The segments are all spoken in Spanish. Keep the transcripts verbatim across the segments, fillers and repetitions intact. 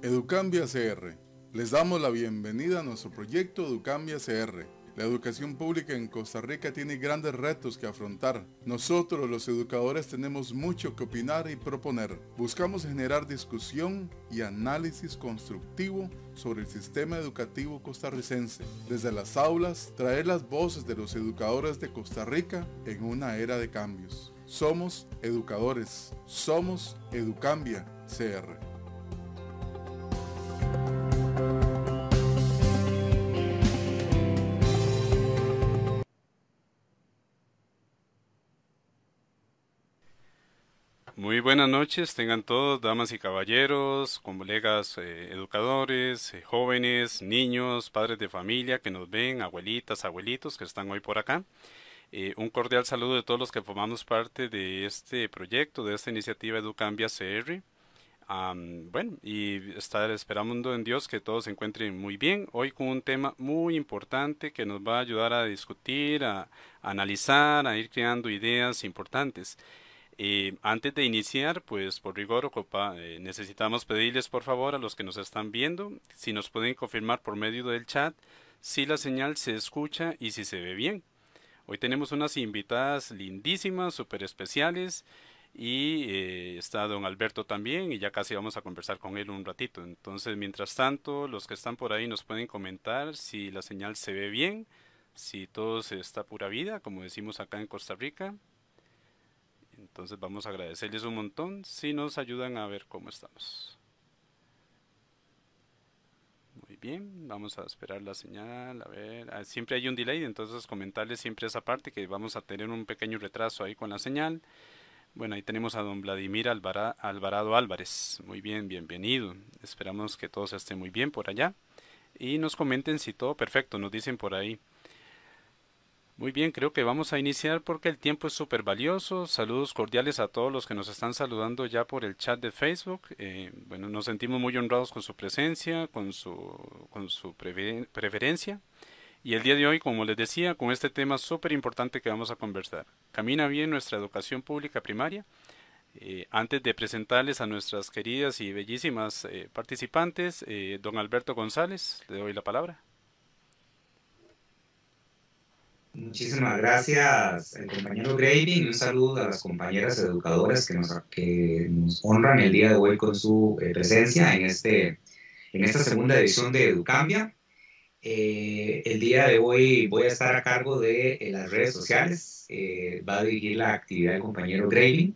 Educambia C R. Les damos la bienvenida a nuestro proyecto Educambia C R. La educación pública en Costa Rica tiene grandes retos que afrontar. Nosotros, los educadores, tenemos mucho que opinar y proponer. Buscamos generar discusión y análisis constructivo sobre el sistema educativo costarricense. Desde las aulas, traer las voces de los educadores de Costa Rica en una era de cambios. Somos educadores. Somos Educambia C R. Muy buenas noches, tengan todos, damas y caballeros, colegas eh, educadores, eh, jóvenes, niños, padres de familia que nos ven, abuelitas, abuelitos que están hoy por acá. Eh, un cordial saludo de todos los que formamos parte de este proyecto, de esta iniciativa Educambia C R. Um, bueno, y estar esperando en Dios que todos se encuentren muy bien. Hoy con un tema muy importante que nos va a ayudar a discutir, a, a analizar, a ir creando ideas importantes. Eh, antes de iniciar, pues por rigor, ocupa, eh, necesitamos pedirles por favor a los que nos están viendo, si nos pueden confirmar por medio del chat si la señal se escucha y si se ve bien. Hoy tenemos unas invitadas lindísimas, súper especiales, y eh, está don Alberto también, y ya casi vamos a conversar con él un ratito. Entonces, mientras tanto, los que están por ahí nos pueden comentar si la señal se ve bien, si todo se está pura vida, como decimos acá en Costa Rica. Entonces vamos a agradecerles un montón si nos ayudan a ver cómo estamos. Muy bien, vamos a esperar la señal, a ver, ah, siempre hay un delay, entonces comentarles siempre esa parte que vamos a tener un pequeño retraso ahí con la señal. Bueno, ahí tenemos a don Vladimir Alvara, Alvarado Álvarez. Muy bien, bienvenido. Esperamos que todos estén muy bien por allá. Y nos comenten si todo perfecto, nos dicen por ahí. Muy bien, creo que vamos a iniciar porque el tiempo es súper valioso. Saludos cordiales a todos los que nos están saludando ya por el chat de Facebook. Eh, bueno, nos sentimos muy honrados con su presencia, con su, con su prefer preferencia. Y el día de hoy, como les decía, con este tema súper importante que vamos a conversar. ¿Camina bien nuestra educación pública primaria? Eh, antes de presentarles a nuestras queridas y bellísimas eh, participantes, eh, don Alberto González, le doy la palabra. Muchísimas gracias al compañero Grady y un saludo a las compañeras educadoras que nos, que nos honran el día de hoy con su eh, presencia en, este, en esta segunda edición de Educambia. Eh, el día de hoy voy a estar a cargo de eh, las redes sociales, eh, va a dirigir la actividad el compañero Grady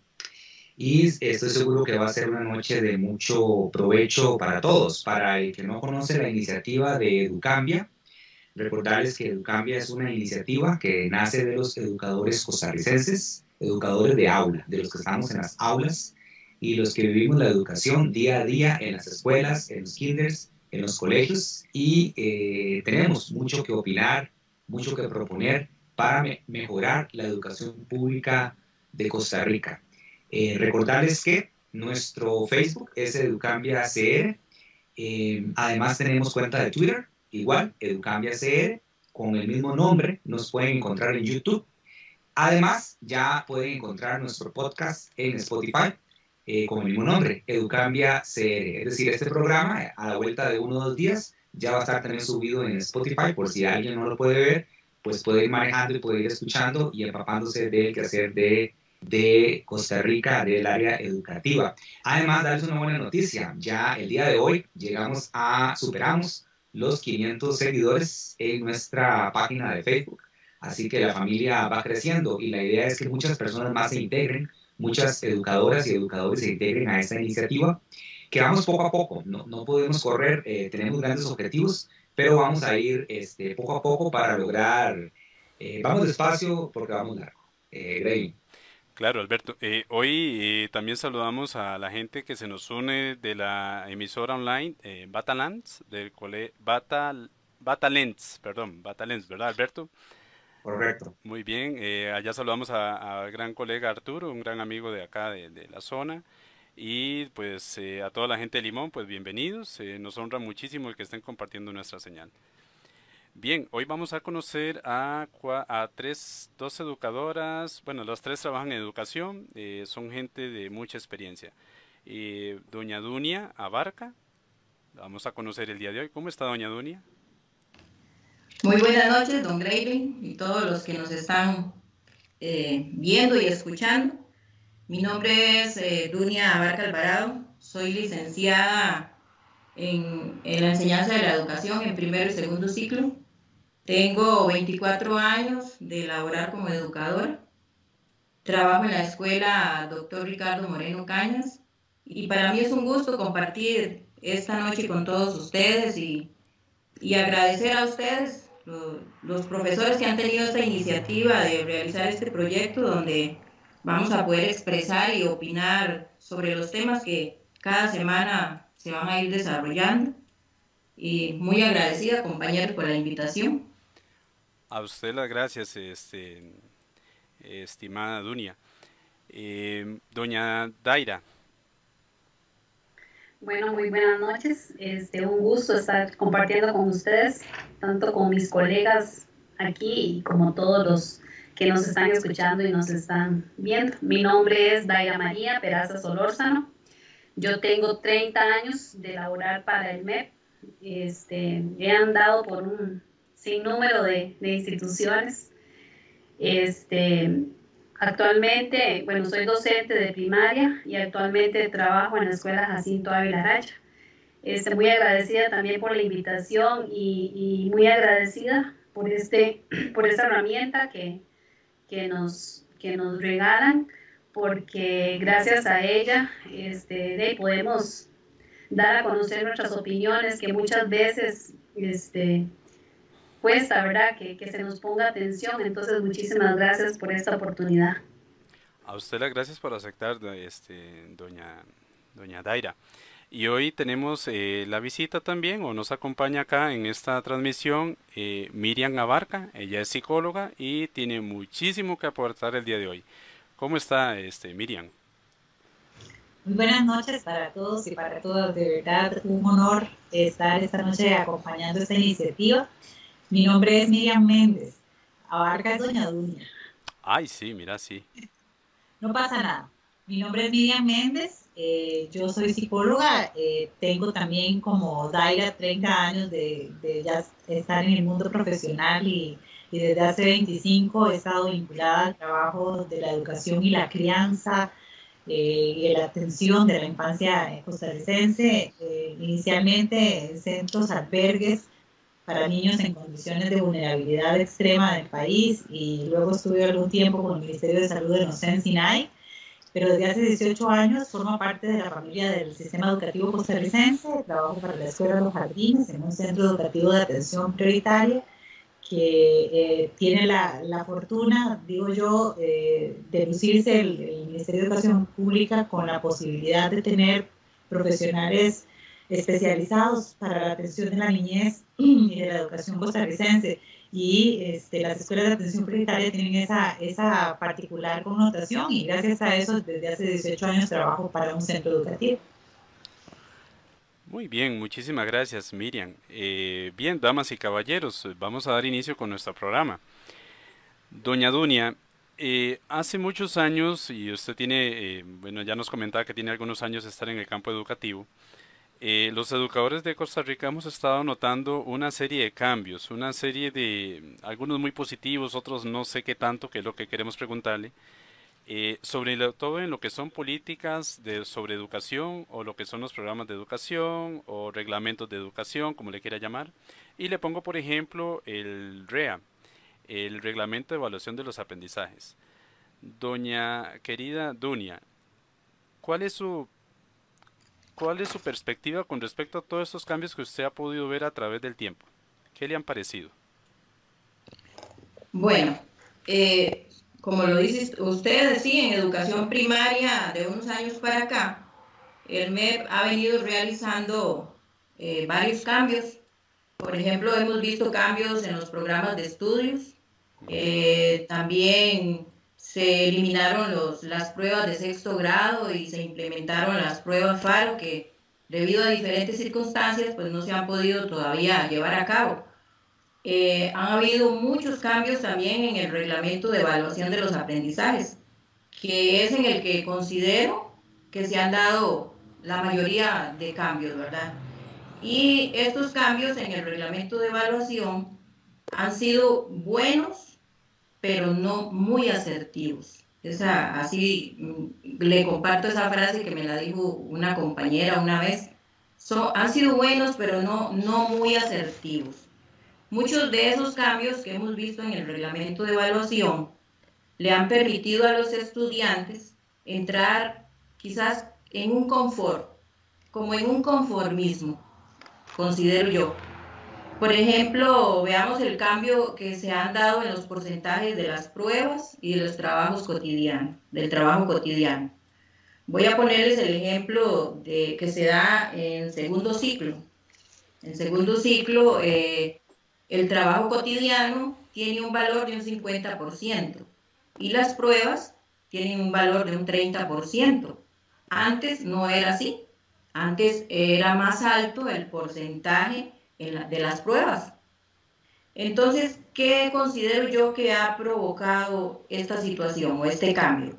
y estoy seguro que va a ser una noche de mucho provecho para todos. Para el que no conoce la iniciativa de Educambia, recordarles que Educambia es una iniciativa que nace de los educadores costarricenses, educadores de aula, de los que estamos en las aulas y los que vivimos la educación día a día en las escuelas, en los kinders, en los colegios y eh, tenemos mucho que opinar, mucho que proponer para me mejorar la educación pública de Costa Rica. Eh, recordarles que nuestro Facebook es Educambia C R, eh, además tenemos cuenta de Twitter, igual, Educambia C R, con el mismo nombre, nos pueden encontrar en YouTube. Además, ya pueden encontrar nuestro podcast en Spotify eh, con el mismo nombre, Educambia C R. Es decir, este programa, a la vuelta de uno o dos días, ya va a estar también subido en Spotify, por si alguien no lo puede ver, pues puede ir manejando y puede ir escuchando y empapándose del quehacer de, de Costa Rica, del área educativa. Además, darles una buena noticia, ya el día de hoy llegamos a, superamos los quinientos seguidores en nuestra página de Facebook. Así que la familia va creciendo y la idea es que muchas personas más se integren, muchas educadoras y educadores se integren a esta iniciativa, que vamos poco a poco, no, no podemos correr, eh, tenemos grandes objetivos, pero vamos a ir este, poco a poco para lograr, eh, vamos despacio porque vamos largo. Eh, Grey. Claro, Alberto. Eh, hoy eh, también saludamos a la gente que se nos une de la emisora online eh, Batalans, del cole Batal, Batalens, perdón, Batalens, ¿verdad, Alberto? Correcto. Muy bien. Eh, allá saludamos a- al gran colega Arturo, un gran amigo de acá de, de la zona. Y pues eh, a toda la gente de Limón, pues bienvenidos. Eh, nos honra muchísimo el que estén compartiendo nuestra señal. Bien, hoy vamos a conocer a, cua- a tres, dos educadoras. Bueno, las tres trabajan en educación, eh, son gente de mucha experiencia. Eh, doña Dunia Abarca, La vamos a conocer el día de hoy. ¿Cómo está doña Dunia? Muy buenas noches, don Graving, y todos los que nos están eh, viendo y escuchando. Mi nombre es eh, Dunia Abarca Alvarado, soy licenciada en, en la enseñanza de la educación en primero y segundo ciclo. Tengo veinticuatro años de laborar como educadora. Trabajo en la escuela doctor Ricardo Moreno Cañas y para mí es un gusto compartir esta noche con todos ustedes y, y agradecer a ustedes, los, los profesores que han tenido esta iniciativa de realizar este proyecto donde vamos a poder expresar y opinar sobre los temas que cada semana se van a ir desarrollando. Y muy agradecida, compañeros, por la invitación. A usted las gracias, este, estimada Dunia. Eh, doña Daira. Bueno, muy buenas noches. Este, un gusto estar compartiendo con ustedes, tanto con mis colegas aquí y como todos los que nos están escuchando y nos están viendo. Mi nombre es Daira María Peraza Solórzano. Yo tengo treinta años de laborar para el M E P. Este, he andado por un sinnúmero de, de instituciones. Este, actualmente, bueno, soy docente de primaria y actualmente trabajo en la Escuela Jacinto Ávila Aracha. Este, muy agradecida también por la invitación y, y muy agradecida por, este, por esta herramienta que, que, nos, que nos regalan, porque gracias a ella este, de, podemos dar a conocer nuestras opiniones, que muchas veces este, cuesta, ¿verdad?, que, que se nos ponga atención. Entonces, muchísimas gracias por esta oportunidad. A usted las gracias por aceptar, este, doña, doña Daira. Y hoy tenemos eh, la visita también, o nos acompaña acá en esta transmisión, eh, Miriam Abarca. Ella es psicóloga y tiene muchísimo que aportar el día de hoy. ¿Cómo está, este, Miriam? Muy buenas noches para todos y para todas. De verdad, un honor estar esta noche acompañando esta iniciativa. Mi nombre es Miriam Méndez. Abarca es doña Dunia. Ay, sí, mira, sí. No pasa nada. Mi nombre es Miriam Méndez. Eh, yo soy psicóloga. Eh, tengo también como Daira treinta años de, de ya estar en el mundo profesional y, y desde hace veinticinco he estado vinculada al trabajo de la educación y la crianza eh, y la atención de la infancia costarricense, eh, inicialmente en centros, albergues para niños en condiciones de vulnerabilidad extrema del país, y luego estuve algún tiempo con el Ministerio de Salud de Nocén Sinai, pero desde hace dieciocho años formo parte de la familia del sistema educativo costarricense. Trabajo para la Escuela de los Jardines, en un centro educativo de atención prioritaria que eh, tiene la, la fortuna, digo yo, eh, de lucirse el, el Ministerio de Educación Pública con la posibilidad de tener profesionales especializados para la atención de la niñez y de la educación costarricense. Y este, las escuelas de atención prioritaria tienen esa, esa particular connotación, y gracias a eso desde hace dieciocho años trabajo para un centro educativo. Muy bien, muchísimas gracias, Miriam. Eh, bien, damas y caballeros, vamos a dar inicio con nuestro programa. Doña Dunia, eh, hace muchos años, y usted tiene, eh, bueno, ya nos comentaba que tiene algunos años de estar en el campo educativo, eh, los educadores de Costa Rica hemos estado notando una serie de cambios, una serie de, algunos muy positivos, otros no sé qué tanto, que es lo que queremos preguntarle, Eh, sobre lo, todo en lo que son políticas de, sobre educación, o lo que son los programas de educación o reglamentos de educación, como le quiera llamar. Y le pongo, por ejemplo, el R E A, el Reglamento de Evaluación de los Aprendizajes. Doña querida Dunia, ¿cuál es su, cuál es su perspectiva con respecto a todos estos cambios que usted ha podido ver a través del tiempo? ¿Qué le han parecido? Bueno, eh... como lo dice usted, sí, en educación primaria de unos años para acá, el M E P ha venido realizando eh, varios cambios. Por ejemplo, hemos visto cambios en los programas de estudios. Eh, también se eliminaron los, las pruebas de sexto grado y se implementaron las pruebas FARO, que debido a diferentes circunstancias pues no se han podido todavía llevar a cabo. Eh, han habido muchos cambios también en el reglamento de evaluación de los aprendizajes, que es en el que considero que se han dado la mayoría de cambios, ¿verdad? Y estos cambios en el reglamento de evaluación han sido buenos, pero no muy asertivos. Esa, así le comparto esa frase que me la dijo una compañera una vez. So, han sido buenos, pero no, no muy asertivos. Muchos de esos cambios que hemos visto en el reglamento de evaluación le han permitido a los estudiantes entrar quizás en un confort, como en un conformismo, considero yo. Por ejemplo, veamos el cambio que se han dado en los porcentajes de las pruebas y de los trabajos cotidianos, del trabajo cotidiano. Voy a ponerles el ejemplo de, que se da en segundo ciclo. En segundo ciclo, eh, el trabajo cotidiano tiene un valor de un cincuenta por ciento y las pruebas tienen un valor de un treinta por ciento. Antes no era así. Antes era más alto el porcentaje de las pruebas. Entonces, ¿qué considero yo que ha provocado esta situación o este cambio?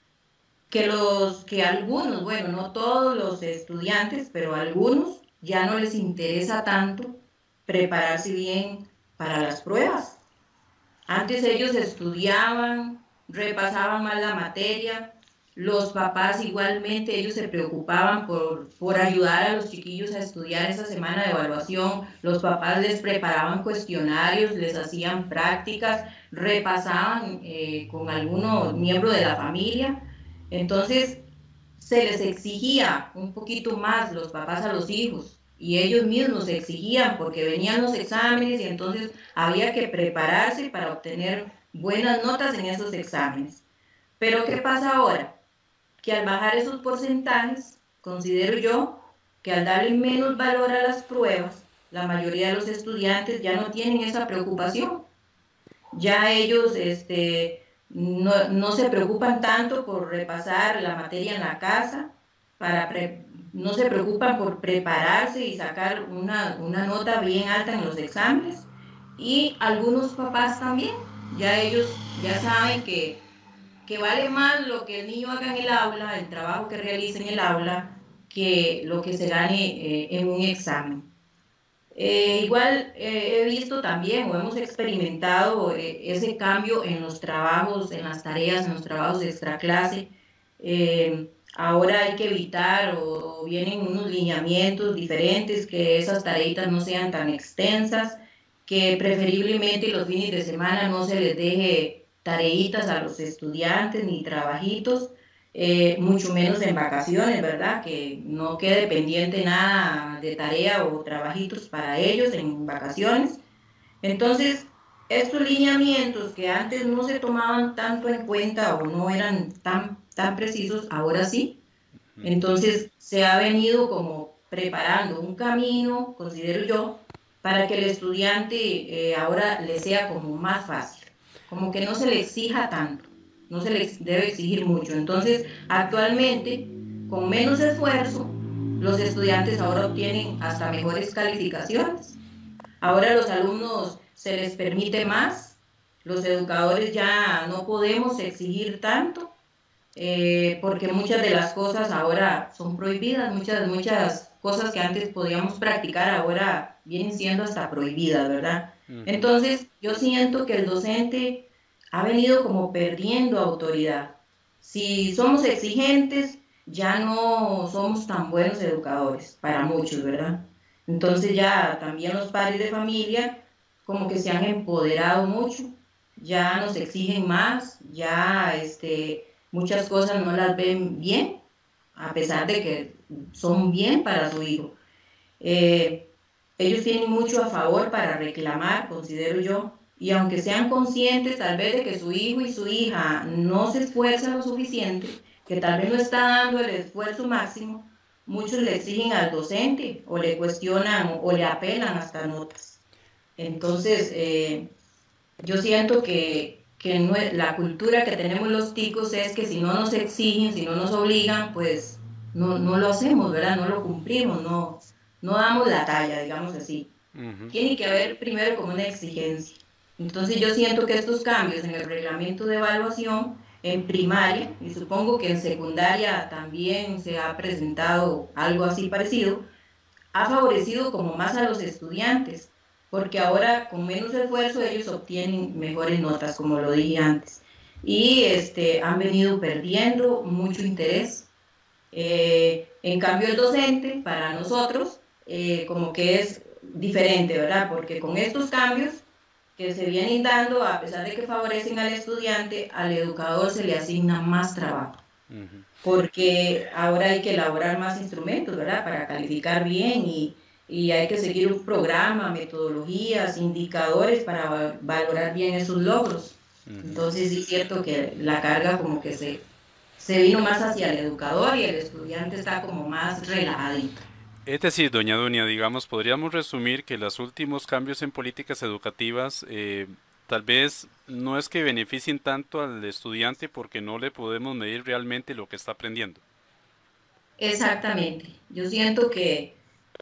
Que los, que algunos, bueno, no todos los estudiantes, pero algunos ya no les interesa tanto prepararse bien para las pruebas. Antes ellos estudiaban, repasaban más la materia. Los papás igualmente, ellos se preocupaban por, por ayudar a los chiquillos a estudiar esa semana de evaluación. Los papás les preparaban cuestionarios, les hacían prácticas, repasaban eh, con algunos miembros de la familia. Entonces, se les exigía un poquito más los papás a los hijos y ellos mismos se exigían porque venían los exámenes y entonces había que prepararse para obtener buenas notas en esos exámenes. Pero ¿qué pasa ahora? Que al bajar esos porcentajes, considero yo que al darle menos valor a las pruebas, la mayoría de los estudiantes ya no tienen esa preocupación. Ya ellos este, no, no se preocupan tanto por repasar la materia en la casa, para pre, no se preocupan por prepararse y sacar una, una nota bien alta en los exámenes. Y algunos papás también, ya ellos ya saben que que vale más lo que el niño haga en el aula, el trabajo que realice en el aula, que lo que se gane eh, en un examen. Eh, igual eh, he visto también o hemos experimentado eh, ese cambio en los trabajos, en las tareas, en los trabajos de extraclase. Eh, ahora hay que evitar o, o vienen unos lineamientos diferentes, que esas tareitas no sean tan extensas, que preferiblemente los fines de semana no se les deje tareitas a los estudiantes ni trabajitos, eh, mucho menos en vacaciones, ¿verdad? Que no quede pendiente nada de tarea o trabajitos para ellos en vacaciones. Entonces, estos lineamientos que antes no se tomaban tanto en cuenta o no eran tan, tan precisos, ahora sí. Entonces, se ha venido como preparando un camino, considero yo, para que el estudiante eh, ahora le sea como más fácil. Como que no se le exija tanto, no se le debe exigir mucho. Entonces, actualmente, con menos esfuerzo, los estudiantes ahora obtienen hasta mejores calificaciones. Ahora a los alumnos se les permite más, los educadores ya no podemos exigir tanto, eh, porque muchas de las cosas ahora son prohibidas, muchas, muchas cosas que antes podíamos practicar ahora vienen siendo hasta prohibidas, ¿verdad? Entonces, yo siento que el docente ha venido como perdiendo autoridad. Si somos exigentes, ya no somos tan buenos educadores, para muchos, ¿verdad? Entonces ya también los padres de familia como que se han empoderado mucho, ya nos exigen más, ya este, muchas cosas no las ven bien, a pesar de que son bien para su hijo. Eh, ellos tienen mucho a favor para reclamar, considero yo, y aunque sean conscientes tal vez de que su hijo y su hija no se esfuerzan lo suficiente, que tal vez no está dando el esfuerzo máximo, muchos le exigen al docente o le cuestionan o le apelan hasta notas. Entonces, eh, yo siento que, que no es, la cultura que tenemos los ticos es que si no nos exigen, si no nos obligan, pues no, no lo hacemos, ¿verdad? No lo cumplimos, no, no damos la talla, digamos así. Uh-huh. Tiene que haber primero como una exigencia. Entonces yo siento que estos cambios en el reglamento de evaluación en primaria, y supongo que en secundaria también se ha presentado algo así parecido, ha favorecido como más a los estudiantes, porque ahora con menos esfuerzo ellos obtienen mejores notas, como lo dije antes. Y este, han venido perdiendo mucho interés. Eh, en cambio el docente, para nosotros, eh, como que es diferente, ¿verdad? Porque con estos cambios que se vienen dando, a pesar de que favorecen al estudiante, al educador se le asigna más trabajo. Uh-huh. Porque ahora hay que elaborar más instrumentos, ¿verdad? Para calificar bien y, y hay que seguir un programa, metodologías, indicadores para valorar bien esos logros. Uh-huh. Entonces sí es cierto que la carga como que se, se vino más hacia el educador y el estudiante está como más relajadito. Es decir, doña Dunia, digamos, podríamos resumir que los últimos cambios en políticas educativas eh, tal vez no es que beneficien tanto al estudiante porque no le podemos medir realmente lo que está aprendiendo. Exactamente. Yo siento que,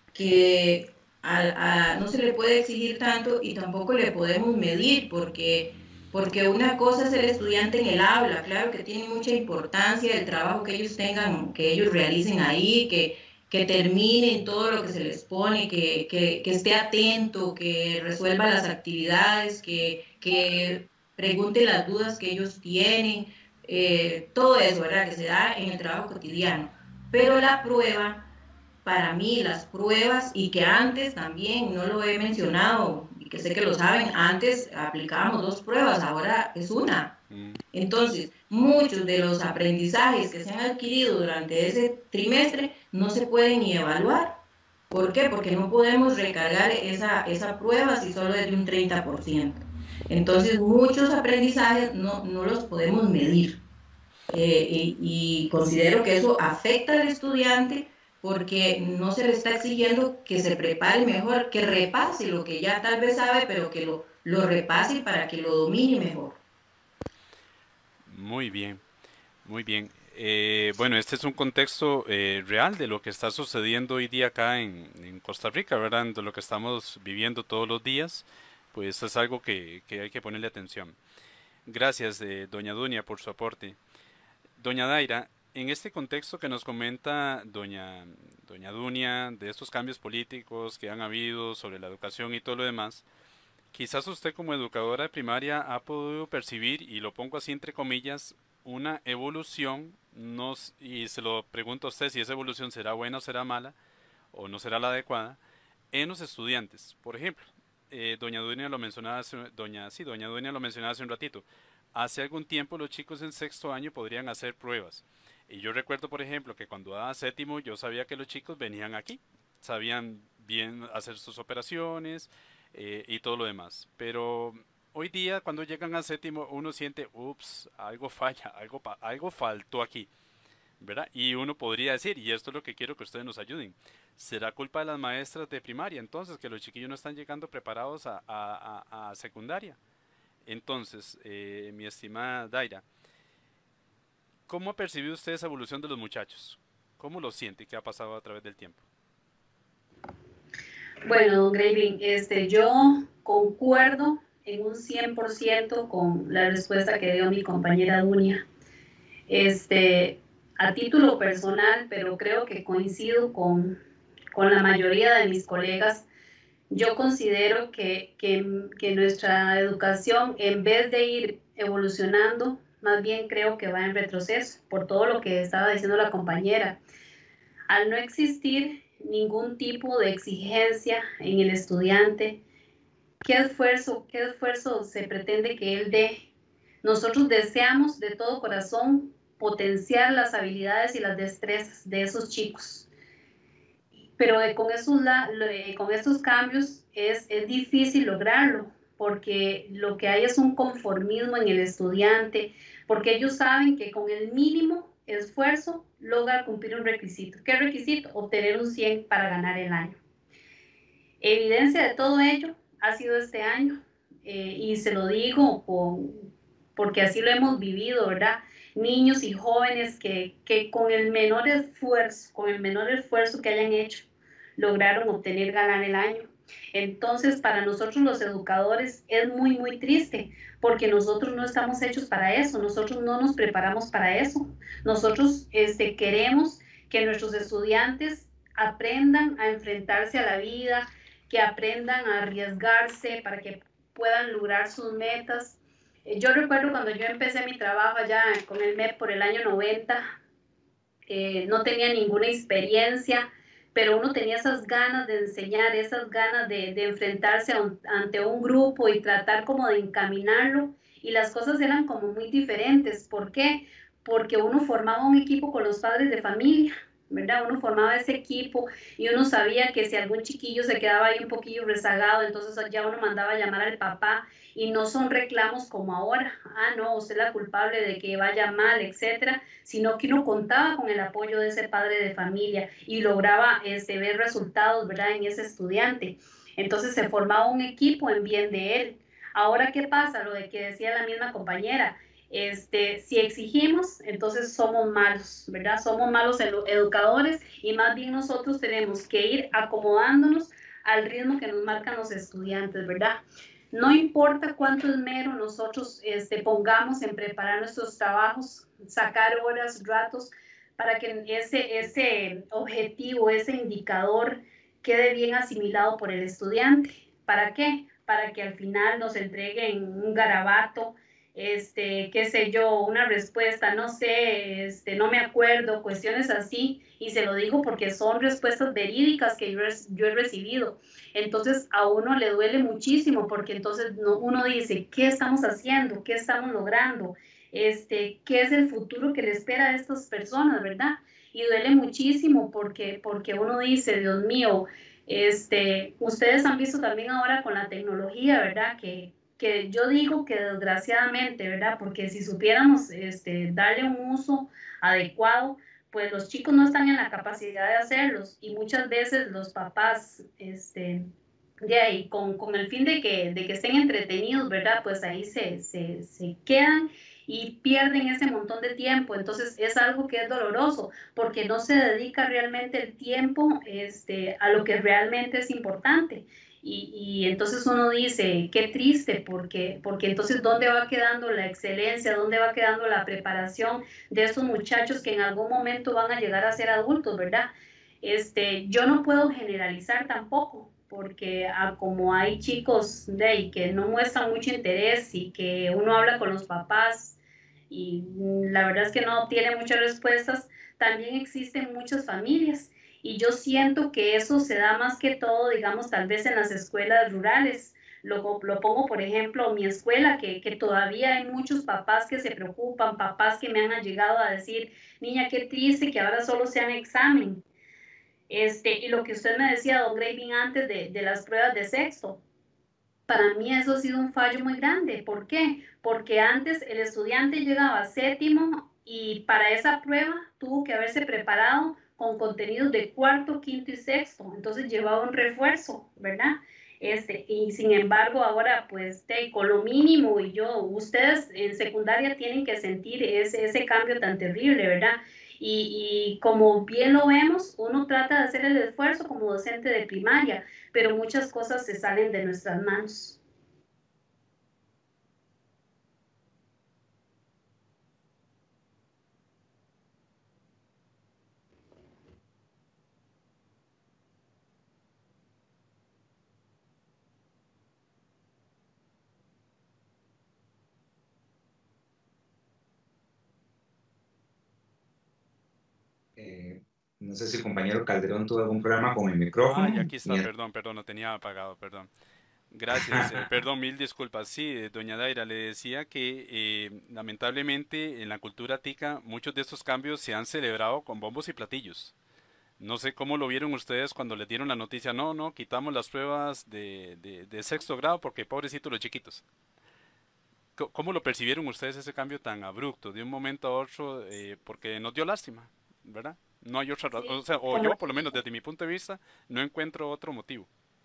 que a, a, no se le puede exigir tanto y tampoco le podemos medir porque, porque una cosa es el estudiante en el aula, claro que tiene mucha importancia el trabajo que ellos tengan, que ellos realicen ahí, que que terminen todo lo que se les pone, que, que, que esté atento, que resuelva las actividades, que, que pregunte las dudas que ellos tienen, eh, todo eso, ¿verdad? Que se da en el trabajo cotidiano. Pero la prueba, para mí, las pruebas, y que antes también, no lo he mencionado, y que sé que lo saben, antes aplicábamos dos pruebas, ahora es una. Entonces, muchos de los aprendizajes que se han adquirido durante ese trimestre no se pueden ni evaluar. ¿Por qué? Porque no podemos recargar esa, esa prueba si solo es de un treinta por ciento. Entonces, muchos aprendizajes no, no los podemos medir. Eh, y, y considero que eso afecta al estudiante porque no se le está exigiendo que se prepare mejor, que repase lo que ya tal vez sabe, pero que lo, lo repase para que lo domine mejor. Muy bien, muy bien. Eh, bueno, este es un contexto eh, real de lo que está sucediendo hoy día acá en, en Costa Rica, ¿verdad? De lo que estamos viviendo todos los días, pues es algo que, que hay que ponerle atención. Gracias, eh, doña Dunia, por su aporte. Doña Daira, en este contexto que nos comenta doña, doña Dunia, de estos cambios políticos que han habido sobre la educación y todo lo demás, quizás usted como educadora de primaria ha podido percibir, y lo pongo así entre comillas, una evolución, no, y se lo pregunto a usted si esa evolución será buena o será mala, o no será la adecuada, en los estudiantes. Por ejemplo, eh, doña Dunia lo mencionaba hace, doña, sí, doña Dunia lo mencionaba hace un ratito, hace algún tiempo los chicos en sexto año podrían hacer pruebas. Y yo recuerdo, por ejemplo, que cuando daba séptimo yo sabía que los chicos venían aquí, sabían bien hacer sus operaciones, Eh, y todo lo demás, pero hoy día cuando llegan a séptimo uno siente, ups, algo falla, algo, algo faltó aquí, ¿verdad? Y uno podría decir, y esto es lo que quiero que ustedes nos ayuden, ¿será culpa de las maestras de primaria entonces que los chiquillos no están llegando preparados a, a, a, a secundaria? Entonces, eh, mi estimada Daira, ¿cómo ha percibido usted esa evolución de los muchachos? ¿Cómo lo siente que ha pasado a través del tiempo? Bueno, don Graving, este, yo concuerdo en un cien por ciento con la respuesta que dio mi compañera Dunia. Este, a título personal, pero creo que coincido con, con la mayoría de mis colegas, yo considero que, que, que nuestra educación, en vez de ir evolucionando, más bien creo que va en retroceso, por todo lo que estaba diciendo la compañera. Al no existir ningún tipo de exigencia en el estudiante, ¿qué esfuerzo, qué esfuerzo se pretende que él dé? Nosotros deseamos de todo corazón potenciar las habilidades y las destrezas de esos chicos, pero con esos, con estos cambios es, es difícil lograrlo, porque lo que hay es un conformismo en el estudiante, porque ellos saben que con el mínimo esfuerzo logra cumplir un requisito. ¿Qué requisito? Obtener un cien para ganar el año. Evidencia de todo ello ha sido este año, eh, y se lo digo con, porque así lo hemos vivido, ¿verdad? Niños y jóvenes que, que con el menor esfuerzo, con el menor esfuerzo que hayan hecho, lograron obtener ganar el año. Entonces, para nosotros los educadores es muy, muy triste, porque nosotros no estamos hechos para eso, nosotros no nos preparamos para eso. Nosotros este, queremos que nuestros estudiantes aprendan a enfrentarse a la vida, que aprendan a arriesgarse para que puedan lograr sus metas. Eh, yo recuerdo cuando yo empecé mi trabajo allá con el M E P por el año noventa, eh, no tenía ninguna experiencia, pero uno tenía esas ganas de enseñar, esas ganas de, de enfrentarse a un, ante un grupo y tratar como de encaminarlo, y las cosas eran como muy diferentes. ¿Por qué? Porque uno formaba un equipo con los padres de familia, ¿verdad? Uno formaba ese equipo y uno sabía que si algún chiquillo se quedaba ahí un poquillo rezagado, entonces ya uno mandaba a llamar al papá, y no son reclamos como ahora, ah, no, usted es la culpable de que vaya mal, etcétera, sino que uno contaba con el apoyo de ese padre de familia y lograba este, ver resultados, ¿verdad?, en ese estudiante. Entonces se formaba un equipo en bien de él. Ahora, ¿qué pasa? Lo de que decía la misma compañera, este, si exigimos, entonces somos malos, ¿verdad? Somos malos educadores, y más bien nosotros tenemos que ir acomodándonos al ritmo que nos marcan los estudiantes, ¿verdad? No importa cuánto esmero nosotros este, pongamos en preparar nuestros trabajos, sacar horas, ratos, para que ese, ese objetivo, ese indicador quede bien asimilado por el estudiante. ¿Para qué? Para que al final nos entreguen un garabato, este, qué sé yo, una respuesta, no sé, este, no me acuerdo, cuestiones así, y se lo digo porque son respuestas verídicas que yo, yo he recibido. Entonces a uno le duele muchísimo, porque entonces no, uno dice, ¿qué estamos haciendo? ¿Qué estamos logrando? Este, ¿qué es el futuro que le espera a estas personas, verdad? Y duele muchísimo porque, porque uno dice, Dios mío, este, ustedes han visto también ahora con la tecnología, ¿verdad? Que, que yo digo que desgraciadamente, ¿verdad? Porque si supiéramos este, darle un uso adecuado, pues los chicos no están en la capacidad de hacerlos, y muchas veces los papás, este, de ahí, con, con el fin de que, de que estén entretenidos, ¿verdad? Pues ahí se, se, se quedan y pierden ese montón de tiempo. Entonces es algo que es doloroso, porque no se dedica realmente el tiempo este, a lo que realmente es importante. Y, y entonces uno dice, qué triste, porque, porque entonces ¿dónde va quedando la excelencia? ¿Dónde va quedando la preparación de estos muchachos que en algún momento van a llegar a ser adultos, verdad? Este, yo no puedo generalizar tampoco, porque a, como hay chicos de ahí que no muestran mucho interés y que uno habla con los papás y la verdad es que no obtiene muchas respuestas, también existen muchas familias. Y yo siento que eso se da más que todo, digamos, tal vez en las escuelas rurales. Lo, lo pongo, por ejemplo, mi escuela, que, que todavía hay muchos papás que se preocupan, papás que me han llegado a decir, niña, qué triste que ahora solo sean examen. Este, y lo que usted me decía, don Graving, antes de, de las pruebas de sexto, para mí eso ha sido un fallo muy grande. ¿Por qué? Porque antes el estudiante llegaba a séptimo y para esa prueba tuvo que haberse preparado con contenidos de cuarto, quinto y sexto. Entonces llevaba un refuerzo, ¿verdad? Este, y sin embargo ahora pues te, con lo mínimo, y yo, ustedes en secundaria tienen que sentir ese, ese cambio tan terrible, ¿verdad? Y, y como bien lo vemos, uno trata de hacer el esfuerzo como docente de primaria, pero muchas cosas se salen de nuestras manos. Eh, no sé si el compañero Calderón tuvo algún problema con el micrófono. Ah, y aquí está, perdón, perdón, lo tenía apagado, perdón. Gracias, eh, perdón, mil disculpas. Sí, eh, doña Daira, le decía que eh, lamentablemente en la cultura tica muchos de estos cambios se han celebrado con bombos y platillos. No sé cómo lo vieron ustedes cuando les dieron la noticia, no, no, quitamos las pruebas de, de, de sexto grado porque pobrecitos los chiquitos. Co- ¿Cómo lo percibieron ustedes ese cambio tan abrupto de un momento a otro? Eh, porque nos dio lástima, ¿verdad? No hay otra razón, o Sí, sea, o como, yo por lo menos desde mi punto de vista no encuentro otro motivo.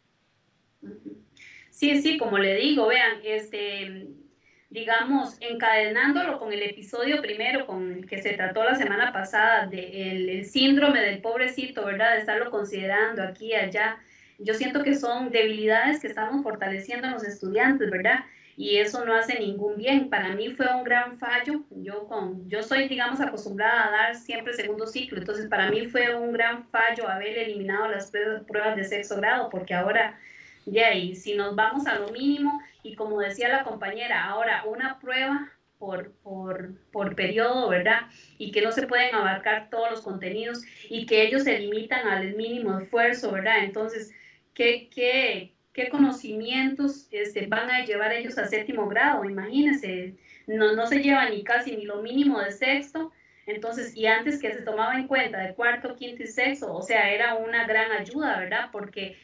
sí, sí, como le digo, vean, este, digamos, encadenándolo con el episodio primero, con el que se trató la semana pasada, de el, el síndrome del pobrecito, ¿verdad? De estarlo considerando aquí y allá. Yo siento que son debilidades que estamos fortaleciendo en los estudiantes, ¿verdad? y eso no hace ningún bien. Para mí fue un gran fallo. Yo, con, yo soy, digamos, acostumbrada a dar siempre segundo ciclo, entonces para mí fue un gran fallo haber eliminado las pruebas de sexto grado, porque ahora, de ahí, si nos vamos a lo mínimo, y como decía la compañera, ahora una prueba por, por, por periodo, ¿verdad? Y que no se pueden abarcar todos los contenidos y que ellos se limitan al mínimo esfuerzo, ¿verdad? Entonces, ¿qué, qué, qué conocimientos este, van a llevar ellos a séptimo grado? Imagínense, no, no se lleva ni casi ni lo mínimo de sexto. Entonces, y antes que se tomaba en cuenta de cuarto, quinto y sexto, o sea, era una gran ayuda, ¿verdad? Porque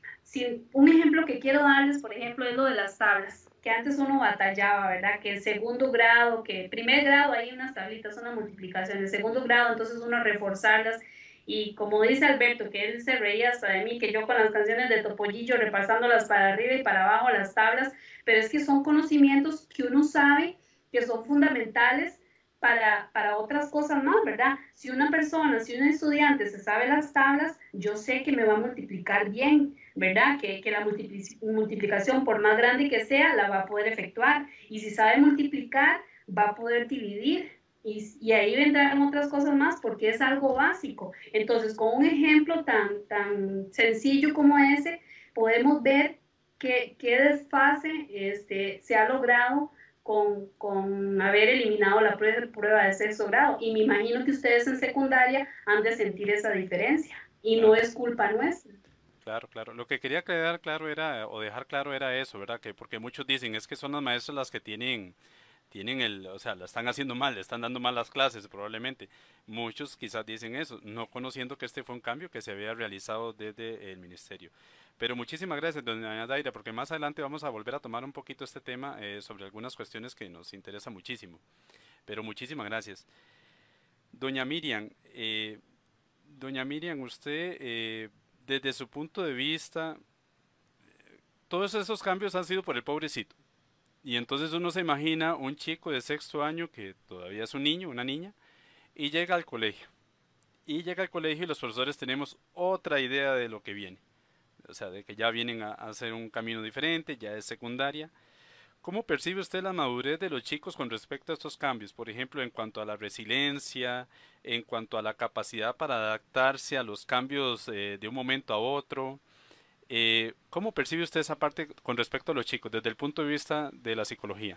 si, un ejemplo que quiero darles, por ejemplo, es lo de las tablas, que antes uno batallaba, ¿verdad? Que el segundo grado, que primer grado hay unas tablitas, una multiplicación, el segundo grado, entonces uno reforzarlas, y como dice Alberto, que él se reía hasta de mí, que yo con las canciones de Topollillo repasándolas para arriba y para abajo las tablas, pero es que son conocimientos que uno sabe que son fundamentales para, para otras cosas más, ¿verdad? Si una persona, si un estudiante se sabe las tablas, yo sé que me va a multiplicar bien, ¿verdad? Que, que la multiplicación, por más grande que sea, la va a poder efectuar. Y si sabe multiplicar, va a poder dividir. Y, y ahí vendrán otras cosas más, porque es algo básico. Entonces, con un ejemplo tan, tan sencillo como ese, podemos ver qué desfase este, se ha logrado con, con haber eliminado la prueba, prueba de sexto grado. Y me imagino que ustedes en secundaria han de sentir esa diferencia. Y no es culpa nuestra. Claro, claro. Lo que quería quedar claro era, o dejar claro era eso, ¿verdad? Que porque muchos dicen, es que son las maestras las que tienen, tienen el, o sea, la están haciendo mal, le están dando mal las clases probablemente. Muchos quizás dicen eso, no conociendo que este fue un cambio que se había realizado desde el ministerio. Pero muchísimas gracias, doña Daira, porque más adelante vamos a volver a tomar un poquito este tema eh, sobre algunas cuestiones que nos interesa muchísimo. Pero muchísimas gracias. Doña Miriam, eh, doña Miriam, usted... Eh, desde su punto de vista, todos esos cambios han sido por el pobrecito. Y entonces uno se imagina un chico de sexto año que todavía es un niño, una niña, y llega al colegio. Y llega al colegio y los profesores tenemos otra idea de lo que viene. O sea, de que ya vienen a hacer un camino diferente, ya es secundaria. ¿Cómo percibe usted la madurez de los chicos con respecto a estos cambios? Por ejemplo, en cuanto a la resiliencia, en cuanto a la capacidad para adaptarse a los cambios eh, de un momento a otro. Eh, ¿Cómo percibe usted esa parte con respecto a los chicos desde el punto de vista de la psicología?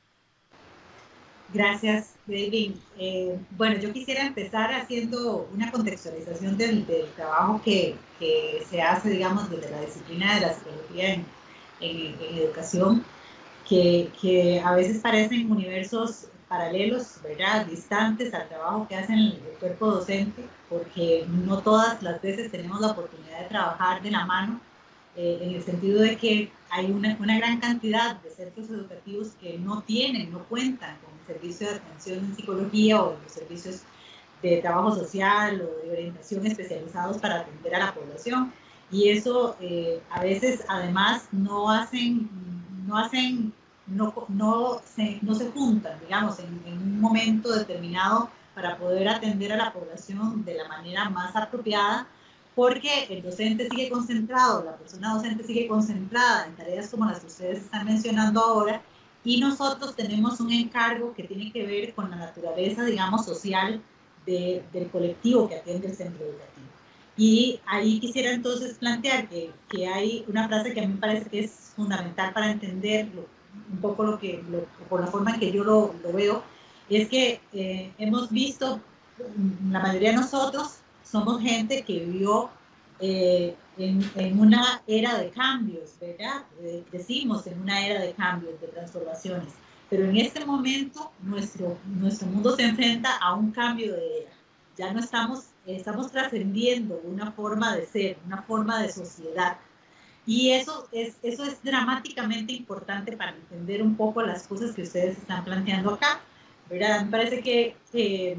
Gracias, David. Eh, bueno, yo quisiera empezar haciendo una contextualización del, del trabajo que, que se hace, digamos, desde la disciplina de la psicología en, en, en educación. Que, que a veces parecen universos paralelos, ¿verdad? Distantes al trabajo que hacen el cuerpo docente, porque no todas las veces tenemos la oportunidad de trabajar de la mano, eh, en el sentido de que hay una, una gran cantidad de centros educativos que no tienen, no cuentan con el servicio de atención en psicología o los servicios de trabajo social o de orientación especializados para atender a la población. Y eso eh, a veces además no hacen, no hacen No, no, se, no se juntan, digamos, en, en un momento determinado para poder atender a la población de la manera más apropiada, porque el docente sigue concentrado, la persona docente sigue concentrada en tareas como las que ustedes están mencionando ahora, y nosotros tenemos un encargo que tiene que ver con la naturaleza, digamos, social de, del colectivo que atiende el centro educativo. Y ahí quisiera entonces plantear que, que hay una frase que a mí me parece que es fundamental para entenderlo, un poco lo que, lo, por la forma en que yo lo, lo veo, es que eh, hemos visto, la mayoría de nosotros somos gente que vivió eh, en, en una era de cambios, ¿verdad? Eh, decimos en una era de cambios, de transformaciones, pero en este momento nuestro, nuestro mundo se enfrenta a un cambio de era. Ya no estamos, estamos trascendiendo una forma de ser, una forma de sociedad. Y eso es, eso es dramáticamente importante para entender un poco las cosas que ustedes están planteando acá, ¿verdad? Me parece que, que,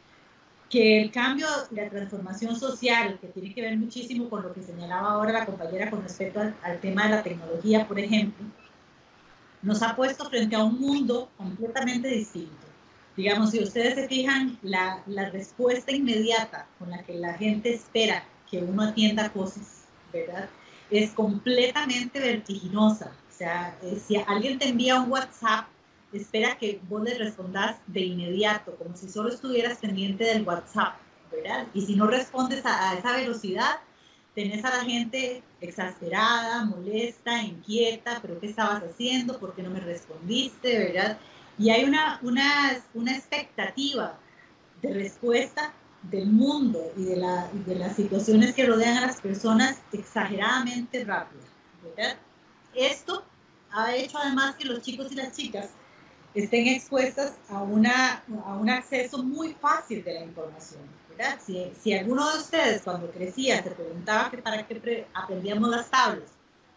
que el cambio, la transformación social, que tiene que ver muchísimo con lo que señalaba ahora la compañera con respecto al, al tema de la tecnología, por ejemplo, nos ha puesto frente a un mundo completamente distinto. Digamos, si ustedes se fijan, la, la respuesta inmediata con la que la gente espera que uno atienda cosas, ¿verdad?, es completamente vertiginosa. sea, eh, si alguien te envía un WhatsApp, espera que vos le respondas de inmediato, como si solo estuvieras pendiente del WhatsApp, ¿verdad? Y si no respondes a, a esa velocidad, tenés a la gente exasperada, molesta, inquieta, pero ¿qué estabas haciendo? ¿Por qué no me respondiste? ¿Verdad? Y hay una, una, una expectativa de respuesta del mundo y de, la, y de las situaciones que rodean a las personas exageradamente rápida, ¿verdad? Esto ha hecho además que los chicos y las chicas estén expuestas a, una, a un acceso muy fácil de la información, ¿verdad? Si, si alguno de ustedes cuando crecía se preguntaba que para qué aprendíamos las tablas,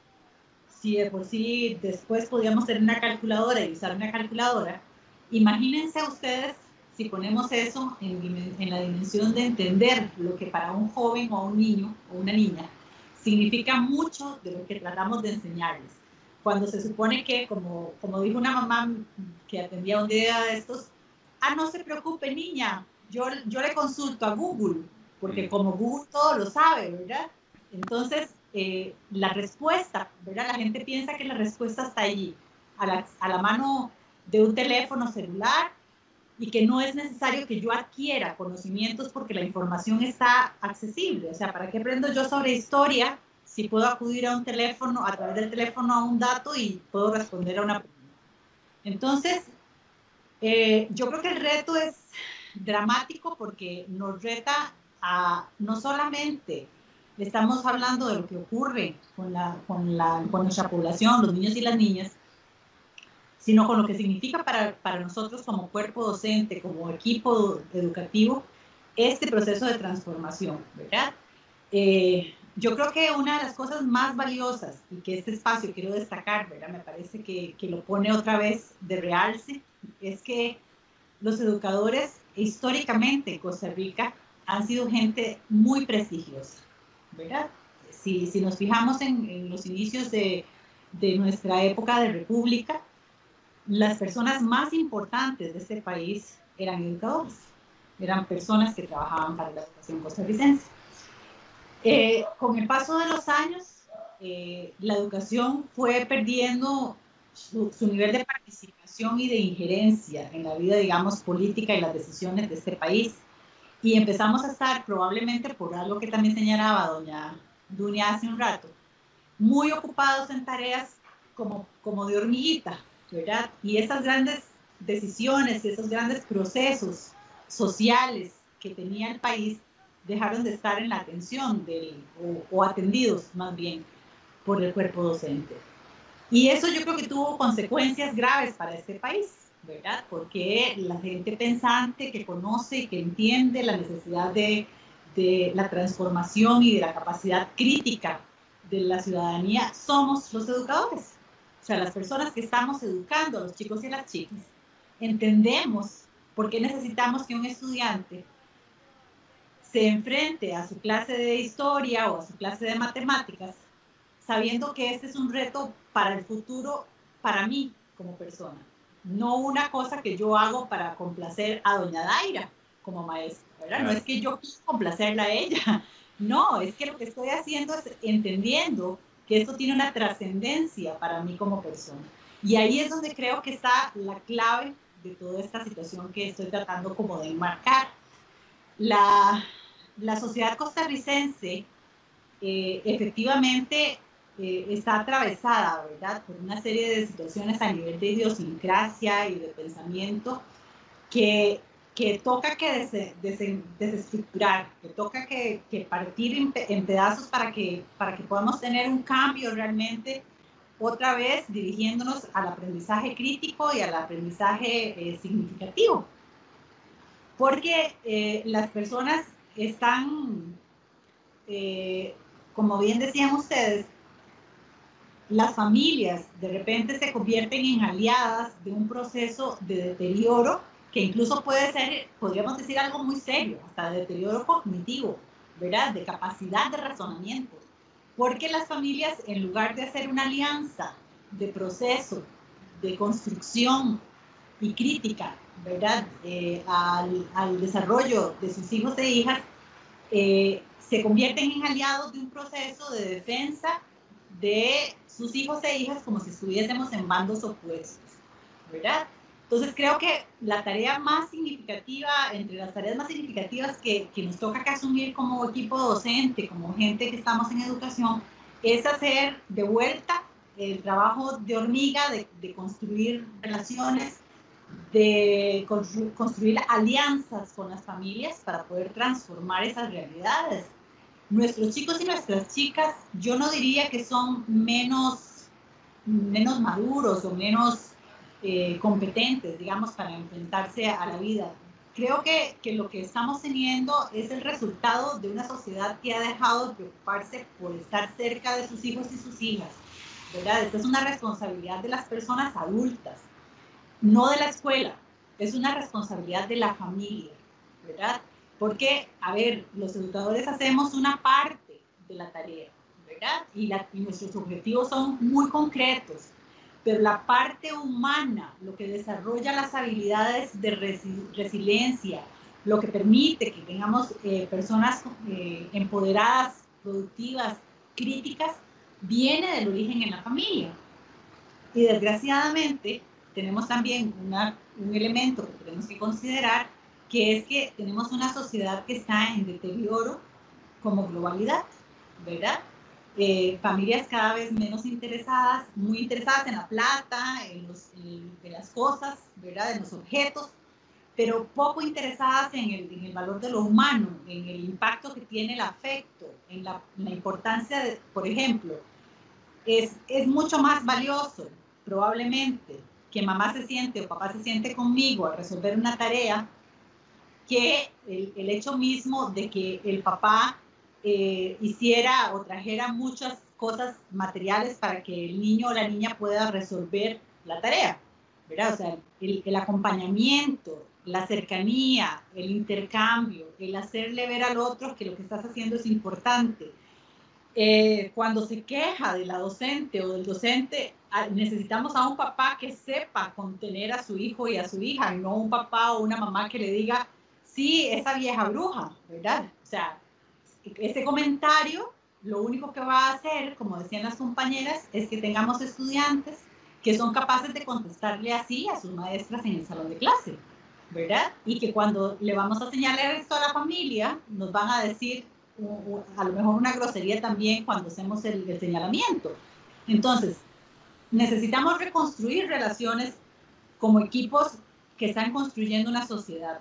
si de por sí después podíamos tener una calculadora y usar una calculadora, imagínense ustedes si ponemos eso en, en la dimensión de entender lo que para un joven o un niño o una niña significa mucho de lo que tratamos de enseñarles. Cuando se supone que, como, como dijo una mamá que atendía un día de estos, ah, no se preocupe niña, yo, yo le consulto a Google, porque como Google todo lo sabe, ¿verdad? Entonces, eh, la respuesta, ¿verdad? La gente piensa que la respuesta está allí, a la, a la mano de un teléfono celular, y que no es necesario que yo adquiera conocimientos porque la información está accesible. O sea, ¿para qué aprendo yo sobre historia si puedo acudir a un teléfono, a través del teléfono a un dato y puedo responder a una pregunta? Entonces, eh, yo creo que el reto es dramático porque nos reta a no solamente estamos hablando de lo que ocurre con, la, con, la, con nuestra población, los niños y las niñas, sino con lo que significa para, para nosotros como cuerpo docente, como equipo educativo, este proceso de transformación, ¿verdad? Eh, yo creo que una de las cosas más valiosas, y que este espacio quiero destacar, ¿verdad? Me parece que, que lo pone otra vez de realce, es que los educadores históricamente en Costa Rica han sido gente muy prestigiosa, ¿verdad? Si, si nos fijamos en, en los inicios de, de nuestra época de república, las personas más importantes de este país eran educadores, eran personas que trabajaban para la educación costarricense. Eh, con el paso de los años, eh, la educación fue perdiendo su, su nivel de participación y de injerencia en la vida, digamos, política y las decisiones de este país. Y empezamos a estar, probablemente por algo que también señalaba doña Dunia hace un rato, muy ocupados en tareas como, como de hormiguita, ¿verdad? Y esas grandes decisiones y esos grandes procesos sociales que tenía el país dejaron de estar en la atención del, o, o atendidos más bien por el cuerpo docente. Y eso yo creo que tuvo consecuencias graves para este país, ¿verdad? Porque la gente pensante que conoce y que entiende la necesidad de, de la transformación y de la capacidad crítica de la ciudadanía somos los educadores. O sea, las personas que estamos educando a los chicos y a las chicas, entendemos por qué necesitamos que un estudiante se enfrente a su clase de historia o a su clase de matemáticas, sabiendo que este es un reto para el futuro, para mí como persona. No una cosa que yo hago para complacer a doña Daira como maestra, ¿verdad? No es que yo quiera complacerla a ella, no, es que lo que estoy haciendo es entendiendo que esto tiene una trascendencia para mí como persona. Y ahí es donde creo que está la clave de toda esta situación que estoy tratando como de enmarcar. La, la sociedad costarricense eh, efectivamente eh, está atravesada, ¿verdad?, por una serie de situaciones a nivel de idiosincrasia y de pensamiento que, que toca que des, des, desestructurar, que toca que, que partir en, en pedazos para que, para que podamos tener un cambio realmente, otra vez dirigiéndonos al aprendizaje crítico y al aprendizaje eh, significativo. Porque eh, las personas están, eh, como bien decían ustedes, las familias de repente se convierten en aliadas de un proceso de deterioro que incluso puede ser, podríamos decir, algo muy serio, hasta de deterioro cognitivo, ¿verdad?, de capacidad de razonamiento. Porque las familias, en lugar de hacer una alianza de proceso, de construcción y crítica, ¿verdad?, eh, al, al desarrollo de sus hijos e hijas, eh, se convierten en aliados de un proceso de defensa de sus hijos e hijas como si estuviésemos en bandos opuestos, ¿verdad? Entonces creo que la tarea más significativa, entre las tareas más significativas que, que nos toca que asumir como equipo docente, como gente que estamos en educación, es hacer de vuelta el trabajo de hormiga, de, de construir relaciones, de constru construir alianzas con las familias para poder transformar esas realidades. Nuestros chicos y nuestras chicas, yo no diría que son menos, menos maduros o menos eh, competentes, digamos, para enfrentarse a la vida. Creo que, que lo que estamos teniendo es el resultado de una sociedad que ha dejado de preocuparse por estar cerca de sus hijos y sus hijas, ¿verdad? Esta es una responsabilidad de las personas adultas, no de la escuela, es una responsabilidad de la familia, ¿verdad? Porque, a ver, los educadores hacemos una parte de la tarea, ¿verdad? Y, la, y nuestros objetivos son muy concretos, pero la parte humana, lo que desarrolla las habilidades de resi resiliencia, lo que permite que tengamos eh, personas eh, empoderadas, productivas, críticas, viene del origen en la familia. Y desgraciadamente tenemos también una, un elemento que tenemos que considerar, que es que tenemos una sociedad que está en deterioro como globalidad, ¿verdad? Eh, familias cada vez menos interesadas, muy interesadas en la plata, en, los, en, en las cosas, ¿verdad? En los objetos, pero poco interesadas en el, en el valor de lo humano, en el impacto que tiene el afecto, en la, en la importancia de, por ejemplo, es, es mucho más valioso, probablemente, que mamá se siente o papá se siente conmigo a resolver una tarea, que el, el hecho mismo de que el papá eh, hiciera o trajera muchas cosas materiales para que el niño o la niña pueda resolver la tarea, ¿verdad? O sea, el, el acompañamiento, la cercanía, el intercambio, el hacerle ver al otro que lo que estás haciendo es importante. Eh, cuando se queja de la docente o del docente, necesitamos a un papá que sepa contener a su hijo y a su hija, no un papá o una mamá que le diga, sí, esa vieja bruja, ¿verdad? O sea, ese comentario lo único que va a hacer, como decían las compañeras, es que tengamos estudiantes que son capaces de contestarle así a sus maestras en el salón de clase, ¿verdad? Y que cuando le vamos a señalar esto a la familia, nos van a decir, a lo mejor una grosería también cuando hacemos el, el señalamiento. Entonces, necesitamos reconstruir relaciones como equipos que están construyendo una sociedad.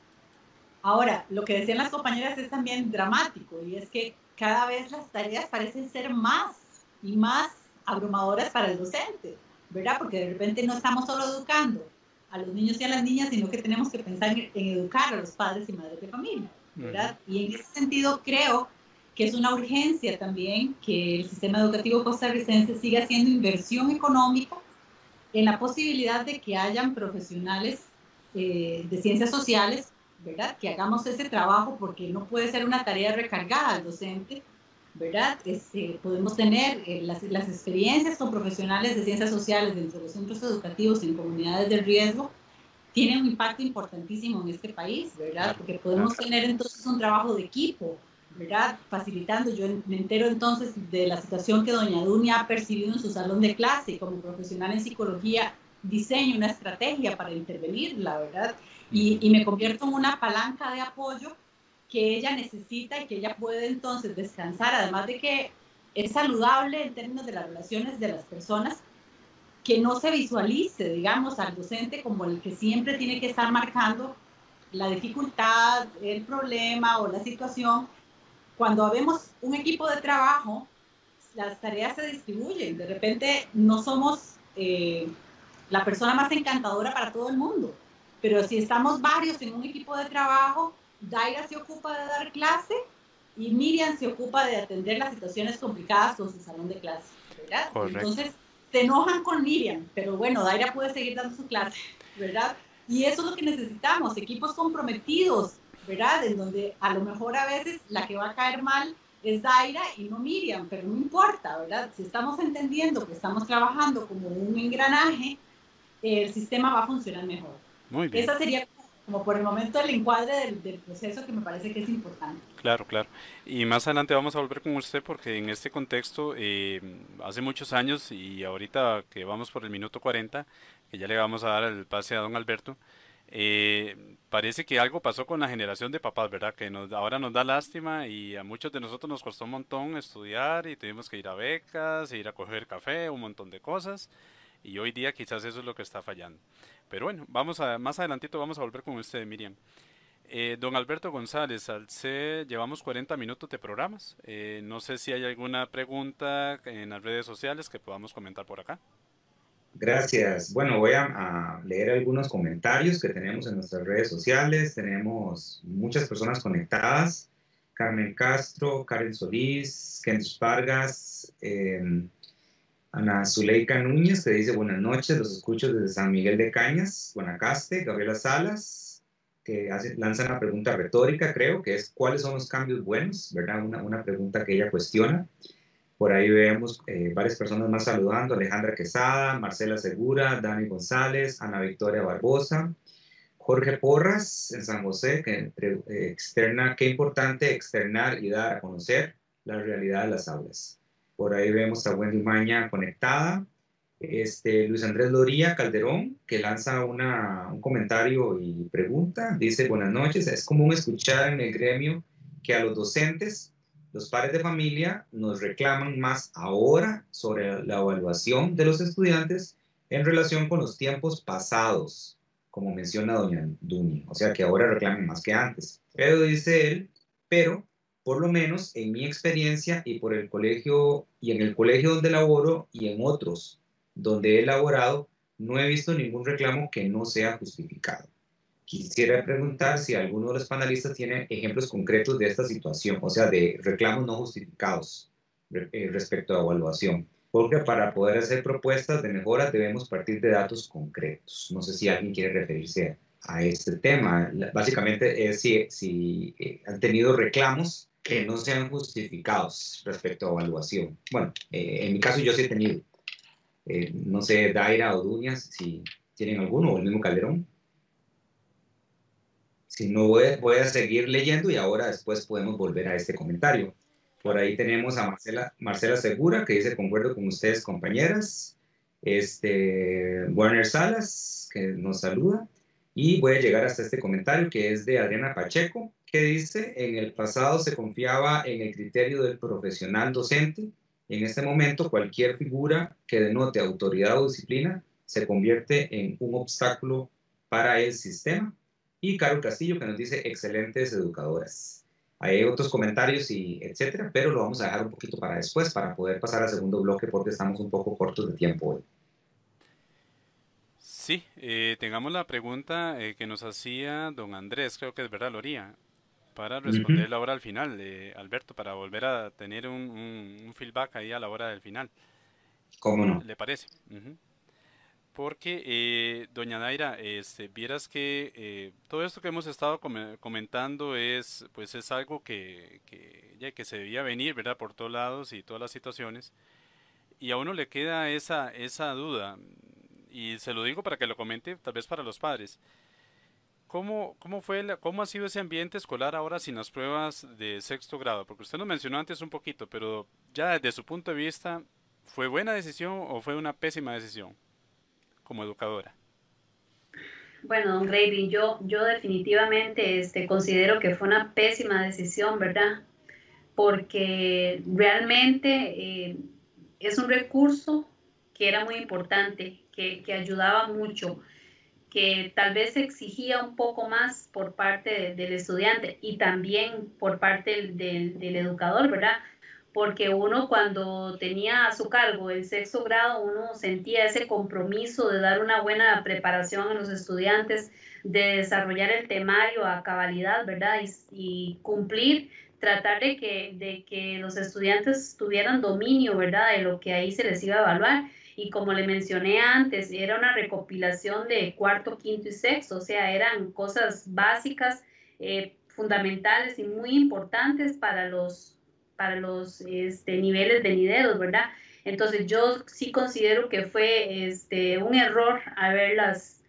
Ahora, lo que decían las compañeras es también dramático, y es que cada vez las tareas parecen ser más y más abrumadoras para el docente, ¿verdad? Porque de repente no estamos solo educando a los niños y a las niñas, sino que tenemos que pensar en, en educar a los padres y madres de familia, ¿verdad? Uh-huh. Y en ese sentido creo que es una urgencia también que el sistema educativo costarricense siga haciendo inversión económica en la posibilidad de que hayan profesionales eh, de ciencias sociales, ¿verdad? Que hagamos ese trabajo, porque no puede ser una tarea recargada al docente, ¿verdad? Este, podemos tener eh, las, las experiencias con profesionales de ciencias sociales dentro de los centros educativos en comunidades de riesgo, tienen un impacto importantísimo en este país, ¿verdad? Porque podemos tener entonces un trabajo de equipo, ¿verdad? Facilitando. Yo me entero entonces de la situación que doña Dunia ha percibido en su salón de clase, y como profesional en psicología diseño una estrategia para intervenirla, ¿verdad? Y, y me convierto en una palanca de apoyo que ella necesita y que ella puede entonces descansar, además de que es saludable en términos de las relaciones de las personas, que no se visualice, digamos, al docente como el que siempre tiene que estar marcando la dificultad, el problema o la situación. Cuando habemos un equipo de trabajo, las tareas se distribuyen. De repente no somos eh, la persona más encantadora para todo el mundo, pero si estamos varios en un equipo de trabajo, Daira se ocupa de dar clase y Miriam se ocupa de atender las situaciones complicadas con su salón de clase, ¿verdad? Correcto. Entonces se enojan con Miriam, pero bueno, Daira puede seguir dando su clase, ¿verdad? Y eso es lo que necesitamos, equipos comprometidos, ¿verdad? En donde a lo mejor a veces la que va a caer mal es Daira y no Miriam, pero no importa, ¿verdad? Si estamos entendiendo que estamos trabajando como un engranaje, el sistema va a funcionar mejor. Muy bien. Esa sería como por el momento el encuadre del, del proceso que me parece que es importante. Claro, claro. Y más adelante vamos a volver con usted porque en este contexto, eh, hace muchos años y ahorita que vamos por el minuto cuarenta, que ya le vamos a dar el pase a don Alberto, eh, parece que algo pasó con la generación de papás, ¿verdad? Que nos, ahora nos da lástima y a muchos de nosotros nos costó un montón estudiar y tuvimos que ir a becas, ir a coger café, un montón de cosas. Y hoy día quizás eso es lo que está fallando. Pero bueno, vamos a, más adelantito vamos a volver con usted, Miriam. Eh, don Alberto González, al ser, llevamos cuarenta minutos de programas. Eh, no sé si hay alguna pregunta en las redes sociales que podamos comentar por acá. Gracias. Bueno, voy a, a leer algunos comentarios que tenemos en nuestras redes sociales. Tenemos muchas personas conectadas. Carmen Castro, Karen Solís, Kendrick Vargas, eh, Ana Zuleika Núñez, que dice buenas noches, los escucho desde San Miguel de Cañas, Guanacaste. Gabriela Salas, que hace, lanza una pregunta retórica, creo, que es ¿cuáles son los cambios buenos? ¿Verdad? Una, una pregunta que ella cuestiona. Por ahí vemos eh, varias personas más saludando, Alejandra Quesada, Marcela Segura, Dani González, Ana Victoria Barbosa, Jorge Porras en San José, que eh, externa, qué importante externar y dar a conocer la realidad de las aulas. Por ahí vemos a Wendy Maña conectada, este, Luis Andrés Loría Calderón, que lanza una, un comentario y pregunta, dice buenas noches, es común escuchar en el gremio que a los docentes, los padres de familia nos reclaman más ahora sobre la evaluación de los estudiantes en relación con los tiempos pasados, como menciona doña Dunia, o sea que ahora reclaman más que antes. Pero dice él, pero por lo menos en mi experiencia y por el colegio y en el colegio donde laboro y en otros donde he laborado, no he visto ningún reclamo que no sea justificado. Quisiera preguntar si alguno de los panelistas tiene ejemplos concretos de esta situación, o sea, de reclamos no justificados eh, respecto a evaluación, porque para poder hacer propuestas de mejora debemos partir de datos concretos. No sé si alguien quiere referirse a, a este tema. Básicamente es si, si eh, han tenido reclamos que no sean justificados respecto a evaluación. Bueno, eh, en mi caso yo sí he tenido. Eh, no sé, Daira o Duñas, si tienen alguno, o el mismo Calderón. Si no, voy, voy a seguir leyendo y ahora después podemos volver a este comentario. Por ahí tenemos a Marcela, Marcela Segura, que dice, concuerdo con ustedes, compañeras. Este, Warner Salas, que nos saluda. Y voy a llegar hasta este comentario, que es de Adriana Pacheco, que dice, en el pasado se confiaba en el criterio del profesional docente. En este momento, cualquier figura que denote autoridad o disciplina se convierte en un obstáculo para el sistema. Y Carol Castillo, que nos dice, excelentes educadoras. Hay otros comentarios y etcétera, pero lo vamos a dejar un poquito para después, para poder pasar al segundo bloque, porque estamos un poco cortos de tiempo hoy. Sí, eh, tengamos la pregunta eh, que nos hacía don Andrés, creo que es verdad, Loría, para responderla ahora al final, eh, Alberto, para volver a tener un, un, un feedback ahí a la hora del final. ¿Cómo no? ¿Le parece? Uh-huh. Porque, eh, doña Daira, este, vieras que eh, todo esto que hemos estado com comentando es, pues es algo que, que, ya que se debía venir, ¿verdad? Por todos lados y todas las situaciones. Y a uno le queda esa, esa duda, y se lo digo para que lo comente, tal vez para los padres. ¿Cómo, cómo, fue la, ¿Cómo ha sido ese ambiente escolar ahora sin las pruebas de sexto grado? Porque usted nos mencionó antes un poquito, pero ya desde su punto de vista, ¿fue buena decisión o fue una pésima decisión como educadora? Bueno, don Gravy, yo, yo definitivamente este, considero que fue una pésima decisión, ¿verdad? Porque realmente eh, es un recurso que era muy importante, que, que ayudaba mucho, que tal vez exigía un poco más por parte de, del estudiante y también por parte del, del, del educador, ¿verdad? Porque uno cuando tenía a su cargo el sexto grado, uno sentía ese compromiso de dar una buena preparación a los estudiantes, de desarrollar el temario a cabalidad, ¿verdad? Y, y cumplir, tratar de que, de que los estudiantes tuvieran dominio, ¿verdad? De lo que ahí se les iba a evaluar. Y como le mencioné antes, era una recopilación de cuarto, quinto y sexto, o sea, eran cosas básicas, eh, fundamentales y muy importantes para los para los este, niveles venideros, ¿verdad? Entonces yo sí considero que fue este, un error haberlas,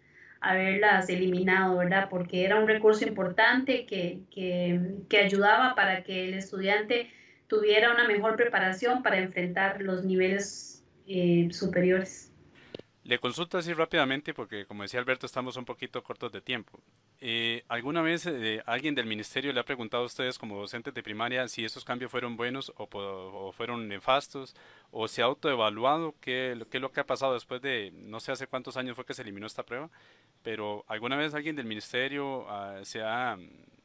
haberlas eliminado, ¿verdad? Porque era un recurso importante que, que, que ayudaba para que el estudiante tuviera una mejor preparación para enfrentar los niveles eh, superiores. Le consulto así rápidamente porque, como decía Alberto, estamos un poquito cortos de tiempo. Eh, ¿alguna vez eh, alguien del ministerio le ha preguntado a ustedes como docentes de primaria si esos cambios fueron buenos o, o fueron nefastos? ¿O se ha autoevaluado qué, qué es lo que ha pasado después de, no sé hace cuántos años fue que se eliminó esta prueba? Pero ¿alguna vez alguien del ministerio uh, se ha...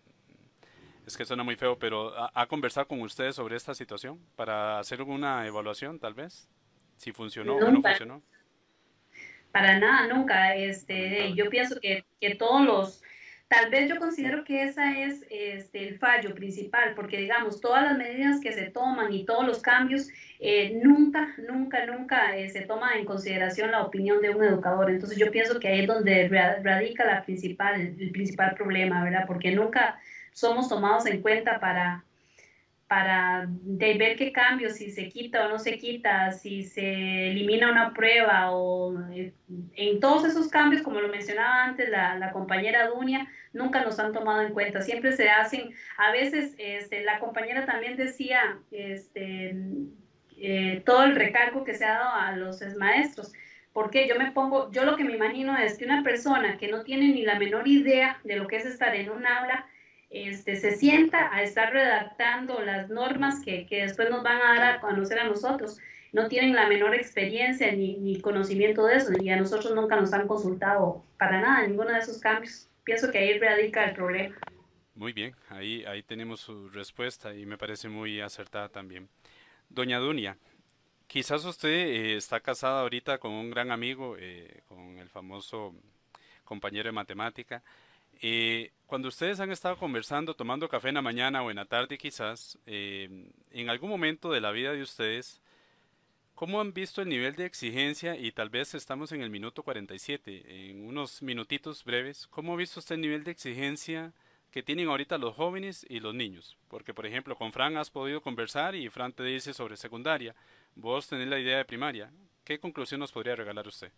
Es que suena muy feo, pero ¿ha, ha conversado con ustedes sobre esta situación para hacer una evaluación, tal vez? Si funcionó No, o no para, funcionó. Para nada, nunca. Este, yo pienso que, que todos los... Tal vez yo considero que ese es este, el fallo principal, porque digamos, todas las medidas que se toman y todos los cambios, eh, nunca, nunca, nunca eh, se toma en consideración la opinión de un educador. Entonces yo pienso que ahí es donde radica la principal, el principal problema, ¿verdad? Porque nunca somos tomados en cuenta para, para de ver qué cambios, si se quita o no se quita, si se elimina una prueba o en todos esos cambios, como lo mencionaba antes la, la compañera Dunia, nunca nos han tomado en cuenta, siempre se hacen, a veces este, la compañera también decía este, eh, todo el recargo que se ha dado a los maestros, porque yo me pongo, yo lo que me imagino es que una persona que no tiene ni la menor idea de lo que es estar en un aula, Este, se sienta a estar redactando las normas que, que después nos van a dar a conocer a nosotros. No tienen la menor experiencia ni, ni conocimiento de eso, y a nosotros nunca nos han consultado para nada, ninguno de esos cambios. Pienso que ahí radica el problema. Muy bien, ahí, ahí tenemos su respuesta y me parece muy acertada también. Doña Dunia, quizás usted eh, está casada ahorita con un gran amigo, eh, con el famoso compañero de matemática. Eh, cuando ustedes han estado conversando, tomando café en la mañana o en la tarde quizás, eh, en algún momento de la vida de ustedes, ¿cómo han visto el nivel de exigencia? Y tal vez estamos en el minuto cuarenta y siete, en unos minutitos breves, ¿cómo ha visto usted el nivel de exigencia que tienen ahorita los jóvenes y los niños? Porque, por ejemplo, con Fran has podido conversar y Fran te dice sobre secundaria, vos tenés la idea de primaria. ¿Qué conclusión nos podría regalar usted?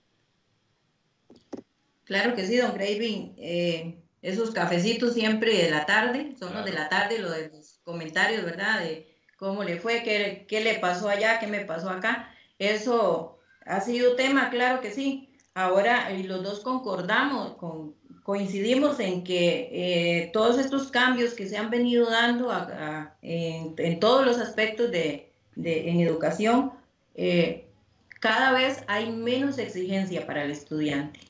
Claro que sí, don Graving. Eh, esos cafecitos siempre de la tarde, son claro. Los de la tarde, lo de los comentarios, ¿verdad? De cómo le fue, qué, qué le pasó allá, qué me pasó acá. Eso ha sido tema, claro que sí. Ahora y los dos concordamos, con, coincidimos en que eh, todos estos cambios que se han venido dando a, a, en, en todos los aspectos de, de en educación, eh, cada vez hay menos exigencia para el estudiante.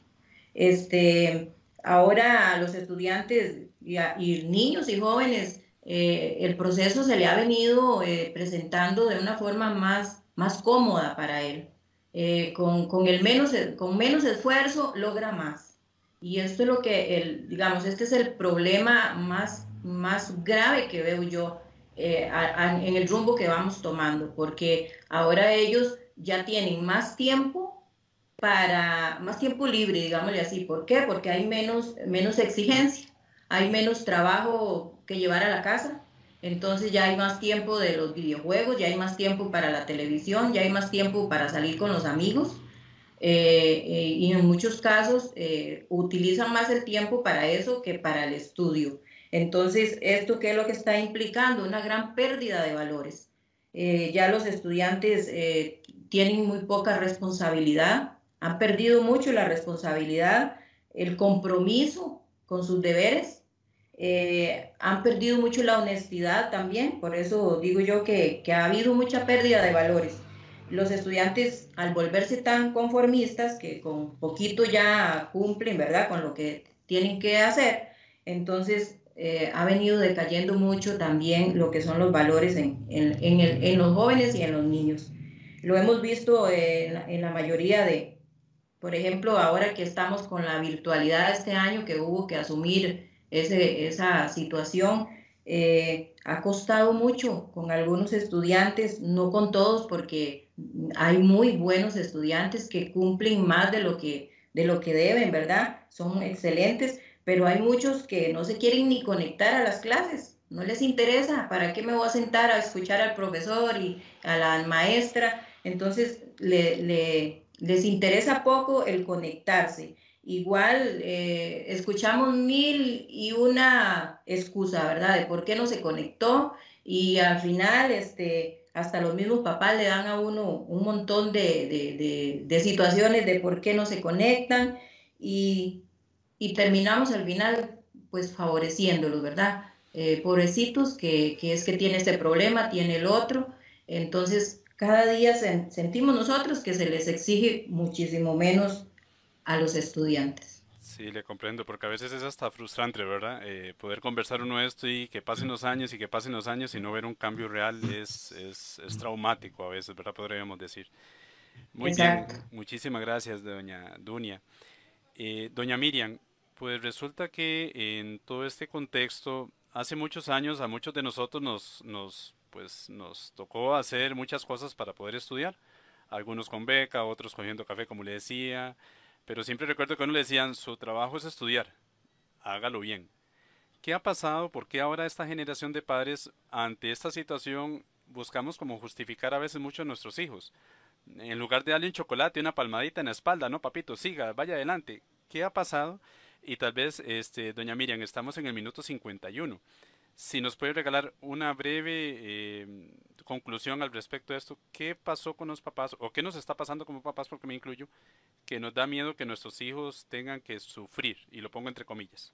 Este, ahora a los estudiantes y, a, y niños y jóvenes, eh, el proceso se le ha venido eh, presentando de una forma más, más cómoda para él. Eh, con, con, el menos, con menos esfuerzo logra más. Y esto es lo que, el, digamos, este es el problema más, más grave que veo yo eh, a, a, en el rumbo que vamos tomando, porque ahora ellos ya tienen más tiempo para más tiempo libre, digámosle así. ¿Por qué? Porque hay menos, menos exigencia, hay menos trabajo que llevar a la casa, entonces ya hay más tiempo de los videojuegos, ya hay más tiempo para la televisión, ya hay más tiempo para salir con los amigos, eh, eh, y en muchos casos eh, utilizan más el tiempo para eso que para el estudio. Entonces, ¿esto qué es lo que está implicando? Una gran pérdida de valores. Eh, ya los estudiantes eh, tienen muy poca responsabilidad, han perdido mucho la responsabilidad, el compromiso con sus deberes, eh, han perdido mucho la honestidad también, por eso digo yo que, que ha habido mucha pérdida de valores. Los estudiantes, al volverse tan conformistas, que con poquito ya cumplen, ¿verdad?, con lo que tienen que hacer, entonces eh, ha venido decayendo mucho también lo que son los valores en, en, en, el, en los jóvenes y en los niños. Lo hemos visto en, en la mayoría de... Por ejemplo, ahora que estamos con la virtualidad este año, que hubo que asumir ese, esa situación, eh, ha costado mucho con algunos estudiantes, no con todos, porque hay muy buenos estudiantes que cumplen más de lo que, de lo que deben, ¿verdad? Son excelentes, pero hay muchos que no se quieren ni conectar a las clases, no les interesa. ¿Para qué me voy a sentar a escuchar al profesor y a la maestra? Entonces, le... le les interesa poco el conectarse, igual eh, escuchamos mil y una excusa, ¿verdad? De por qué no se conectó y al final este, hasta los mismos papás le dan a uno un montón de, de, de, de situaciones de por qué no se conectan y, y terminamos al final pues favoreciéndolos, ¿verdad? Eh, pobrecitos, que, que es que tiene este problema, tiene el otro, entonces cada día se, sentimos nosotros que se les exige muchísimo menos a los estudiantes. Sí, le comprendo, porque a veces es hasta frustrante, ¿verdad? Eh, poder conversar uno esto y que pasen los años y que pasen los años y no ver un cambio real es, es, es traumático a veces, ¿verdad? Podríamos decir. Muy bien, Exacto. muchísimas gracias, doña Dunia. Eh, doña Miriam, pues resulta que en todo este contexto, hace muchos años a muchos de nosotros nos, nos, pues, nos tocó hacer muchas cosas para poder estudiar. Algunos con beca, otros cogiendo café, como le decía, pero siempre recuerdo que a uno le decían, su trabajo es estudiar, hágalo bien. ¿Qué ha pasado? ¿Por qué ahora esta generación de padres, ante esta situación, buscamos como justificar a veces mucho a nuestros hijos? En lugar de darle un chocolate, una palmadita en la espalda, no, papito, siga, vaya adelante. ¿Qué ha pasado? Y tal vez, este, doña Miriam, estamos en el minuto cincuenta y uno. Si nos puede regalar una breve eh, conclusión al respecto de esto, ¿qué pasó con los papás o qué nos está pasando como papás, porque me incluyo, que nos da miedo que nuestros hijos tengan que sufrir? Y lo pongo entre comillas.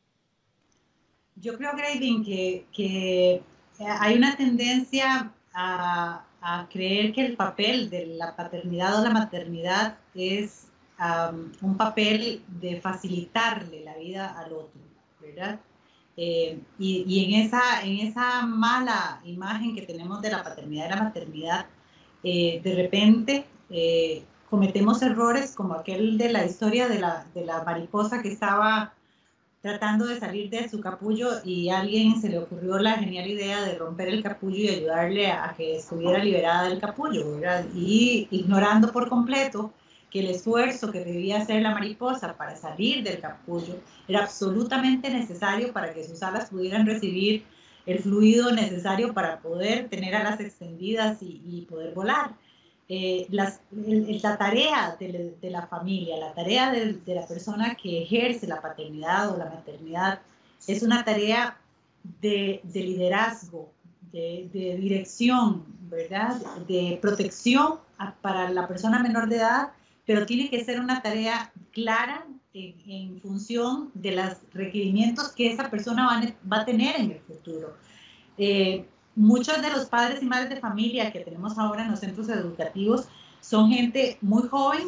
Yo creo, Grading, que, que hay una tendencia a, a creer que el papel de la paternidad o la maternidad es um, un papel de facilitarle la vida al otro, ¿verdad? Eh, y, y en, esa, en esa mala imagen que tenemos de la paternidad y la maternidad, eh, de repente eh, cometemos errores como aquel de la historia de la, de la mariposa que estaba tratando de salir de su capullo y a alguien se le ocurrió la genial idea de romper el capullo y ayudarle a que estuviera liberada del capullo, ¿verdad? Y ignorando por completo que el esfuerzo que debía hacer la mariposa para salir del capullo era absolutamente necesario para que sus alas pudieran recibir el fluido necesario para poder tener alas extendidas y, y poder volar. Eh, las, el, la tarea de, de la familia, la tarea de, de la persona que ejerce la paternidad o la maternidad es una tarea de, de liderazgo, de, de dirección, ¿verdad? De protección a, para la persona menor de edad, pero tiene que ser una tarea clara en, en función de los requerimientos que esa persona va, va a tener en el futuro. Eh, Muchos de los padres y madres de familia que tenemos ahora en los centros educativos son gente muy joven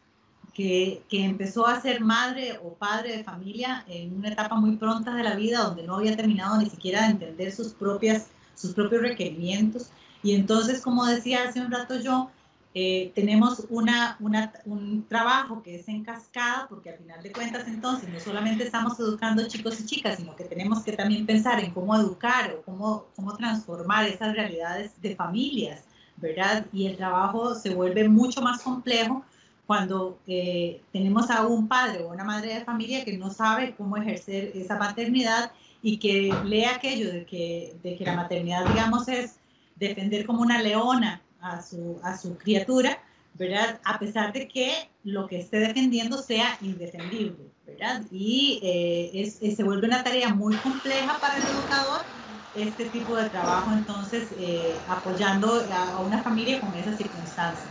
que, que empezó a ser madre o padre de familia en una etapa muy pronta de la vida donde no había terminado ni siquiera de entender sus, propias, sus propios requerimientos. Y entonces, como decía hace un rato yo, eh, tenemos una, una, un trabajo que es en cascada, porque al final de cuentas entonces no solamente estamos educando chicos y chicas, sino que tenemos que también pensar en cómo educar o cómo, cómo transformar esas realidades de familias, ¿verdad? Y el trabajo se vuelve mucho más complejo cuando eh, tenemos a un padre o una madre de familia que no sabe cómo ejercer esa maternidad y que lee aquello de que, de que la maternidad, digamos, es defender como una leona a su, a su criatura, ¿verdad? A pesar de que lo que esté defendiendo sea indefendible, ¿verdad? Y eh, es, es, se vuelve una tarea muy compleja para el educador este tipo de trabajo, entonces, eh, apoyando a, a una familia con esa circunstancia.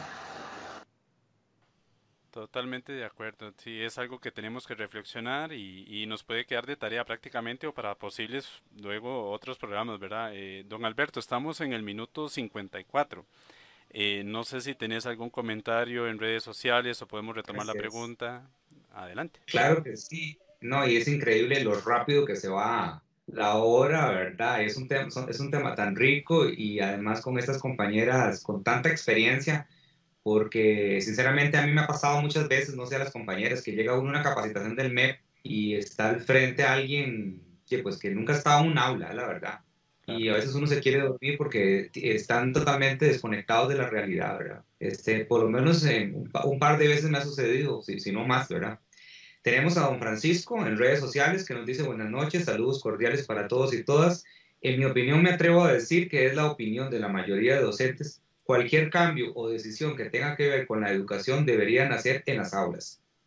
Totalmente de acuerdo, sí, es algo que tenemos que reflexionar y, y nos puede quedar de tarea prácticamente o para posibles luego otros programas, ¿verdad? Eh, don Alberto, estamos en el minuto cincuenta y cuatro. Eh, no sé si tenés algún comentario en redes sociales o podemos retomar Gracias. la pregunta. Adelante. Claro que sí. No, y es increíble lo rápido que se va la hora, ¿verdad? Es un tema, es un tema tan rico y además con estas compañeras con tanta experiencia, porque sinceramente a mí me ha pasado muchas veces, no sé a las compañeras, que llega uno a una capacitación del M E P y está al frente a alguien que pues que nunca ha estado en un aula, la verdad. Claro. Y a veces uno se quiere dormir porque están totalmente desconectados de la realidad, ¿verdad? Este, por lo menos en un, un par de veces me ha sucedido, si, si no más, ¿verdad? Tenemos a don Francisco en redes sociales que nos dice buenas noches, saludos cordiales para todos y todas. En mi opinión me atrevo a decir que es la opinión de la mayoría de docentes. Cualquier cambio o decisión que tenga que ver con la educación debería nacer en las aulas.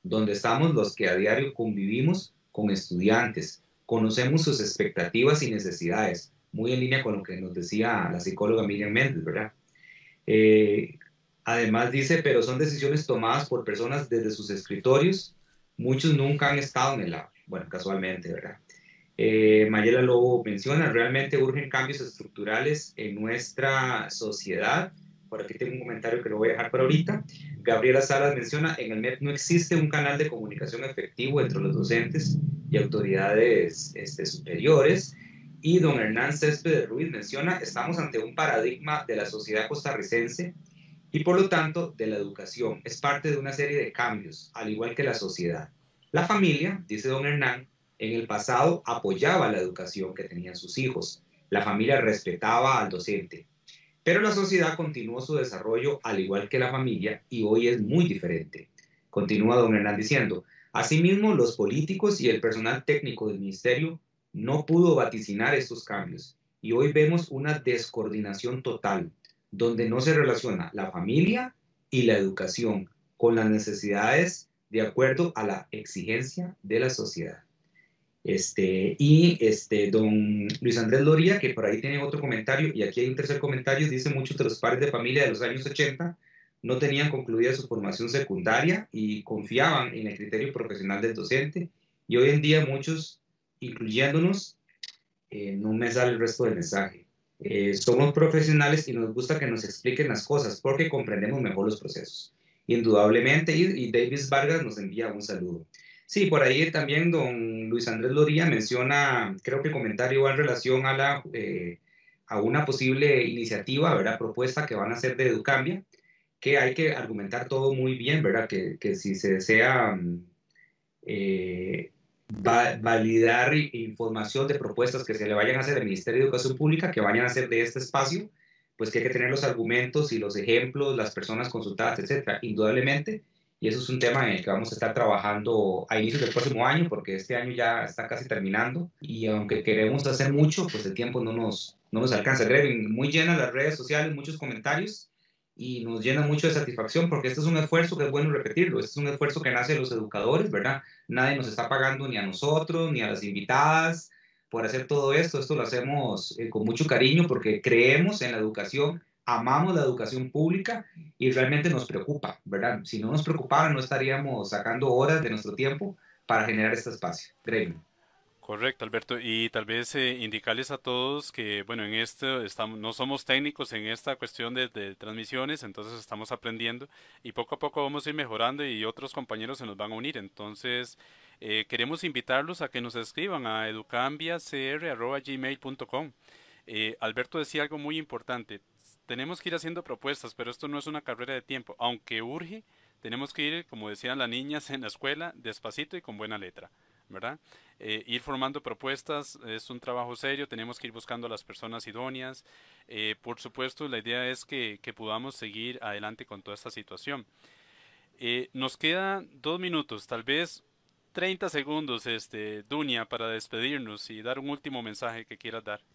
donde estamos los que a diario convivimos con estudiantes, conocemos sus expectativas y necesidades, muy en línea con lo que nos decía la psicóloga Miriam Méndez, ¿verdad? Eh, además dice, pero son decisiones tomadas por personas desde sus escritorios, muchos nunca han estado en el aula, bueno, casualmente, ¿verdad? Eh, Mayela Lobo menciona, realmente urgen cambios estructurales en nuestra sociedad. Por aquí tengo un comentario que lo voy a dejar para ahorita. Gabriela Salas menciona, en el M E P no existe un canal de comunicación efectivo entre los docentes y autoridades este, superiores. Y don Hernán Céspedes Ruiz menciona, estamos ante un paradigma de la sociedad costarricense y por lo tanto de la educación. Es parte de una serie de cambios, al igual que la sociedad. La familia, dice don Hernán, en el pasado apoyaba la educación que tenían sus hijos. La familia respetaba al docente. Pero la sociedad continuó su desarrollo al igual que la familia y hoy es muy diferente. Continúa don Hernán diciendo, asimismo los políticos y el personal técnico del ministerio no pudo vaticinar estos cambios y hoy vemos una descoordinación total donde no se relaciona la familia y la educación con las necesidades de acuerdo a la exigencia de la sociedad. Este, y este, don Luis Andrés Loría, que por ahí tiene otro comentario, y aquí hay un tercer comentario, dice muchos de los padres de familia de los años ochenta no tenían concluida su formación secundaria y confiaban en el criterio profesional del docente, y hoy en día muchos, incluyéndonos, eh, no me sale el resto del mensaje, eh, somos profesionales y nos gusta que nos expliquen las cosas porque comprendemos mejor los procesos. Indudablemente, y, y Davis Vargas nos envía un saludo. Sí, por ahí también don Luis Andrés Loría menciona, creo que el comentario va en relación a, la, eh, a una posible iniciativa, ¿verdad? Propuesta que van a hacer de Educambia, que hay que argumentar todo muy bien, ¿verdad? Que, que si se desea eh, va, validar información de propuestas que se le vayan a hacer al Ministerio de Educación Pública, que vayan a hacer de este espacio, pues que hay que tener los argumentos y los ejemplos, las personas consultadas, etcétera, indudablemente. Y eso es un tema en el que vamos a estar trabajando a inicios del próximo año, porque este año ya está casi terminando. Y aunque queremos hacer mucho, pues el tiempo no nos, no nos alcanza. Grevin, muy llenas las redes sociales, muchos comentarios, y nos llena mucho de satisfacción, porque este es un esfuerzo que es bueno repetirlo. Este es un esfuerzo que nace de los educadores, ¿verdad? Nadie nos está pagando ni a nosotros, ni a las invitadas por hacer todo esto. Esto lo hacemos eh, con mucho cariño, porque creemos en la educación, amamos la educación pública y realmente nos preocupa, ¿verdad? Si no nos preocupara, no estaríamos sacando horas de nuestro tiempo para generar este espacio. Grevin. Correcto, Alberto. Y tal vez eh, indicarles a todos que, bueno, en esto estamos, no somos técnicos en esta cuestión de, de transmisiones, entonces estamos aprendiendo y poco a poco vamos a ir mejorando y otros compañeros se nos van a unir. Entonces, eh, queremos invitarlos a que nos escriban a educambiacr arroba gmail punto com. Eh, Alberto decía algo muy importante. Tenemos que ir haciendo propuestas, pero esto no es una carrera de tiempo. Aunque urge, tenemos que ir, como decían las niñas en la escuela, despacito y con buena letra, ¿verdad? Eh, ir formando propuestas es un trabajo serio, tenemos que ir buscando a las personas idóneas. Eh, por supuesto, la idea es que, que podamos seguir adelante con toda esta situación. Eh, nos quedan dos minutos, tal vez treinta segundos, este, Dunia, para despedirnos y dar un último mensaje que quieras dar.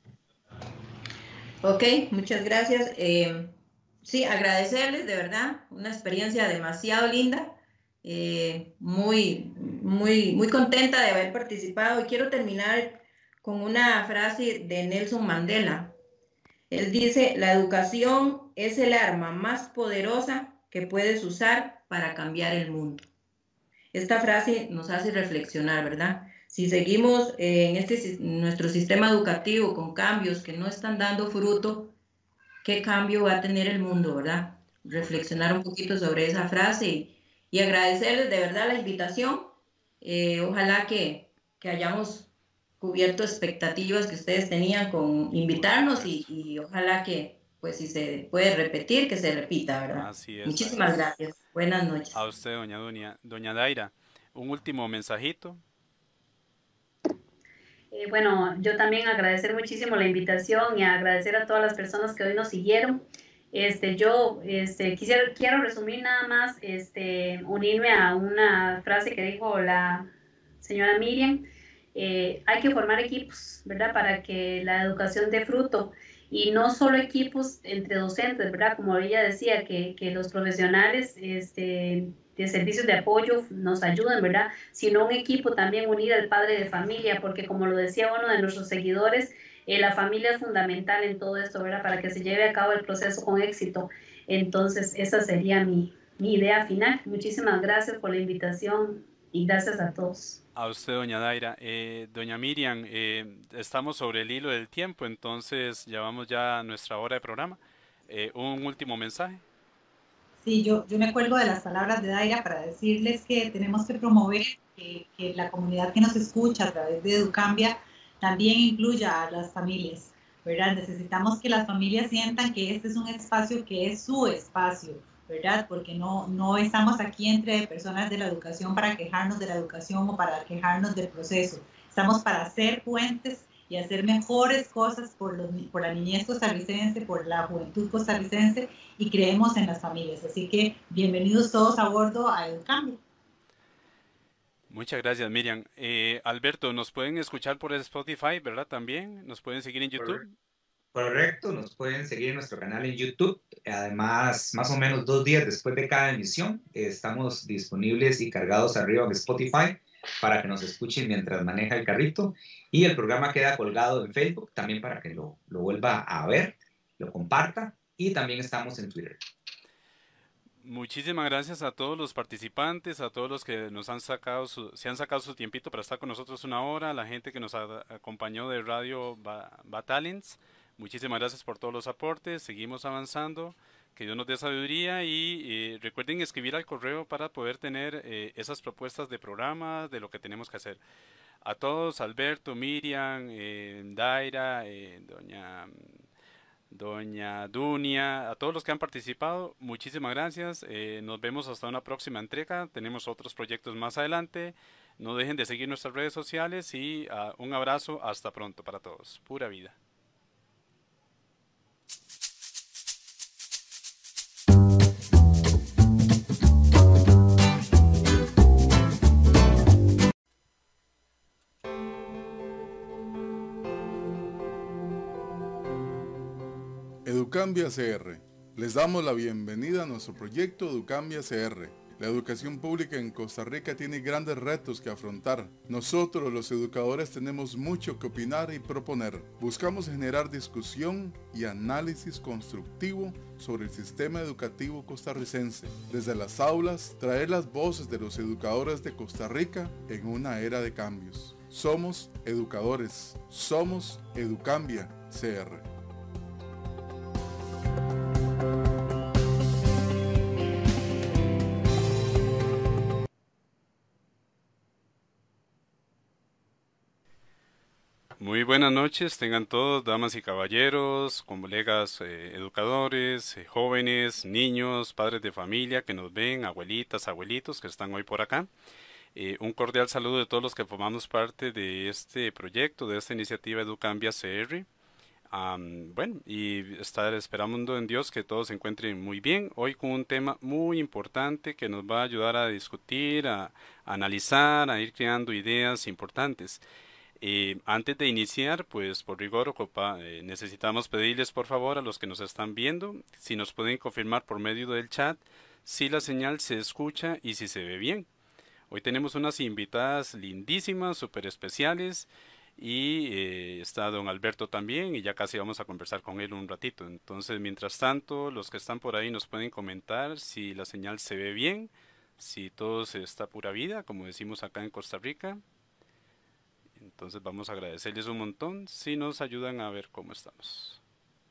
Ok, muchas gracias. Eh, sí, agradecerles, de verdad, una experiencia demasiado linda. Eh, muy, muy, muy contenta de haber participado y quiero terminar con una frase de Nelson Mandela. Él dice, la educación es el arma más poderosa que puedes usar para cambiar el mundo. Esta frase nos hace reflexionar, ¿verdad? Si seguimos eh, en este, nuestro sistema educativo con cambios que no están dando fruto, ¿qué cambio va a tener el mundo, verdad? Reflexionar un poquito sobre esa frase y Y agradecerles de verdad la invitación. Eh, ojalá que, que hayamos cubierto expectativas que ustedes tenían con invitarnos y, y ojalá que, pues si se puede repetir, que se repita, ¿verdad? Así es. Muchísimas gracias. Buenas noches. A usted, doña Dunia. Doña Daira, un último mensajito. Eh, bueno, yo también agradecer muchísimo la invitación y agradecer a todas las personas que hoy nos siguieron. Este, yo este, quisiera, quiero resumir nada más, este, unirme a una frase que dijo la señora Miriam. Eh, hay que formar equipos, ¿verdad? Para que la educación dé fruto. Y no solo equipos entre docentes, ¿verdad? Como ella decía, que, que los profesionales este, de servicios de apoyo nos ayuden, ¿verdad? Sino un equipo también unido al padre de familia, porque como lo decía uno de nuestros seguidores, eh, la familia es fundamental en todo esto, ¿verdad? Para que se lleve a cabo el proceso con éxito. Entonces, esa sería mi, mi idea final. Muchísimas gracias por la invitación y gracias a todos. A usted, doña Daira. Eh, doña Miriam, eh, estamos sobre el hilo del tiempo, entonces llevamos ya nuestra hora de programa. Eh, un último mensaje. Sí, yo, yo me cuelgo de las palabras de Daira para decirles que tenemos que promover que, que la comunidad que nos escucha a través de Educambia también incluya a las familias, ¿verdad? Necesitamos que las familias sientan que este es un espacio que es su espacio, ¿verdad? Porque no, no estamos aquí entre personas de la educación para quejarnos de la educación o para quejarnos del proceso. Estamos para hacer puentes y hacer mejores cosas por, los, por la niñez costarricense, por la juventud costarricense, y creemos en las familias. Así que bienvenidos todos a bordo a Educambia. Muchas gracias, Miriam. Eh, Alberto, ¿nos pueden escuchar por Spotify, verdad? También, ¿nos pueden seguir en YouTube? Correcto, nos pueden seguir en nuestro canal en YouTube. Además, más o menos dos días después de cada emisión, estamos disponibles y cargados arriba en Spotify para que nos escuchen mientras maneja el carrito. Y el programa queda colgado en Facebook también para que lo, lo vuelva a ver, lo comparta. Y también estamos en Twitter. Muchísimas gracias a todos los participantes, a todos los que nos han sacado su, se han sacado su tiempito para estar con nosotros una hora, a la gente que nos a, acompañó de Radio Batalens. Muchísimas gracias por todos los aportes, seguimos avanzando, que Dios nos dé sabiduría y eh, recuerden escribir al correo para poder tener eh, esas propuestas de programa, de lo que tenemos que hacer. A todos, Alberto, Miriam, eh, Daira, eh, doña... Doña Dunia, a todos los que han participado, muchísimas gracias. Eh, nos vemos hasta una próxima entrega. Tenemos otros proyectos más adelante. No dejen de seguir nuestras redes sociales y uh, un abrazo. Hasta pronto para todos. Pura vida. Educambia C R. Les damos la bienvenida a nuestro proyecto Educambia C R. La educación pública en Costa Rica tiene grandes retos que afrontar. Nosotros, los educadores, tenemos mucho que opinar y proponer. Buscamos generar discusión y análisis constructivo sobre el sistema educativo costarricense. Desde las aulas, traer las voces de los educadores de Costa Rica en una era de cambios. Somos educadores. Somos Educambia C R. Muy buenas noches, tengan todos, damas y caballeros, colegas eh, educadores, eh, jóvenes, niños, padres de familia que nos ven, abuelitas, abuelitos que están hoy por acá. Eh, un cordial saludo de todos los que formamos parte de este proyecto, de esta iniciativa Educambia C R. Um, bueno, y estar esperando en Dios que todos se encuentren muy bien. Hoy con un tema muy importante que nos va a ayudar a discutir, a, a analizar, a ir creando ideas importantes. Eh, antes de iniciar, pues por rigor, copa, eh, necesitamos pedirles por favor a los que nos están viendo, si nos pueden confirmar por medio del chat, si la señal se escucha y si se ve bien. Hoy tenemos unas invitadas lindísimas, súper especiales, y eh, está don Alberto también, y ya casi vamos a conversar con él un ratito. Entonces, mientras tanto, los que están por ahí nos pueden comentar si la señal se ve bien, si todo está pura vida, como decimos acá en Costa Rica. Entonces vamos a agradecerles un montón si nos ayudan a ver cómo estamos.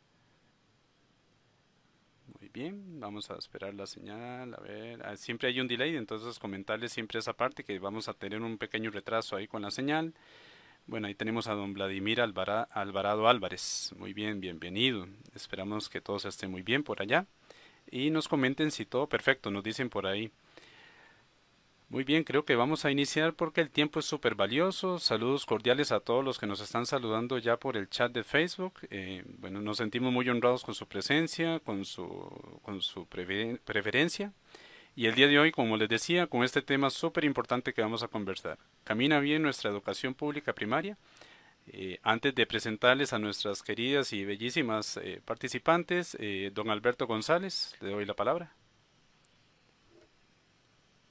Muy bien, vamos a esperar la señal, a ver, ah, siempre hay un delay, entonces comentarles siempre esa parte que vamos a tener un pequeño retraso ahí con la señal. Bueno, ahí tenemos a don Vladimir Alvara, Alvarado Álvarez, muy bien, bienvenido, esperamos que todos estén muy bien por allá y nos comenten si todo perfecto, nos dicen por ahí. Muy bien, creo que vamos a iniciar porque el tiempo es súper valioso. Saludos cordiales a todos los que nos están saludando ya por el chat de Facebook. Eh, bueno, nos sentimos muy honrados con su presencia, con su, con su prefer preferencia. Y el día de hoy, como les decía, con este tema súper importante que vamos a conversar. ¿Camina bien nuestra educación pública primaria? Eh, antes de presentarles a nuestras queridas y bellísimas eh, participantes, eh, don Alberto González, le doy la palabra.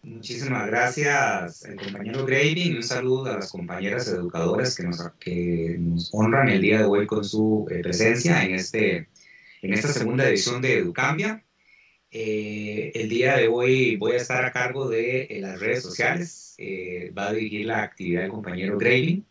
Muchísimas gracias, el compañero Graving. Un saludo a las compañeras educadoras que nos, que nos honran el día de hoy con su eh, presencia en, este, en esta segunda edición de Educambia. Eh, el día de hoy voy a estar a cargo de eh, las redes sociales. Eh, va a dirigir la actividad el compañero Graving.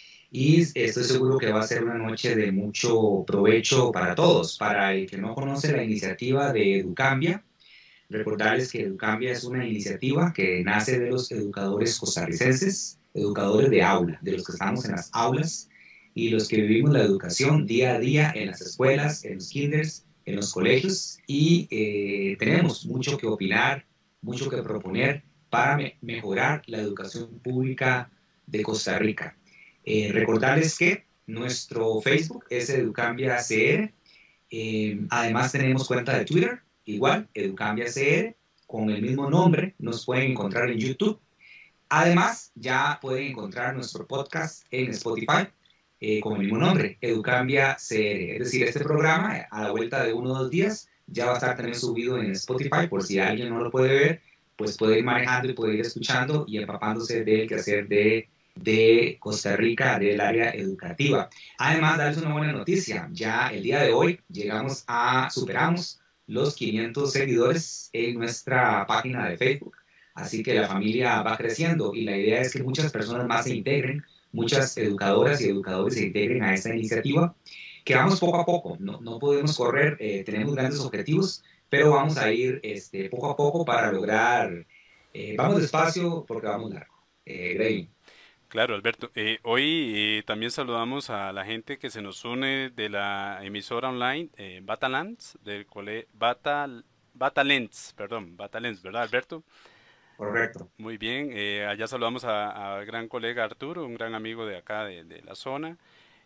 Y estoy seguro que va a ser una noche de mucho provecho para todos. Para el que no conoce la iniciativa de Educambia, recordarles que Educambia es una iniciativa que nace de los educadores costarricenses, educadores de aula, de los que estamos en las aulas y los que vivimos la educación día a día en las escuelas, en los kinders, en los colegios, y eh, tenemos mucho que opinar, mucho que proponer para me mejorar la educación pública de Costa Rica. Eh, recordarles que nuestro Facebook es Educambia C R, eh, además tenemos cuenta de Twitter, igual, Educambia C R, con el mismo nombre, nos pueden encontrar en YouTube. Además, ya pueden encontrar nuestro podcast en Spotify eh, con el mismo nombre, Educambia C R. Es decir, este programa, a la vuelta de uno o dos días, ya va a estar también subido en Spotify, por si alguien no lo puede ver, pues puede ir manejando y puede ir escuchando y empapándose del quehacer de, de Costa Rica, del área educativa. Además, darles una buena noticia, ya el día de hoy llegamos a, superamos los quinientos seguidores en nuestra página de Facebook, así que la familia va creciendo y la idea es que muchas personas más se integren, muchas educadoras y educadores se integren a esta iniciativa, que vamos poco a poco, no, no podemos correr, eh, tenemos grandes objetivos, pero vamos a ir este, poco a poco para lograr, eh, vamos despacio porque vamos largo. Eh, Grey. Claro, Alberto. Eh, hoy eh, también saludamos a la gente que se nos une de la emisora online eh, Batalents, del cole Batal, Batalents, perdón, Batalents, ¿verdad, Alberto? Correcto. Muy bien. Eh, allá saludamos a, a gran colega Arturo, un gran amigo de acá de, de la zona.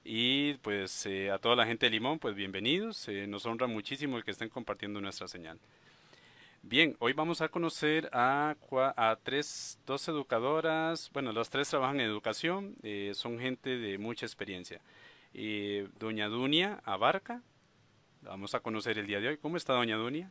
Y pues eh, a toda la gente de Limón, pues bienvenidos. Eh, nos honra muchísimo el que estén compartiendo nuestra señal. Bien, hoy vamos a conocer a, a tres, dos educadoras, bueno, las tres trabajan en educación, eh, son gente de mucha experiencia. Eh, doña Dunia Abarca, la vamos a conocer el día de hoy. ¿Cómo está doña Dunia?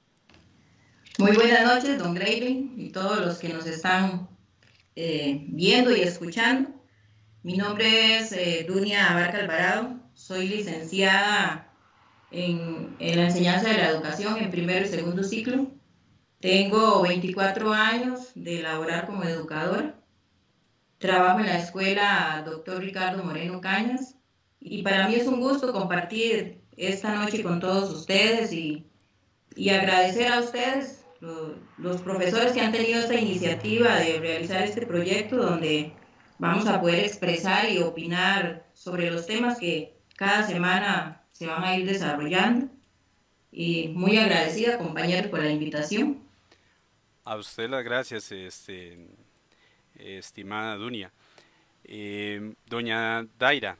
Muy buenas noches, don Graving, y todos los que nos están eh, viendo y escuchando. Mi nombre es eh, Dunia Abarca Alvarado, soy licenciada en, en la enseñanza de la educación en primero y segundo ciclo. Tengo veinticuatro años de laborar como educadora. Trabajo en la escuela doctor Ricardo Moreno Cañas y para mí es un gusto compartir esta noche con todos ustedes y, y agradecer a ustedes, los, los profesores que han tenido esta iniciativa de realizar este proyecto donde vamos a poder expresar y opinar sobre los temas que cada semana se van a ir desarrollando. Y muy agradecida, compañeros, por la invitación. A usted las gracias, este, estimada Dunia. Eh, doña Daira.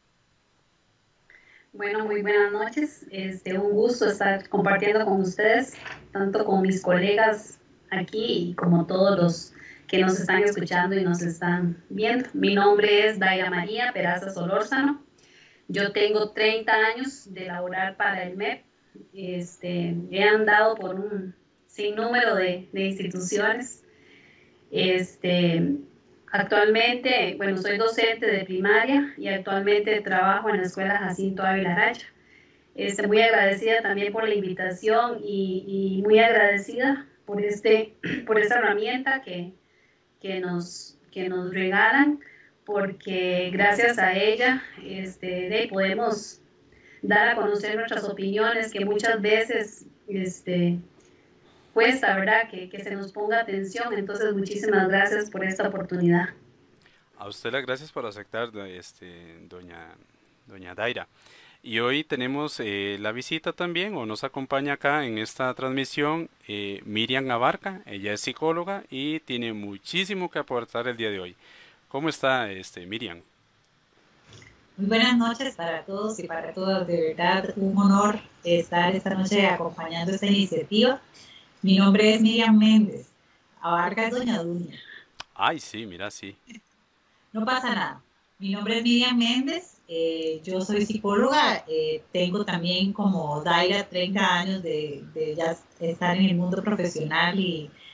Bueno, muy buenas noches. Este, un gusto estar compartiendo con ustedes, tanto con mis colegas aquí y como todos los que nos están escuchando y nos están viendo. Mi nombre es Daira María Peraza Solórzano. Yo tengo treinta años de laborar para el M E P. Este, he andado por un sinnúmero de, de instituciones. Este, actualmente, bueno, soy docente de primaria y actualmente trabajo en la Escuela Jacinto Ávila Araya. Este, muy agradecida también por la invitación y, y muy agradecida por, este, por esta herramienta que, que, nos, que nos regalan, porque gracias a ella este, de, podemos dar a conocer nuestras opiniones, que muchas veces este, cuesta, ¿verdad?, que, que se nos ponga atención. Entonces, muchísimas gracias por esta oportunidad. A usted las gracias por aceptar, este, doña, doña Daira. Y hoy tenemos eh, la visita también, o nos acompaña acá en esta transmisión, eh, Miriam Abarca. Ella es psicóloga y tiene muchísimo que aportar el día de hoy. ¿Cómo está, este, Miriam? Muy buenas noches para todos y para todas. De verdad, un honor estar esta noche acompañando esta iniciativa. Mi nombre es Miriam Méndez. Abarca es doña Dunia. Ay, sí, mira, sí. No pasa nada. Mi nombre es Miriam Méndez. Eh, yo soy psicóloga. Eh, tengo también como Daira treinta años de, de ya estar en el mundo profesional y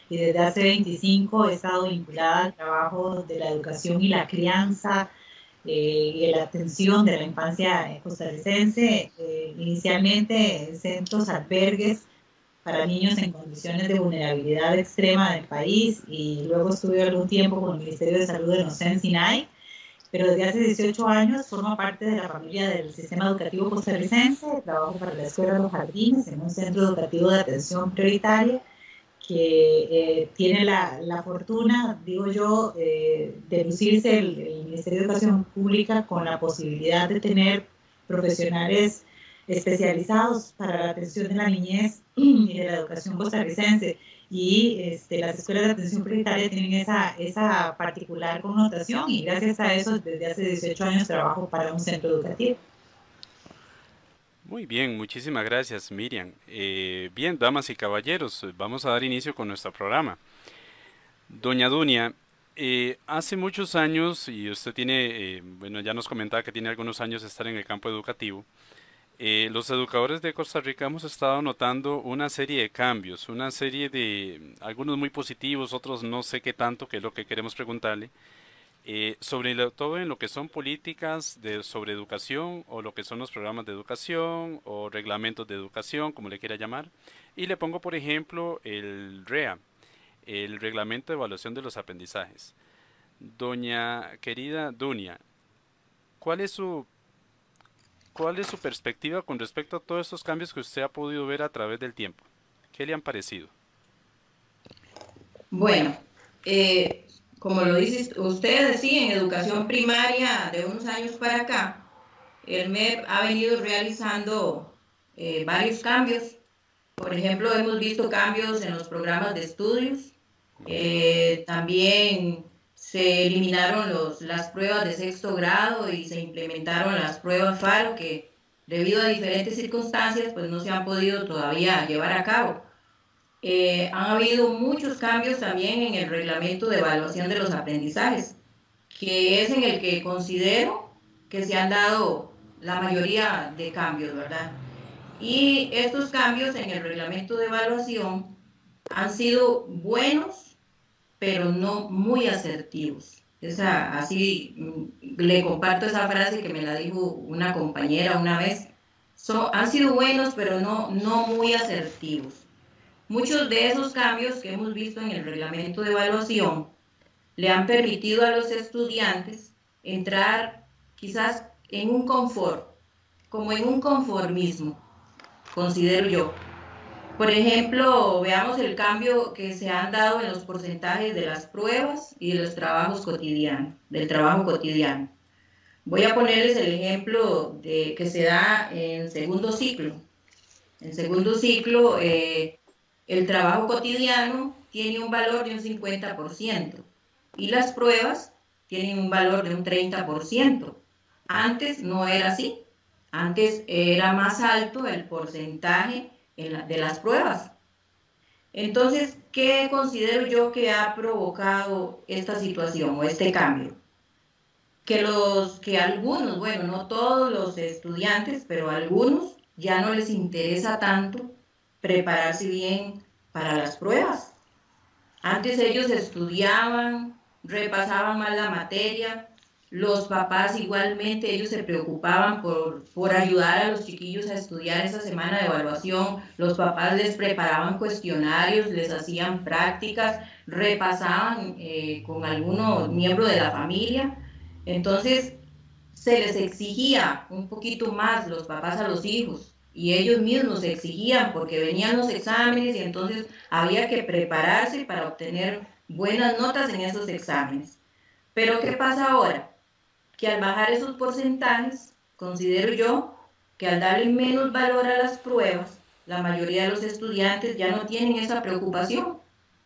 y desde hace veinticinco he estado vinculada al trabajo de la educación y la crianza eh, y la atención de la infancia costarricense, eh, inicialmente en centros, albergues para niños en condiciones de vulnerabilidad extrema del país, y luego estuve algún tiempo con el Ministerio de Salud de Nocén Sinai, pero desde hace dieciocho años formo parte de la familia del sistema educativo costarricense. Trabajo para la Escuela Los Jardines, en un centro educativo de atención prioritaria que eh, tiene la, la fortuna, digo yo, eh, de lucirse el, el Ministerio de Educación Pública con la posibilidad de tener profesionales especializados para la atención de la niñez y de la educación costarricense. Y este, las escuelas de atención prioritaria tienen esa, esa particular connotación, y gracias a eso desde hace dieciocho años trabajo para un centro educativo. Muy bien, muchísimas gracias, Miriam. Eh, bien, damas y caballeros, vamos a dar inicio con nuestro programa. Doña Dunia, eh, hace muchos años, y usted tiene, eh, bueno, ya nos comentaba que tiene algunos años de estar en el campo educativo, Eh, los educadores de Costa Rica hemos estado notando una serie de cambios, una serie de, algunos muy positivos, otros no sé qué tanto, que es lo que queremos preguntarle, eh, sobre lo- todo en lo que son políticas de, sobre educación, o lo que son los programas de educación o reglamentos de educación, como le quiera llamar. Y le pongo, por ejemplo, el REA, el Reglamento de Evaluación de los Aprendizajes. Doña querida Dunia, ¿cuál es su ¿cuál es su perspectiva con respecto a todos estos cambios que usted ha podido ver a través del tiempo? ¿Qué le han parecido? Bueno, eh, como lo dice usted, sí, en educación primaria de unos años para acá, el M E P ha venido realizando eh, varios cambios. Por ejemplo, hemos visto cambios en los programas de estudios. Eh, también se eliminaron los, las pruebas de sexto grado y se implementaron las pruebas FARO, que debido a diferentes circunstancias pues no se han podido todavía llevar a cabo. Eh, han habido muchos cambios también en el reglamento de evaluación de los aprendizajes, que es en el que considero que se han dado la mayoría de cambios, ¿verdad? Y estos cambios en el reglamento de evaluación han sido buenos, pero no muy asertivos. Esa, así mm, le comparto esa frase que me la dijo una compañera una vez. So, han sido buenos, pero no, no muy asertivos. Muchos de esos cambios que hemos visto en el reglamento de evaluación le han permitido a los estudiantes entrar quizás en un confort, como en un conformismo, considero yo. Por ejemplo, veamos el cambio que se han dado en los porcentajes de las pruebas y de los trabajos cotidianos, del trabajo cotidiano. Voy a ponerles el ejemplo de, que se da en segundo ciclo. En segundo ciclo, eh, el trabajo cotidiano tiene un valor de un cincuenta por ciento y las pruebas tienen un valor de un treinta por ciento. Antes no era así. Antes era más alto el porcentaje de las pruebas. Entonces, ¿qué considero yo que ha provocado esta situación o este cambio? Que los, que algunos, bueno, no todos los estudiantes, pero algunos ya no les interesa tanto prepararse bien para las pruebas. Antes ellos estudiaban, repasaban más la materia. Los papás igualmente, ellos se preocupaban por, por ayudar a los chiquillos a estudiar esa semana de evaluación. Los papás les preparaban cuestionarios, les hacían prácticas, repasaban eh, con algunos miembros de la familia. Entonces, se les exigía un poquito más los papás a los hijos y ellos mismos se exigían porque venían los exámenes y entonces había que prepararse para obtener buenas notas en esos exámenes. Pero ¿qué pasa ahora? Que al bajar esos porcentajes, considero yo que al darle menos valor a las pruebas, la mayoría de los estudiantes ya no tienen esa preocupación.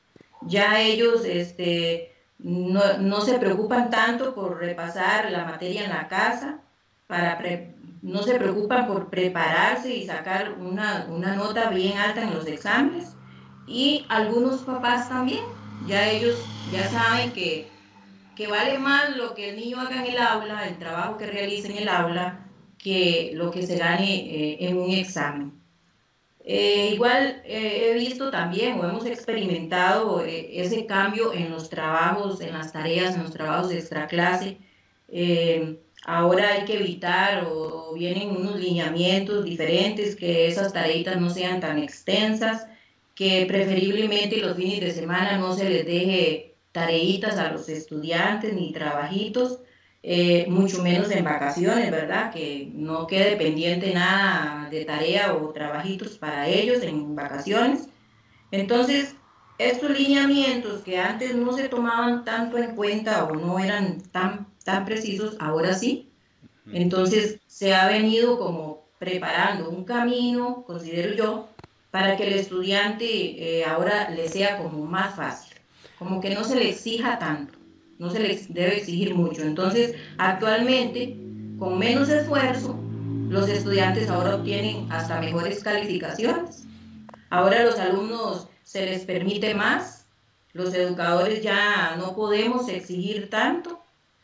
Ya ellos este, no, no se preocupan tanto por repasar la materia en la casa, para pre, no se preocupan por prepararse y sacar una, una nota bien alta en los exámenes. Y algunos papás también, ya ellos ya saben que que vale más lo que el niño haga en el aula, el trabajo que realice en el aula, que lo que se gane eh, en un examen. Eh, igual eh, he visto también o hemos experimentado eh, ese cambio en los trabajos, en las tareas, en los trabajos de extra clase. Eh, ahora hay que evitar o, o vienen unos lineamientos diferentes, que esas tareitas no sean tan extensas, que preferiblemente los fines de semana no se les deje tareitas a los estudiantes ni trabajitos, eh, mucho menos en vacaciones, ¿verdad? Que no quede pendiente nada de tarea o trabajitos para ellos en vacaciones. Entonces, estos lineamientos que antes no se tomaban tanto en cuenta o no eran tan, tan precisos, ahora sí. Entonces, se ha venido como preparando un camino, considero yo, para que el estudiante eh, ahora le sea como más fácil, como que no se le exija tanto, no se le debe exigir mucho. Entonces, actualmente, con menos esfuerzo, los estudiantes ahora obtienen hasta mejores calificaciones. Ahora los alumnos se les permite más, los educadores ya no podemos exigir tanto,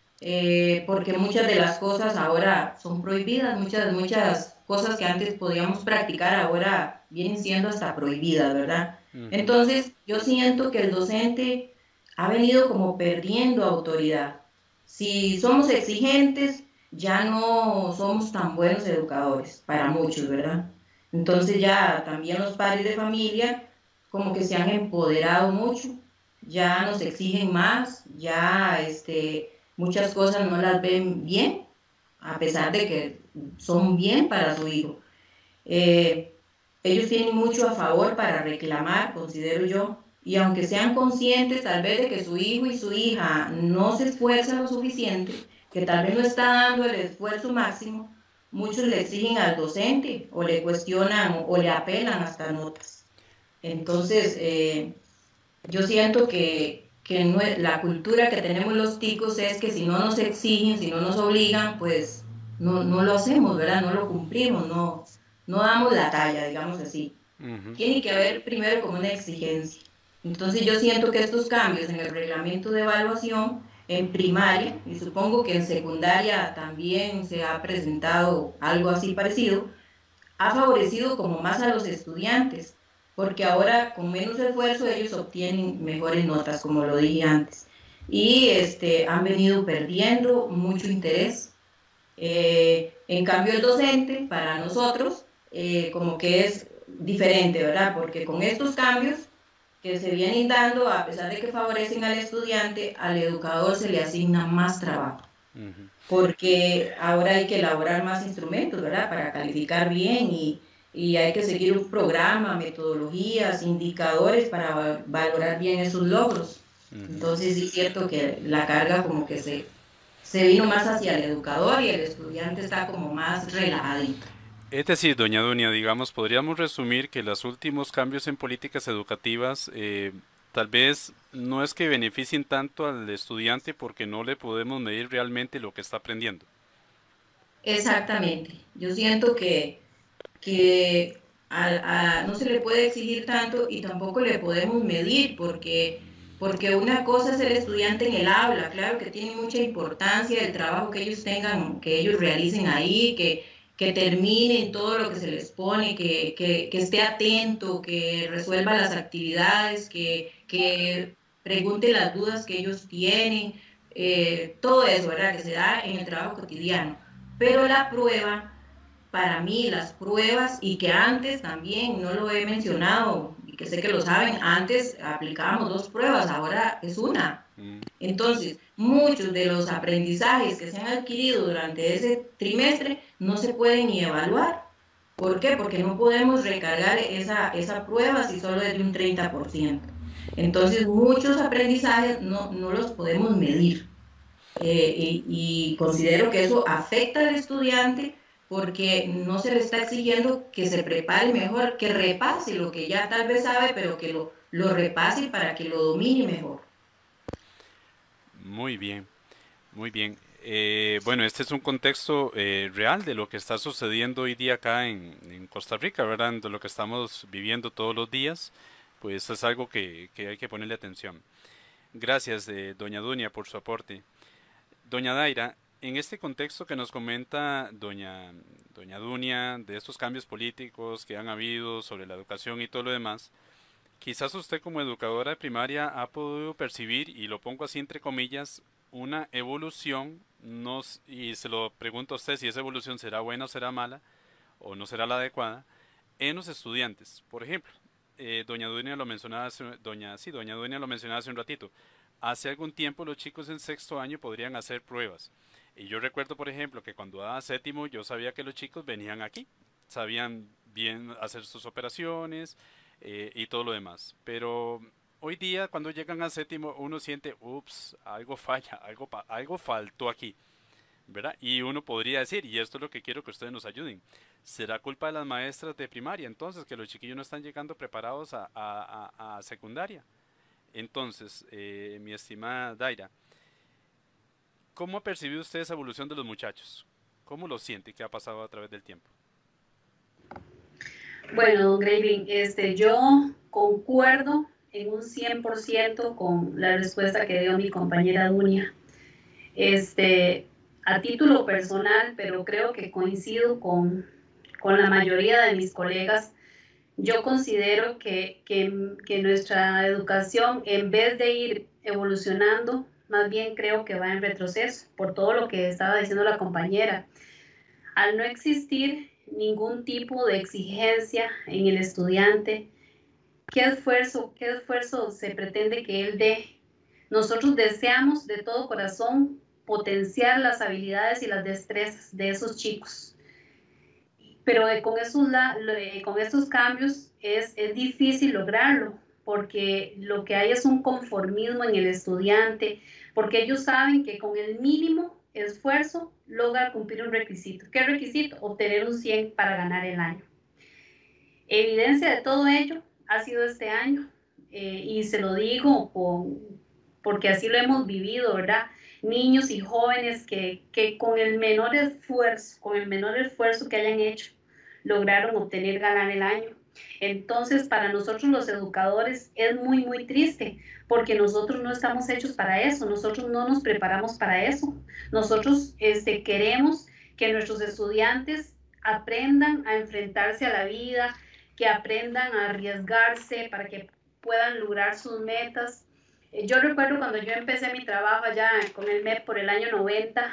eh, porque muchas de las cosas ahora son prohibidas, muchas, muchas cosas que antes podíamos practicar ahora vienen siendo hasta prohibidas, ¿verdad? Uh-huh. Entonces yo siento que el docente ha venido como perdiendo autoridad. Si somos exigentes, ya no somos tan buenos educadores, para muchos, ¿verdad? Entonces ya también los padres de familia como que se han empoderado mucho, ya nos exigen más, ya este, muchas cosas no las ven bien, a pesar de que son bien para su hijo. Eh, ellos tienen mucho a favor para reclamar, considero yo, y aunque sean conscientes tal vez de que su hijo y su hija no se esfuerzan lo suficiente, que tal vez no está dando el esfuerzo máximo, muchos le exigen al docente o le cuestionan o le apelan hasta notas. Entonces, eh, yo siento que, que no es, la cultura que tenemos los ticos es que si no nos exigen, si no nos obligan, pues no, no lo hacemos, ¿verdad? No lo cumplimos, no, no damos la talla, digamos así. Uh-huh. Tiene que haber primero como una exigencia. Entonces yo siento que estos cambios en el reglamento de evaluación en primaria, y supongo que en secundaria también se ha presentado algo así parecido, ha favorecido como más a los estudiantes, porque ahora con menos esfuerzo ellos obtienen mejores notas, como lo dije antes, y este, han venido perdiendo mucho interés. Eh, en cambio el docente, para nosotros, eh, como que es diferente, ¿verdad? Porque con estos cambios que se vienen dando, a pesar de que favorecen al estudiante, al educador se le asigna más trabajo. Uh-huh. Porque ahora hay que elaborar más instrumentos, ¿verdad? Para calificar bien y, y hay que seguir un programa, metodologías, indicadores para valorar bien esos logros. Uh-huh. Entonces sí es cierto que la carga como que se, se vino más hacia el educador y el estudiante está como más relajadito. Es decir, doña Dunia, digamos, podríamos resumir que los últimos cambios en políticas educativas eh, tal vez no es que beneficien tanto al estudiante porque no le podemos medir realmente lo que está aprendiendo. Exactamente. Yo siento que, que a, a, no se le puede exigir tanto y tampoco le podemos medir porque, porque una cosa es el estudiante en el aula, claro que tiene mucha importancia el trabajo que ellos tengan, que ellos realicen ahí, que que terminen todo lo que se les pone, que, que, que esté atento, que resuelva las actividades, que, que pregunte las dudas que ellos tienen, eh, todo eso, ¿verdad? Que se da en el trabajo cotidiano. Pero la prueba, para mí, las pruebas, y que antes también, no lo he mencionado, y que sé que lo saben, antes aplicábamos dos pruebas, ahora es una. Entonces, muchos de los aprendizajes que se han adquirido durante ese trimestre no se pueden ni evaluar. ¿Por qué? Porque no podemos recargar esa, esa prueba si solo es de un treinta por ciento. Entonces, muchos aprendizajes no, no los podemos medir. Eh, y, y considero que eso afecta al estudiante porque no se le está exigiendo que se prepare mejor, que repase lo que ya tal vez sabe, pero que lo, lo repase para que lo domine mejor. Muy bien, muy bien. Eh, bueno, este es un contexto eh, real de lo que está sucediendo hoy día acá en, en Costa Rica, ¿verdad? De lo que estamos viviendo todos los días, pues es algo que, que hay que ponerle atención. Gracias, eh, doña Dunia, por su aporte. Doña Daira, en este contexto que nos comenta doña, doña Dunia, de estos cambios políticos que han habido sobre la educación y todo lo demás, quizás usted como educadora de primaria ha podido percibir, y lo pongo así entre comillas, una evolución, no, y se lo pregunto a usted si esa evolución será buena o será mala, o no será la adecuada, en los estudiantes. Por ejemplo, eh, doña Dunia lo mencionaba hace, doña, sí, doña Dunia lo mencionaba hace un ratito. Hace algún tiempo los chicos en sexto año podrían hacer pruebas. Y yo recuerdo, por ejemplo, que cuando daba séptimo yo sabía que los chicos venían aquí, sabían bien hacer sus operaciones eh, y todo lo demás. Pero hoy día cuando llegan a séptimo uno siente, ups, algo falla, algo, algo faltó aquí, ¿verdad? Y uno podría decir, y esto es lo que quiero que ustedes nos ayuden, ¿será culpa de las maestras de primaria entonces que los chiquillos no están llegando preparados a, a, a, a secundaria? Entonces, eh, mi estimada Daira, ¿cómo ha percibido usted esa evolución de los muchachos? ¿Cómo lo siente que ha pasado a través del tiempo? Bueno, don Graving, este, yo concuerdo en un cien por ciento con la respuesta que dio mi compañera Dunia. Este, a título personal, pero creo que coincido con, con la mayoría de mis colegas, yo considero que, que, que nuestra educación, en vez de ir evolucionando, más bien creo que va en retroceso, por todo lo que estaba diciendo la compañera. Al no existir ningún tipo de exigencia en el estudiante, ¿qué esfuerzo, qué esfuerzo se pretende que él dé? Nosotros deseamos de todo corazón potenciar las habilidades y las destrezas de esos chicos. Pero con esos, con estos cambios es, es difícil lograrlo, porque lo que hay es un conformismo en el estudiante, porque ellos saben que con el mínimo esfuerzo logra cumplir un requisito. ¿Qué requisito? Obtener un cien para ganar el año. Evidencia de todo ello ha sido este año, eh, y se lo digo con, porque así lo hemos vivido, ¿verdad? Niños y jóvenes que, que con el menor esfuerzo, con el menor esfuerzo que hayan hecho, lograron obtener ganar el año. Entonces, para nosotros los educadores es muy, muy triste, porque nosotros no estamos hechos para eso, nosotros no nos preparamos para eso. Nosotros este, queremos que nuestros estudiantes aprendan a enfrentarse a la vida, que aprendan a arriesgarse para que puedan lograr sus metas. Yo recuerdo cuando yo empecé mi trabajo allá con el M E P por el año noventa,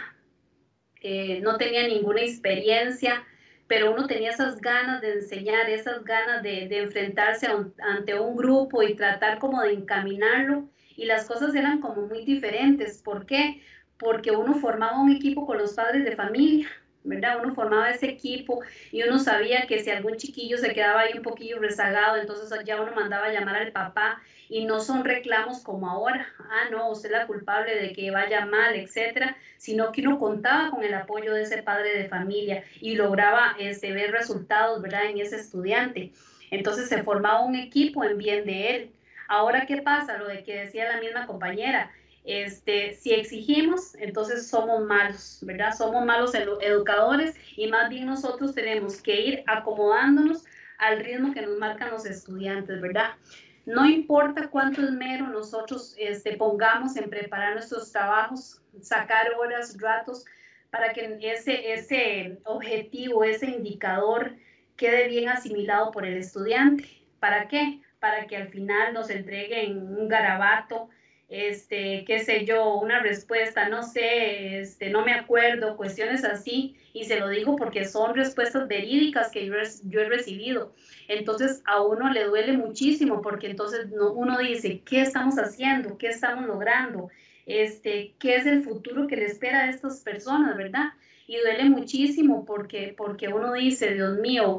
eh, no tenía ninguna experiencia, pero uno tenía esas ganas de enseñar, esas ganas de, de enfrentarse a un, ante un grupo y tratar como de encaminarlo, y las cosas eran como muy diferentes. ¿Por qué? Porque uno formaba un equipo con los padres de familia, ¿verdad? Uno formaba ese equipo y uno sabía que si algún chiquillo se quedaba ahí un poquillo rezagado, entonces ya uno mandaba a llamar al papá, y no son reclamos como ahora, ah, no, usted es la culpable de que vaya mal, etcétera, sino que uno contaba con el apoyo de ese padre de familia y lograba este, ver resultados, ¿verdad?, en ese estudiante. Entonces se formaba un equipo en bien de él. Ahora, ¿qué pasa? Lo de que decía la misma compañera, Este, si exigimos, entonces somos malos, ¿verdad? Somos malos educadores, y más bien nosotros tenemos que ir acomodándonos al ritmo que nos marcan los estudiantes, ¿verdad? No importa cuánto esmero nosotros este, pongamos en preparar nuestros trabajos, sacar horas, ratos, para que ese, ese objetivo, ese indicador quede bien asimilado por el estudiante. ¿Para qué? Para que al final nos entreguen un garabato, este, qué sé yo, una respuesta, no sé, este, no me acuerdo, cuestiones así, y se lo digo porque son respuestas verídicas que yo, yo he recibido. Entonces a uno le duele muchísimo, porque entonces no, uno dice, ¿qué estamos haciendo? ¿Qué estamos logrando? Este, ¿qué es el futuro que le espera a estas personas, verdad? Y duele muchísimo porque, porque uno dice, Dios mío,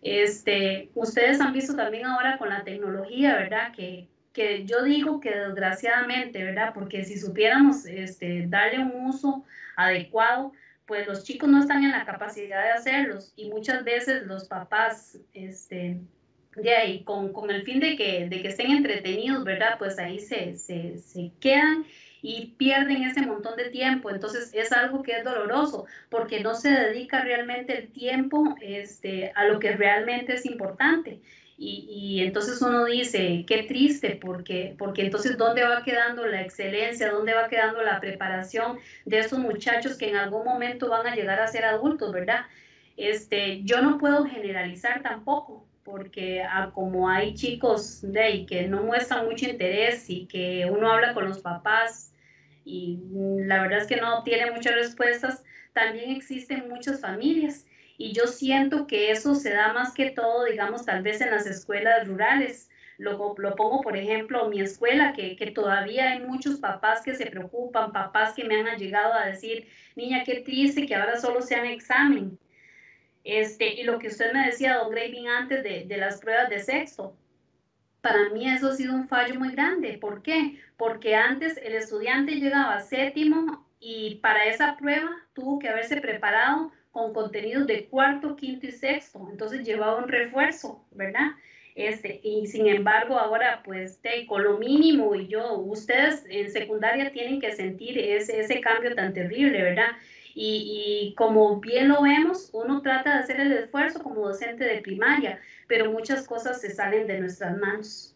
este, ustedes han visto también ahora con la tecnología, ¿verdad?, que que yo digo que desgraciadamente, ¿verdad? Porque si supiéramos este, darle un uso adecuado, pues los chicos no están en la capacidad de hacerlos, y muchas veces los papás, este, de ahí, con, con el fin de que, de que estén entretenidos, ¿verdad? Pues ahí se, se, se quedan y pierden ese montón de tiempo. Entonces es algo que es doloroso, porque no se dedica realmente el tiempo este, a lo que realmente es importante. Y, y entonces uno dice, qué triste, porque, porque entonces ¿dónde va quedando la excelencia? ¿Dónde va quedando la preparación de esos muchachos que en algún momento van a llegar a ser adultos, verdad? Este, yo no puedo generalizar tampoco, porque ah, como hay chicos de ahí que no muestran mucho interés y que uno habla con los papás y la verdad es que no obtiene muchas respuestas, también existen muchas familias y yo siento que eso se da más que todo, digamos, tal vez en las escuelas rurales. Lo, lo pongo, por ejemplo, mi escuela, que, que todavía hay muchos papás que se preocupan, papás que me han llegado a decir, niña, qué triste que ahora solo sean examen. Este, y lo que usted me decía, don Graving, antes de, de las pruebas de sexto, para mí eso ha sido un fallo muy grande. ¿Por qué? Porque antes el estudiante llegaba a séptimo y para esa prueba tuvo que haberse preparado con contenidos de cuarto, quinto y sexto. Entonces llevaba un refuerzo, ¿verdad? Este, y sin embargo ahora pues te, con lo mínimo y yo, ustedes en secundaria tienen que sentir ese, ese cambio tan terrible, ¿verdad? Y, y como bien lo vemos, uno trata de hacer el esfuerzo como docente de primaria, pero muchas cosas se salen de nuestras manos.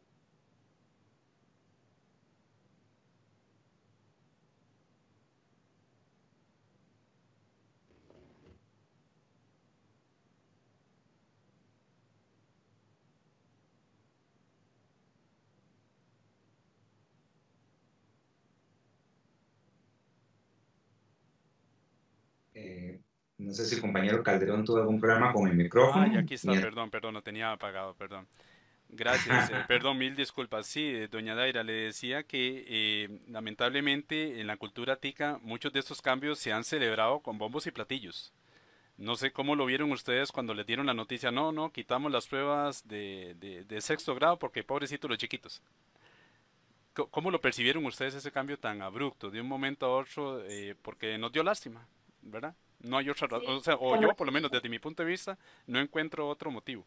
Eh, no sé si el compañero Calderón tuvo algún problema con el Ah, y micrófono. aquí está, perdón, perdón, lo tenía apagado, perdón. Gracias, eh, perdón, mil disculpas. Sí, eh, doña Daira, le decía que eh, lamentablemente en la cultura tica muchos de estos cambios se han celebrado con bombos y platillos. No sé cómo lo vieron ustedes cuando les dieron la noticia, no, no, quitamos las pruebas de, de, de sexto grado porque pobrecitos los chiquitos. Co- ¿Cómo lo percibieron ustedes ese cambio tan abrupto de un momento a otro? Eh, porque nos dio lástima, ¿verdad? No hay otra razón, o Sí, sea, o como, yo por lo menos desde mi punto de vista no encuentro otro motivo.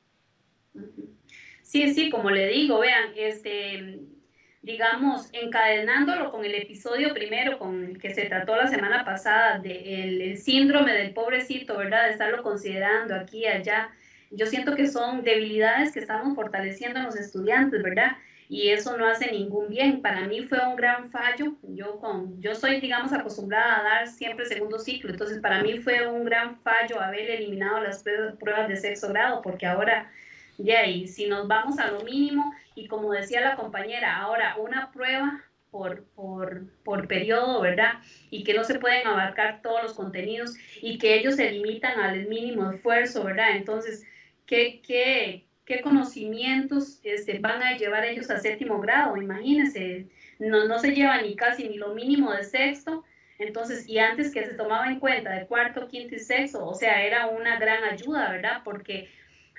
sí, sí, como le digo, vean, este, digamos, encadenándolo con el episodio primero, con el que se trató la semana pasada, de el, el síndrome del pobrecito, ¿verdad? De estarlo considerando aquí y allá. Yo siento que son debilidades que estamos fortaleciendo en los estudiantes, ¿verdad? Y eso no hace ningún bien. Para mí fue un gran fallo. Yo, con, yo soy, digamos, acostumbrada a dar siempre segundo ciclo, entonces para mí fue un gran fallo haber eliminado las pruebas de sexto grado, porque ahora de ahí, si nos vamos a lo mínimo, y como decía la compañera, ahora una prueba por, por, por periodo, ¿verdad? Y que no se pueden abarcar todos los contenidos y que ellos se limitan al mínimo esfuerzo, ¿verdad? Entonces, ¿qué, qué, qué conocimientos este, van a llevar ellos a séptimo grado? Imagínense, no, no se lleva ni casi ni lo mínimo de sexto. Entonces, y antes que se tomaba en cuenta de cuarto, quinto y sexto, o sea, era una gran ayuda, ¿verdad? Porque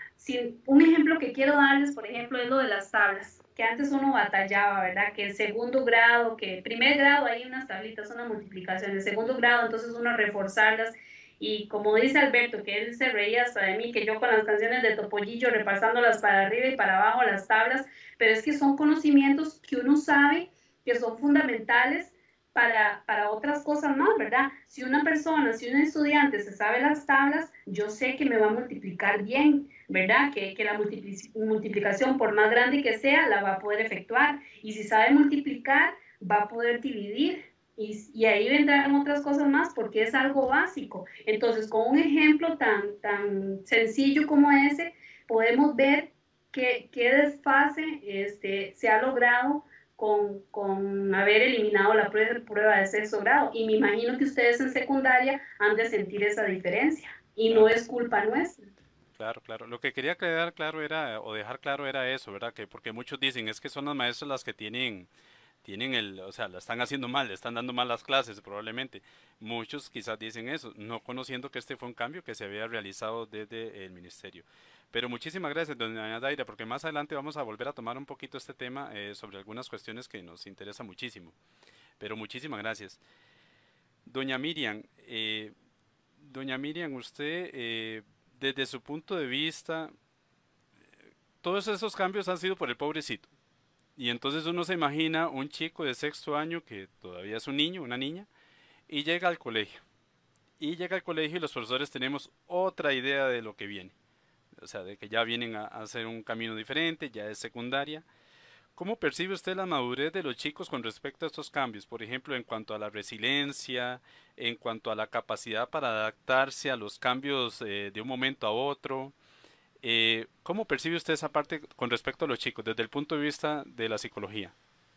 si, un ejemplo que quiero darles, por ejemplo, es lo de las tablas, que antes uno batallaba, ¿verdad? Que el segundo grado, que primer grado hay unas tablitas, una multiplicación, el segundo grado, entonces uno reforzarlas, y como dice Alberto, que él se reía hasta de mí, que yo con las canciones de Topollillo repasándolas para arriba y para abajo las tablas, pero es que son conocimientos que uno sabe que son fundamentales para, para otras cosas más, ¿verdad? Si una persona, si un estudiante se sabe las tablas, yo sé que me va a multiplicar bien, ¿verdad? Que, que la multiplicación, por más grande que sea, la va a poder efectuar. Y si sabe multiplicar, va a poder dividir. Y, y ahí vendrán otras cosas más porque es algo básico. Entonces, con un ejemplo tan, tan sencillo como ese, podemos ver qué, qué desfase este, se ha logrado con, con haber eliminado la prueba, prueba de sexto grado. Y me imagino que ustedes en secundaria han de sentir esa diferencia. Y no Claro. es culpa nuestra. Claro, claro. Lo que quería quedar claro era, o dejar claro era eso, ¿verdad? Que porque muchos dicen es que son las maestras las que tienen, tienen el, o sea, la están haciendo mal, le están dando mal las clases probablemente. Muchos quizás dicen eso, no conociendo que este fue un cambio que se había realizado desde el ministerio. Pero muchísimas gracias, doña Daira, porque más adelante vamos a volver a tomar un poquito este tema eh, sobre algunas cuestiones que nos interesa muchísimo. Pero muchísimas gracias. Doña Miriam, eh, doña Miriam, usted, eh, desde su punto de vista, todos esos cambios han sido por el pobrecito. Y entonces uno se imagina un chico de sexto año que todavía es un niño, una niña, y llega al colegio. Y llega al colegio y los profesores tenemos otra idea de lo que viene. o sea, de que ya vienen a, a hacer un camino diferente, ya es secundaria. ¿Cómo percibe usted la madurez de los chicos con respecto a estos cambios? Por ejemplo, en cuanto a la resiliencia, en cuanto a la capacidad para adaptarse a los cambios eh, de un momento a otro. Eh, ¿Cómo percibe usted esa parte con respecto a los chicos desde el punto de vista de la psicología?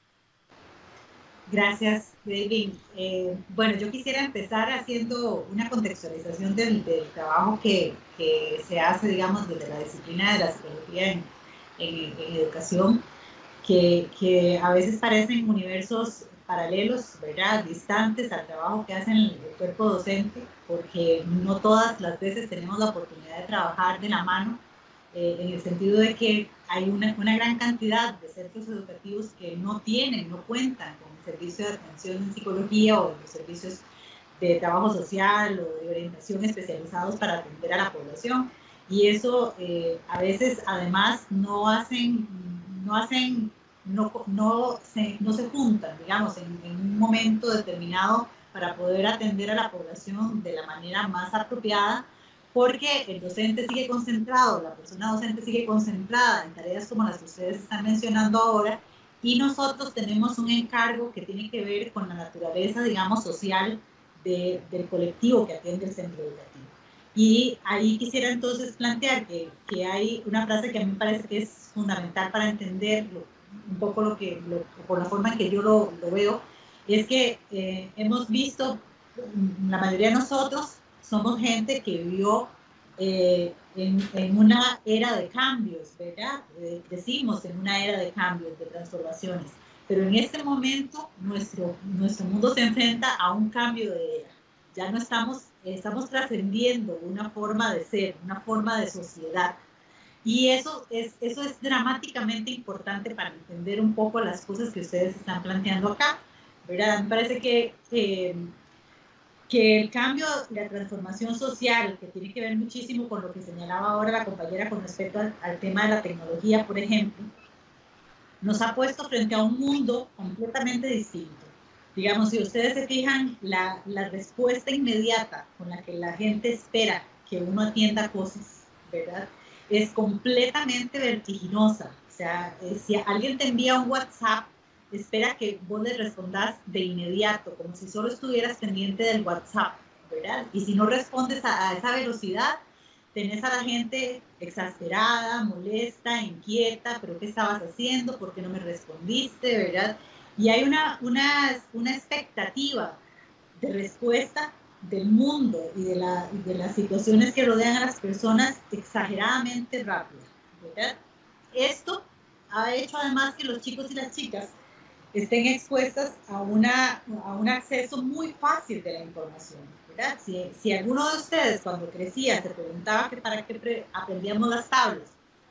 Gracias, David. Eh, bueno, yo quisiera empezar haciendo una contextualización del, del trabajo que, que se hace, digamos, desde la disciplina de la psicología en, en, en educación, que, que a veces parecen universos paralelos, ¿verdad?, distantes al trabajo que hacen el, el cuerpo docente, porque no todas las veces tenemos la oportunidad de trabajar de la mano, eh, en el sentido de que hay una, una gran cantidad de centros educativos que no tienen, no cuentan con el servicio de atención en psicología o los servicios de trabajo social o de orientación especializados para atender a la población. Y eso eh, a veces además no hacen, no hacen, no, no, se, no se juntan, digamos, en, en un momento determinado para poder atender a la población de la manera más apropiada, porque el docente sigue concentrado, la persona docente sigue concentrada en tareas como las que ustedes están mencionando ahora, y nosotros tenemos un encargo que tiene que ver con la naturaleza, digamos, social de, del colectivo que atiende el centro educativo. Y ahí quisiera entonces plantear que, que hay una frase que a mí me parece que es fundamental para entenderlo, un poco lo que, lo, por la forma en que yo lo, lo veo, es que eh, hemos visto, la mayoría de nosotros somos gente que vivió eh, en, en una era de cambios, ¿verdad? Eh, decimos en una era de cambios, de transformaciones, pero en este momento nuestro, nuestro mundo se enfrenta a un cambio de era. Ya no estamos, estamos trascendiendo una forma de ser, una forma de sociedad. Y eso es, eso es dramáticamente importante para entender un poco las cosas que ustedes están planteando acá, ¿verdad? Me parece que, que, que el cambio, la transformación social, que tiene que ver muchísimo con lo que señalaba ahora la compañera con respecto al, al tema de la tecnología, por ejemplo, nos ha puesto frente a un mundo completamente distinto. Digamos, si ustedes se fijan, la, la respuesta inmediata con la que la gente espera que uno atienda cosas, ¿verdad?, es completamente vertiginosa. O sea, eh, si alguien te envía un WhatsApp, espera que vos le respondas de inmediato, como si solo estuvieras pendiente del WhatsApp, ¿verdad? Y si no respondes a, a esa velocidad, tenés a la gente exasperada, molesta, inquieta, pero ¿qué estabas haciendo? ¿Por qué no me respondiste? ¿Verdad? Y hay una, una, una expectativa de respuesta del mundo y de, la, y de las situaciones que rodean a las personas exageradamente rápida, ¿verdad? Esto ha hecho además que los chicos y las chicas estén expuestas a, una, a un acceso muy fácil de la información, ¿verdad? Si, si alguno de ustedes cuando crecía se preguntaba que para qué aprendíamos las tablas,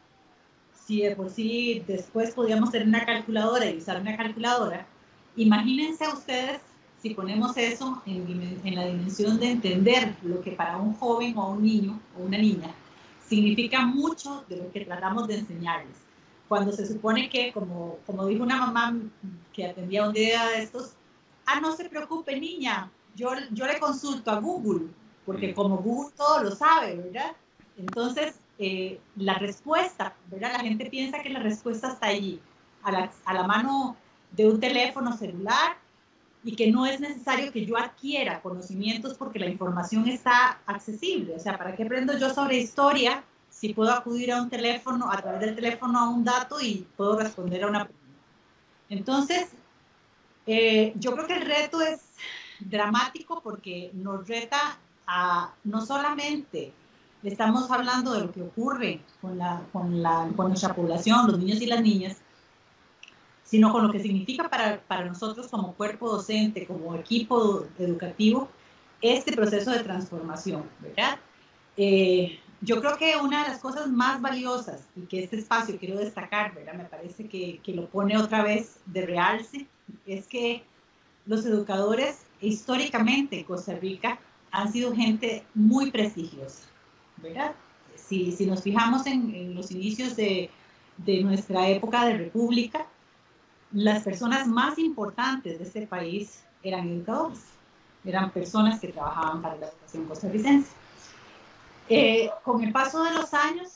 si de por sí después podíamos tener una calculadora y usar una calculadora, imagínense ustedes si ponemos eso en, en la dimensión de entender lo que para un joven o un niño o una niña significa mucho de lo que tratamos de enseñarles. Cuando se supone que, como, como dijo una mamá que atendía un día de estos, ah, no se preocupe niña, yo, yo le consulto a Google, porque como Google todo lo sabe, ¿verdad? Entonces, eh, la respuesta, ¿verdad? La gente piensa que la respuesta está allí, a la, a la mano de un teléfono celular, y que no es necesario que yo adquiera conocimientos porque la información está accesible. O sea, ¿para qué aprendo yo sobre historia si puedo acudir a un teléfono, a través del teléfono a un dato y puedo responder a una pregunta? Entonces, eh, yo creo que el reto es dramático porque nos reta a no solamente estamos hablando de lo que ocurre con, la, con, la, con nuestra población, los niños y las niñas, sino con lo que significa para, para nosotros como cuerpo docente, como equipo educativo, este proceso de transformación, ¿verdad? Eh, yo creo que una de las cosas más valiosas, y que este espacio quiero destacar, ¿verdad? Me parece que, que lo pone otra vez de realce, es que los educadores históricamente en Costa Rica han sido gente muy prestigiosa, ¿verdad? Si, si nos fijamos en, en los inicios de, de nuestra época de república, las personas más importantes de este país eran educadores, eran personas que trabajaban para la educación costarricense. Eh, con el paso de los años,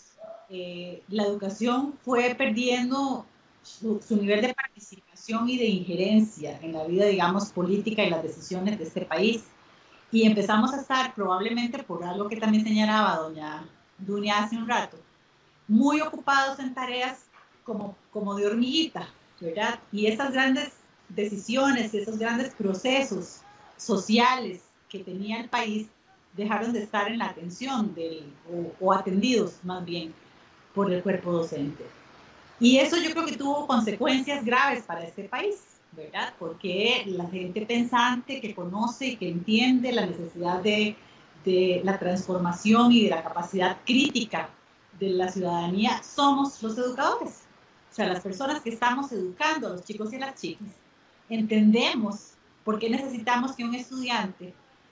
eh, la educación fue perdiendo su, su nivel de participación y de injerencia en la vida, digamos, política y las decisiones de este país. Y empezamos a estar, probablemente por algo que también señalaba doña Dunia hace un rato, muy ocupados en tareas como, como de hormiguita, ¿verdad? Y esas grandes decisiones, esos grandes procesos sociales que tenía el país dejaron de estar en la atención del, o, o atendidos más bien por el cuerpo docente. Y eso yo creo que tuvo consecuencias graves para este país, ¿verdad? Porque la gente pensante que conoce y que entiende la necesidad de, de la transformación y de la capacidad crítica de la ciudadanía somos los educadores. O sea, las personas que estamos educando a los chicos y a las chicas, entendemos por qué necesitamos que un estudiante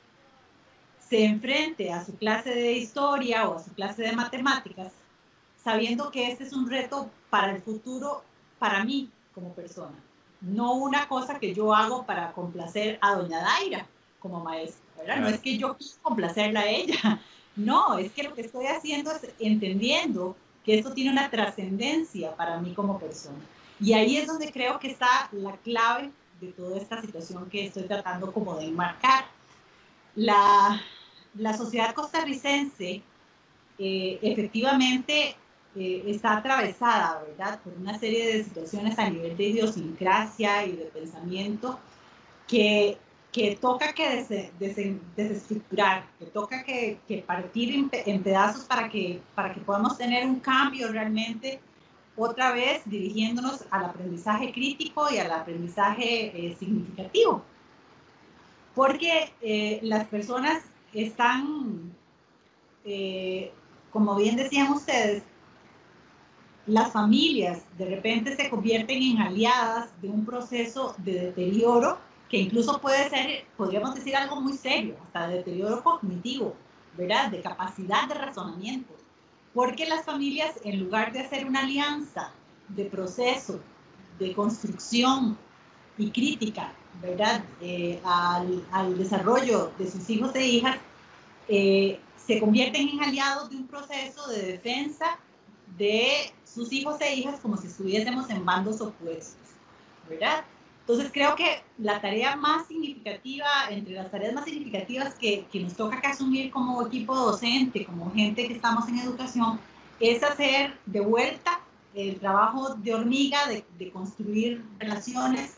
se enfrente a su clase de historia o a su clase de matemáticas, sabiendo que este es un reto para el futuro, para mí como persona. No una cosa que yo hago para complacer a doña Daira como maestra, ¿verdad? No es que yo quiera complacerla a ella, no, es que lo que estoy haciendo es entendiendo que esto tiene una trascendencia para mí como persona. Y ahí es donde creo que está la clave de toda esta situación que estoy tratando como de enmarcar. La, la sociedad costarricense eh, efectivamente eh, está atravesada, ¿verdad?, por una serie de situaciones a nivel de idiosincrasia y de pensamiento que, que toca que des, des, desestructurar, que toca que, que partir en, en pedazos para que, para que podamos tener un cambio realmente, otra vez dirigiéndonos al aprendizaje crítico y al aprendizaje eh, significativo. Porque eh, las personas están, eh, como bien decían ustedes, las familias de repente se convierten en aliadas de un proceso de deterioro que incluso puede ser, podríamos decir, algo muy serio, hasta de deterioro cognitivo, ¿verdad?, de capacidad de razonamiento. Porque las familias, en lugar de hacer una alianza de proceso, de construcción y crítica, ¿verdad?, eh, al, al desarrollo de sus hijos e hijas, eh, se convierten en aliados de un proceso de defensa de sus hijos e hijas como si estuviésemos en bandos opuestos, ¿verdad? Entonces creo que la tarea más significativa, entre las tareas más significativas que, que nos toca que asumir como equipo docente, como gente que estamos en educación, es hacer de vuelta el trabajo de hormiga, de, de construir relaciones,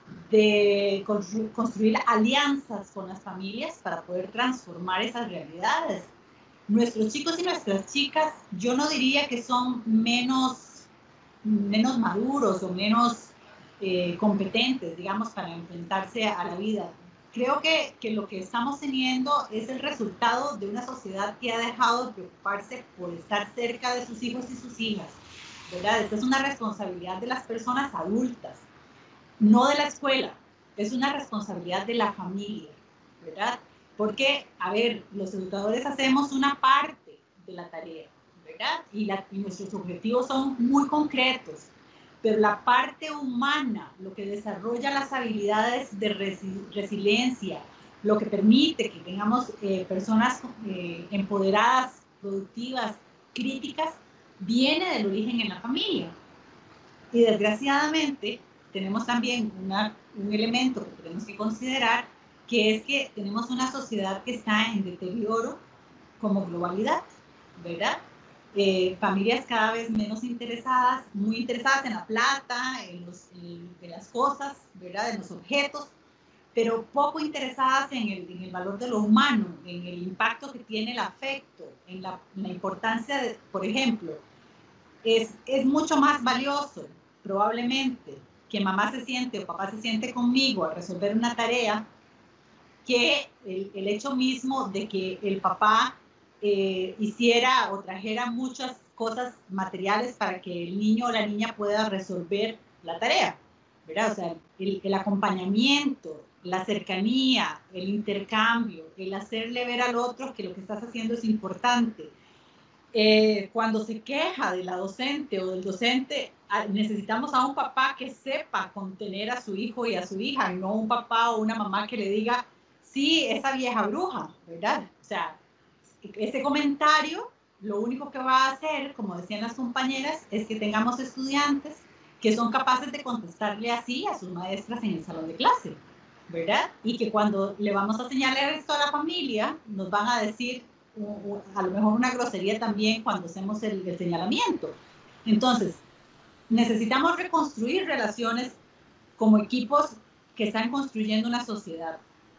de construir alianzas con las familias para poder transformar esas realidades. Nuestros chicos y nuestras chicas, yo no diría que son menos, menos maduros o menos eh, competentes, digamos, para enfrentarse a la vida. Creo que, que lo que estamos teniendo es el resultado de una sociedad que ha dejado de preocuparse por estar cerca de sus hijos y sus hijas, ¿verdad? Esta es una responsabilidad de las personas adultas, no de la escuela, es una responsabilidad de la familia, ¿verdad? Porque, a ver, los educadores hacemos una parte de la tarea, ¿verdad? Y, la, y nuestros objetivos son muy concretos, pero la parte humana, lo que desarrolla las habilidades de resi resiliencia, lo que permite que tengamos eh, personas eh, empoderadas, productivas, críticas, viene del origen en la familia. Y desgraciadamente tenemos también una, un elemento que tenemos que considerar, que es que tenemos una sociedad que está en deterioro como globalidad, ¿verdad? Eh, familias cada vez menos interesadas, muy interesadas en la plata, en, los, en, en las cosas, ¿verdad?, en los objetos, pero poco interesadas en el, en el valor de lo humano, en el impacto que tiene el afecto, en la, en la importancia de, por ejemplo, es, es mucho más valioso, probablemente, que mamá se siente o papá se siente conmigo a resolver una tarea, que el, el hecho mismo de que el papá eh, hiciera o trajera muchas cosas materiales para que el niño o la niña pueda resolver la tarea, ¿verdad? O sea, el, el acompañamiento, la cercanía, el intercambio, el hacerle ver al otro que lo que estás haciendo es importante. Eh, cuando se queja de la docente o del docente, necesitamos a un papá que sepa contener a su hijo y a su hija, no un papá o una mamá que le diga, sí, esa vieja bruja, ¿verdad? O sea, ese comentario lo único que va a hacer, como decían las compañeras, es que tengamos estudiantes que son capaces de contestarle así a sus maestras en el salón de clase, ¿verdad? Y que cuando le vamos a señalar esto a la familia, nos van a decir uh, uh, a lo mejor una grosería también cuando hacemos el, el señalamiento. Entonces, necesitamos reconstruir relaciones como equipos que están construyendo una sociedad.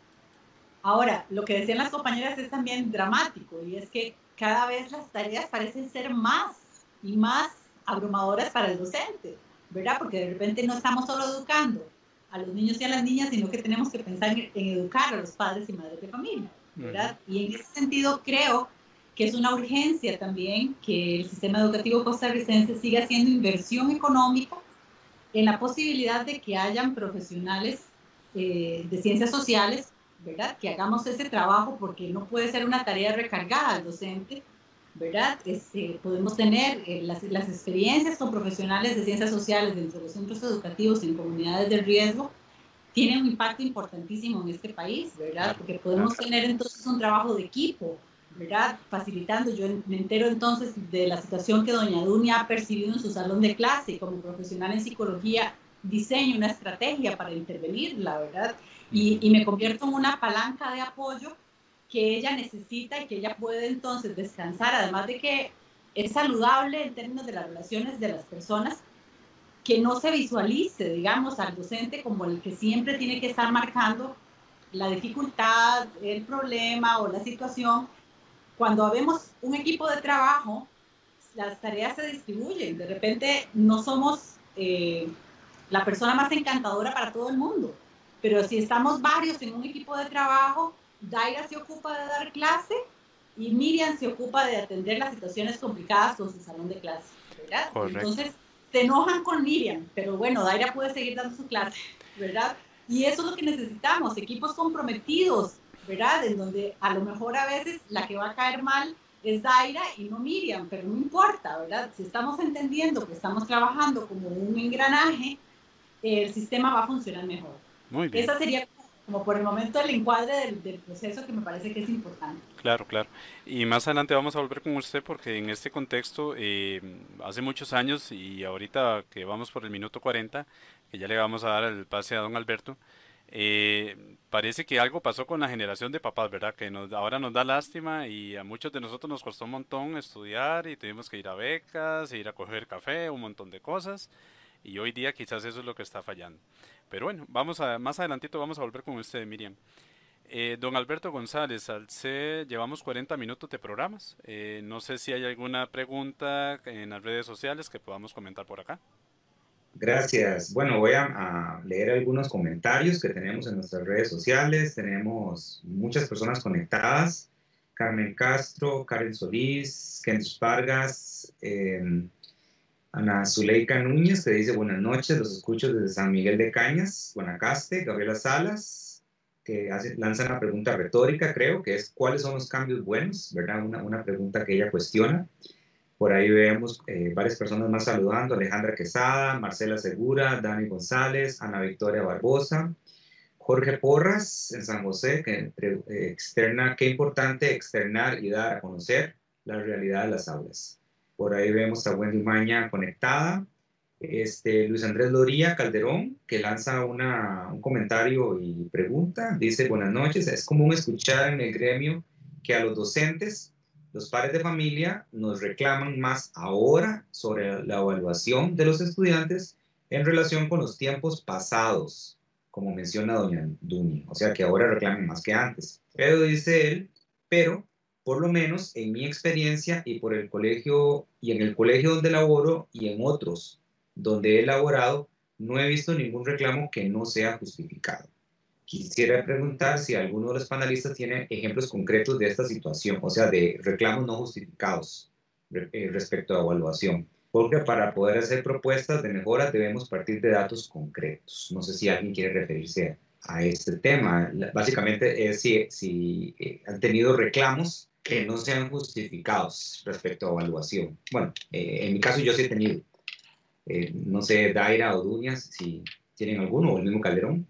Ahora, lo que decían las compañeras es también dramático, y es que cada vez las tareas parecen ser más y más abrumadoras para el docente, ¿verdad? Porque de repente no estamos solo educando a los niños y a las niñas, sino que tenemos que pensar en, en educar a los padres y madres de familia, ¿verdad? Uh-huh. Y en ese sentido creo que es una urgencia también que el sistema educativo costarricense siga haciendo inversión económica en la posibilidad de que hayan profesionales eh, de ciencias sociales, ¿verdad? Que hagamos ese trabajo, porque no puede ser una tarea recargada al docente, ¿verdad? Este, podemos tener eh, las, las experiencias con profesionales de ciencias sociales dentro de los centros educativos en comunidades de riesgo, tienen un impacto importantísimo en este país, ¿verdad? Porque podemos tener entonces un trabajo de equipo, ¿verdad? Facilitando. Yo me entero entonces de la situación que doña Dunia ha percibido en su salón de clase, y como profesional en psicología diseño una estrategia para intervenirla, ¿verdad? Y, y me convierto en una palanca de apoyo que ella necesita y que ella puede entonces descansar, además de que es saludable en términos de las relaciones de las personas, que no se visualice, digamos, al docente como el que siempre tiene que estar marcando la dificultad, el problema o la situación. Cuando vemos un equipo de trabajo, las tareas se distribuyen. De repente no somos eh, la persona más encantadora para todo el mundo, pero si estamos varios en un equipo de trabajo, Daira se ocupa de dar clase y Miriam se ocupa de atender las situaciones complicadas con su salón de clase, ¿verdad? Correcto. Entonces se enojan con Miriam, pero bueno, Daira puede seguir dando su clase, ¿verdad? Y eso es lo que necesitamos, equipos comprometidos, ¿verdad? En donde a lo mejor a veces la que va a caer mal es Daira y no Miriam, pero no importa, ¿verdad? Si estamos entendiendo que estamos trabajando como un engranaje, el sistema va a funcionar mejor. Muy bien. Esa sería como por el momento el encuadre del, del proceso, que me parece que es importante. Claro, claro. Y más adelante vamos a volver con usted, porque en este contexto, eh, hace muchos años, y ahorita que vamos por el minuto cuarenta, que ya le vamos a dar el pase a don Alberto, eh, parece que algo pasó con la generación de papás, ¿verdad? Que nos, ahora nos da lástima, y a muchos de nosotros nos costó un montón estudiar y tuvimos que ir a becas, ir a coger café, un montón de cosas. Y hoy día quizás eso es lo que está fallando. Pero bueno, vamos a, más adelantito vamos a volver con usted, Miriam. Eh, don Alberto González, al C llevamos cuarenta minutos de programas. Eh, no sé si hay alguna pregunta en las redes sociales que podamos comentar por acá. Gracias. Bueno, voy a, a leer algunos comentarios que tenemos en nuestras redes sociales. Tenemos muchas personas conectadas. Carmen Castro, Karen Solís, Kendrick Vargas, eh, Ana Zuleika Núñez, que dice buenas noches, los escucho desde San Miguel de Cañas, Guanacaste. Gabriela Salas, que hace, lanza una pregunta retórica, creo, que es ¿cuáles son los cambios buenos? ¿Verdad? Una, una pregunta que ella cuestiona. Por ahí vemos eh, varias personas más saludando: Alejandra Quesada, Marcela Segura, Dani González, Ana Victoria Barbosa, Jorge Porras en San José, que eh, externa, qué importante externar y dar a conocer la realidad de las aulas. Por ahí vemos a Wendy Maña conectada. Este, Luis Andrés Loría Calderón, que lanza una, un comentario y pregunta. Dice, buenas noches, es común escuchar en el gremio que a los docentes, los padres de familia, nos reclaman más ahora sobre la evaluación de los estudiantes en relación con los tiempos pasados, como menciona doña Dunia. O sea, que ahora reclaman más que antes. Pero dice él, pero... por lo menos en mi experiencia y por el colegio y en el colegio donde laboro y en otros donde he laborado, no he visto ningún reclamo que no sea justificado. Quisiera preguntar si alguno de los panelistas tiene ejemplos concretos de esta situación, o sea, de reclamos no justificados eh, respecto a evaluación, porque para poder hacer propuestas de mejora debemos partir de datos concretos. No sé si alguien quiere referirse a, a este tema. Básicamente es si, si eh, han tenido reclamos que no sean justificados respecto a evaluación. Bueno, eh, en mi caso yo sí he tenido. Eh, no sé, Daira o Dunia, si tienen alguno, o el mismo Calderón.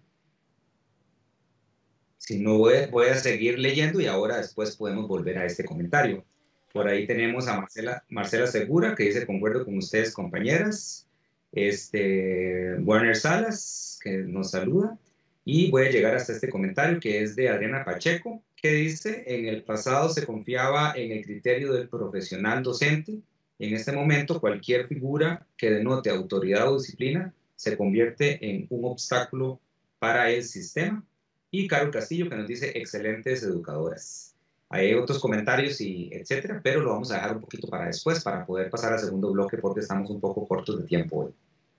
Si no, voy, voy a seguir leyendo y ahora después podemos volver a este comentario. Por ahí tenemos a Marcela, Marcela Segura, que dice, concuerdo con ustedes, compañeras. Este, Warner Salas, que nos saluda. Y voy a llegar hasta este comentario, que es de Adriana Pacheco, que dice, en el pasado se confiaba en el criterio del profesional docente. En este momento, cualquier figura que denote autoridad o disciplina se convierte en un obstáculo para el sistema. Y Carol Castillo, que nos dice, excelentes educadoras. Hay otros comentarios y etcétera, pero lo vamos a dejar un poquito para después, para poder pasar al segundo bloque, porque estamos un poco cortos de tiempo hoy.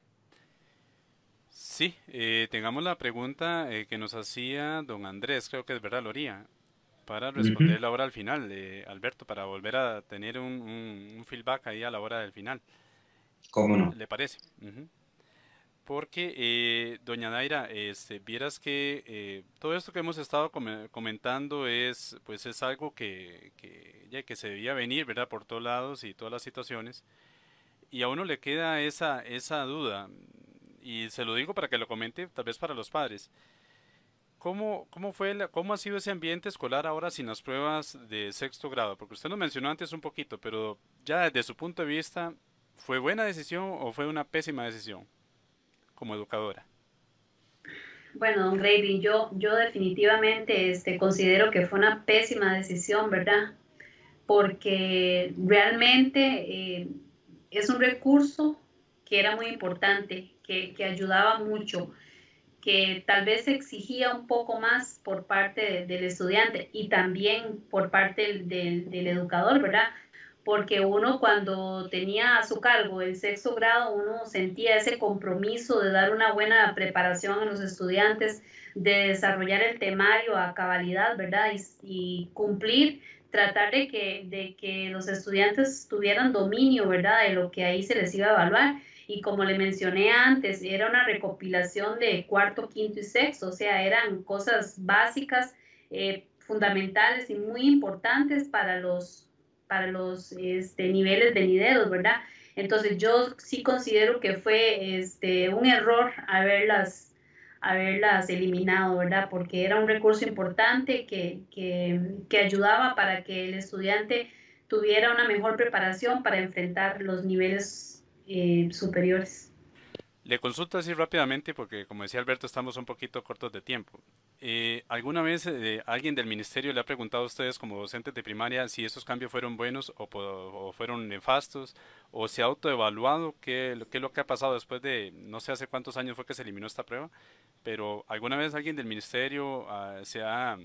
Sí, eh, tengamos la pregunta eh, que nos hacía don Andrés, creo que es verdad, Loría, para responder Uh-huh. la hora al final, eh, Alberto, para volver a tener un, un, un feedback ahí a la hora del final. ¿Cómo no? ¿Le parece? Uh-huh. Porque, eh, doña Daira, este, vieras que eh, todo esto que hemos estado com comentando es, pues es algo que, que, ya que se debía venir, ¿verdad? Por todos lados y todas las situaciones. Y a uno le queda esa, esa duda, y se lo digo para que lo comente, tal vez para los padres. ¿Cómo, cómo fue la- cómo ha sido ese ambiente escolar ahora sin las pruebas de sexto grado? Porque usted nos mencionó antes un poquito, pero ya desde su punto de vista, ¿fue buena decisión o fue una pésima decisión como educadora? Bueno, don Gravy, yo, yo definitivamente este, considero que fue una pésima decisión, ¿verdad? Porque realmente eh, es un recurso que era muy importante, que, que ayudaba mucho, que tal vez exigía un poco más por parte de, del estudiante y también por parte del, del, del educador, ¿verdad? Porque uno cuando tenía a su cargo el sexto grado, uno sentía ese compromiso de dar una buena preparación a los estudiantes, de desarrollar el temario a cabalidad, ¿verdad? Y, y cumplir, tratar de que, de que los estudiantes tuvieran dominio, ¿verdad? De lo que ahí se les iba a evaluar. Y como le mencioné antes, era una recopilación de cuarto, quinto y sexto, o sea, eran cosas básicas, eh, fundamentales y muy importantes para los, para los este, niveles venideros, ¿verdad? Entonces yo sí considero que fue este, un error haberlas, haberlas eliminado, ¿verdad? Porque era un recurso importante que, que, que ayudaba para que el estudiante tuviera una mejor preparación para enfrentar los niveles eh, superiores. Le consulto así rápidamente porque, como decía Alberto, estamos un poquito cortos de tiempo. Eh, ¿alguna vez eh, alguien del ministerio le ha preguntado a ustedes como docentes de primaria si esos cambios fueron buenos o, o fueron nefastos? ¿O se ha autoevaluado qué, qué es lo que ha pasado después de, no sé hace cuántos años fue que se eliminó esta prueba? Pero ¿alguna vez alguien del ministerio uh, se ha,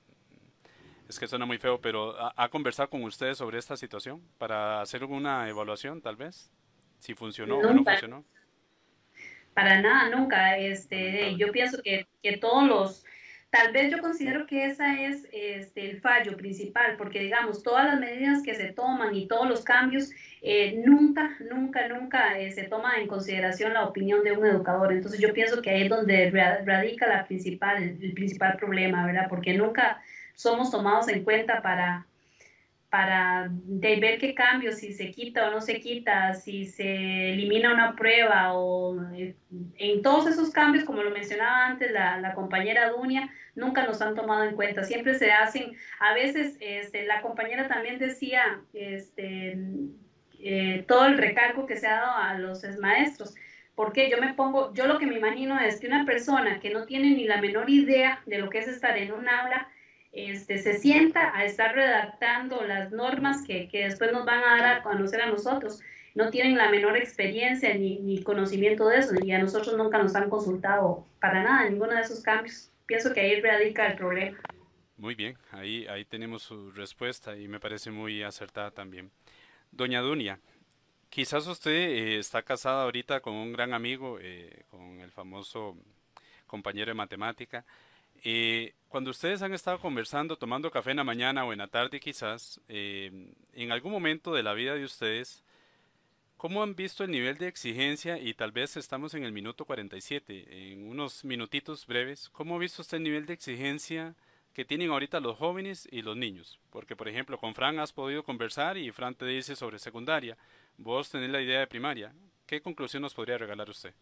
es que suena muy feo, pero ha, ha conversado con ustedes sobre esta situación para hacer una evaluación tal vez? Si funcionó o no Nunca, funcionó. para nada, nunca. Este, Lamentable. yo pienso que, que todos los, tal vez yo considero que ese es este, el fallo principal, porque digamos, todas las medidas que se toman y todos los cambios, eh, nunca, nunca, nunca eh, se toma en consideración la opinión de un educador. Entonces yo pienso que ahí es donde radica la principal, el principal problema, ¿verdad? Porque nunca somos tomados en cuenta para para de ver qué cambios, si se quita o no se quita, si se elimina una prueba o en todos esos cambios, como lo mencionaba antes la, la compañera Dunia, nunca nos han tomado en cuenta, siempre se hacen, a veces este, la compañera también decía este, eh, todo el recargo que se ha dado a los maestros, porque yo me pongo, yo lo que me imagino es que una persona que no tiene ni la menor idea de lo que es estar en un aula, Este, se sienta a estar redactando las normas que, que después nos van a dar a conocer a nosotros. No tienen la menor experiencia ni, ni conocimiento de eso, y a nosotros nunca nos han consultado para nada, ninguno de esos cambios. Pienso que ahí radica el problema. Muy bien, ahí, ahí tenemos su respuesta y me parece muy acertada también. Doña Dunia, quizás usted eh, está casada ahorita con un gran amigo, eh, con el famoso compañero de matemática. Eh, cuando ustedes han estado conversando, tomando café en la mañana o en la tarde quizás, eh, en algún momento de la vida de ustedes, ¿cómo han visto el nivel de exigencia? Y tal vez estamos en el minuto cuarenta y siete, en unos minutitos breves, ¿cómo ha visto usted el nivel de exigencia que tienen ahorita los jóvenes y los niños? Porque, por ejemplo, con Fran has podido conversar y Fran te dice sobre secundaria, vos tenés la idea de primaria. ¿Qué conclusión nos podría regalar usted?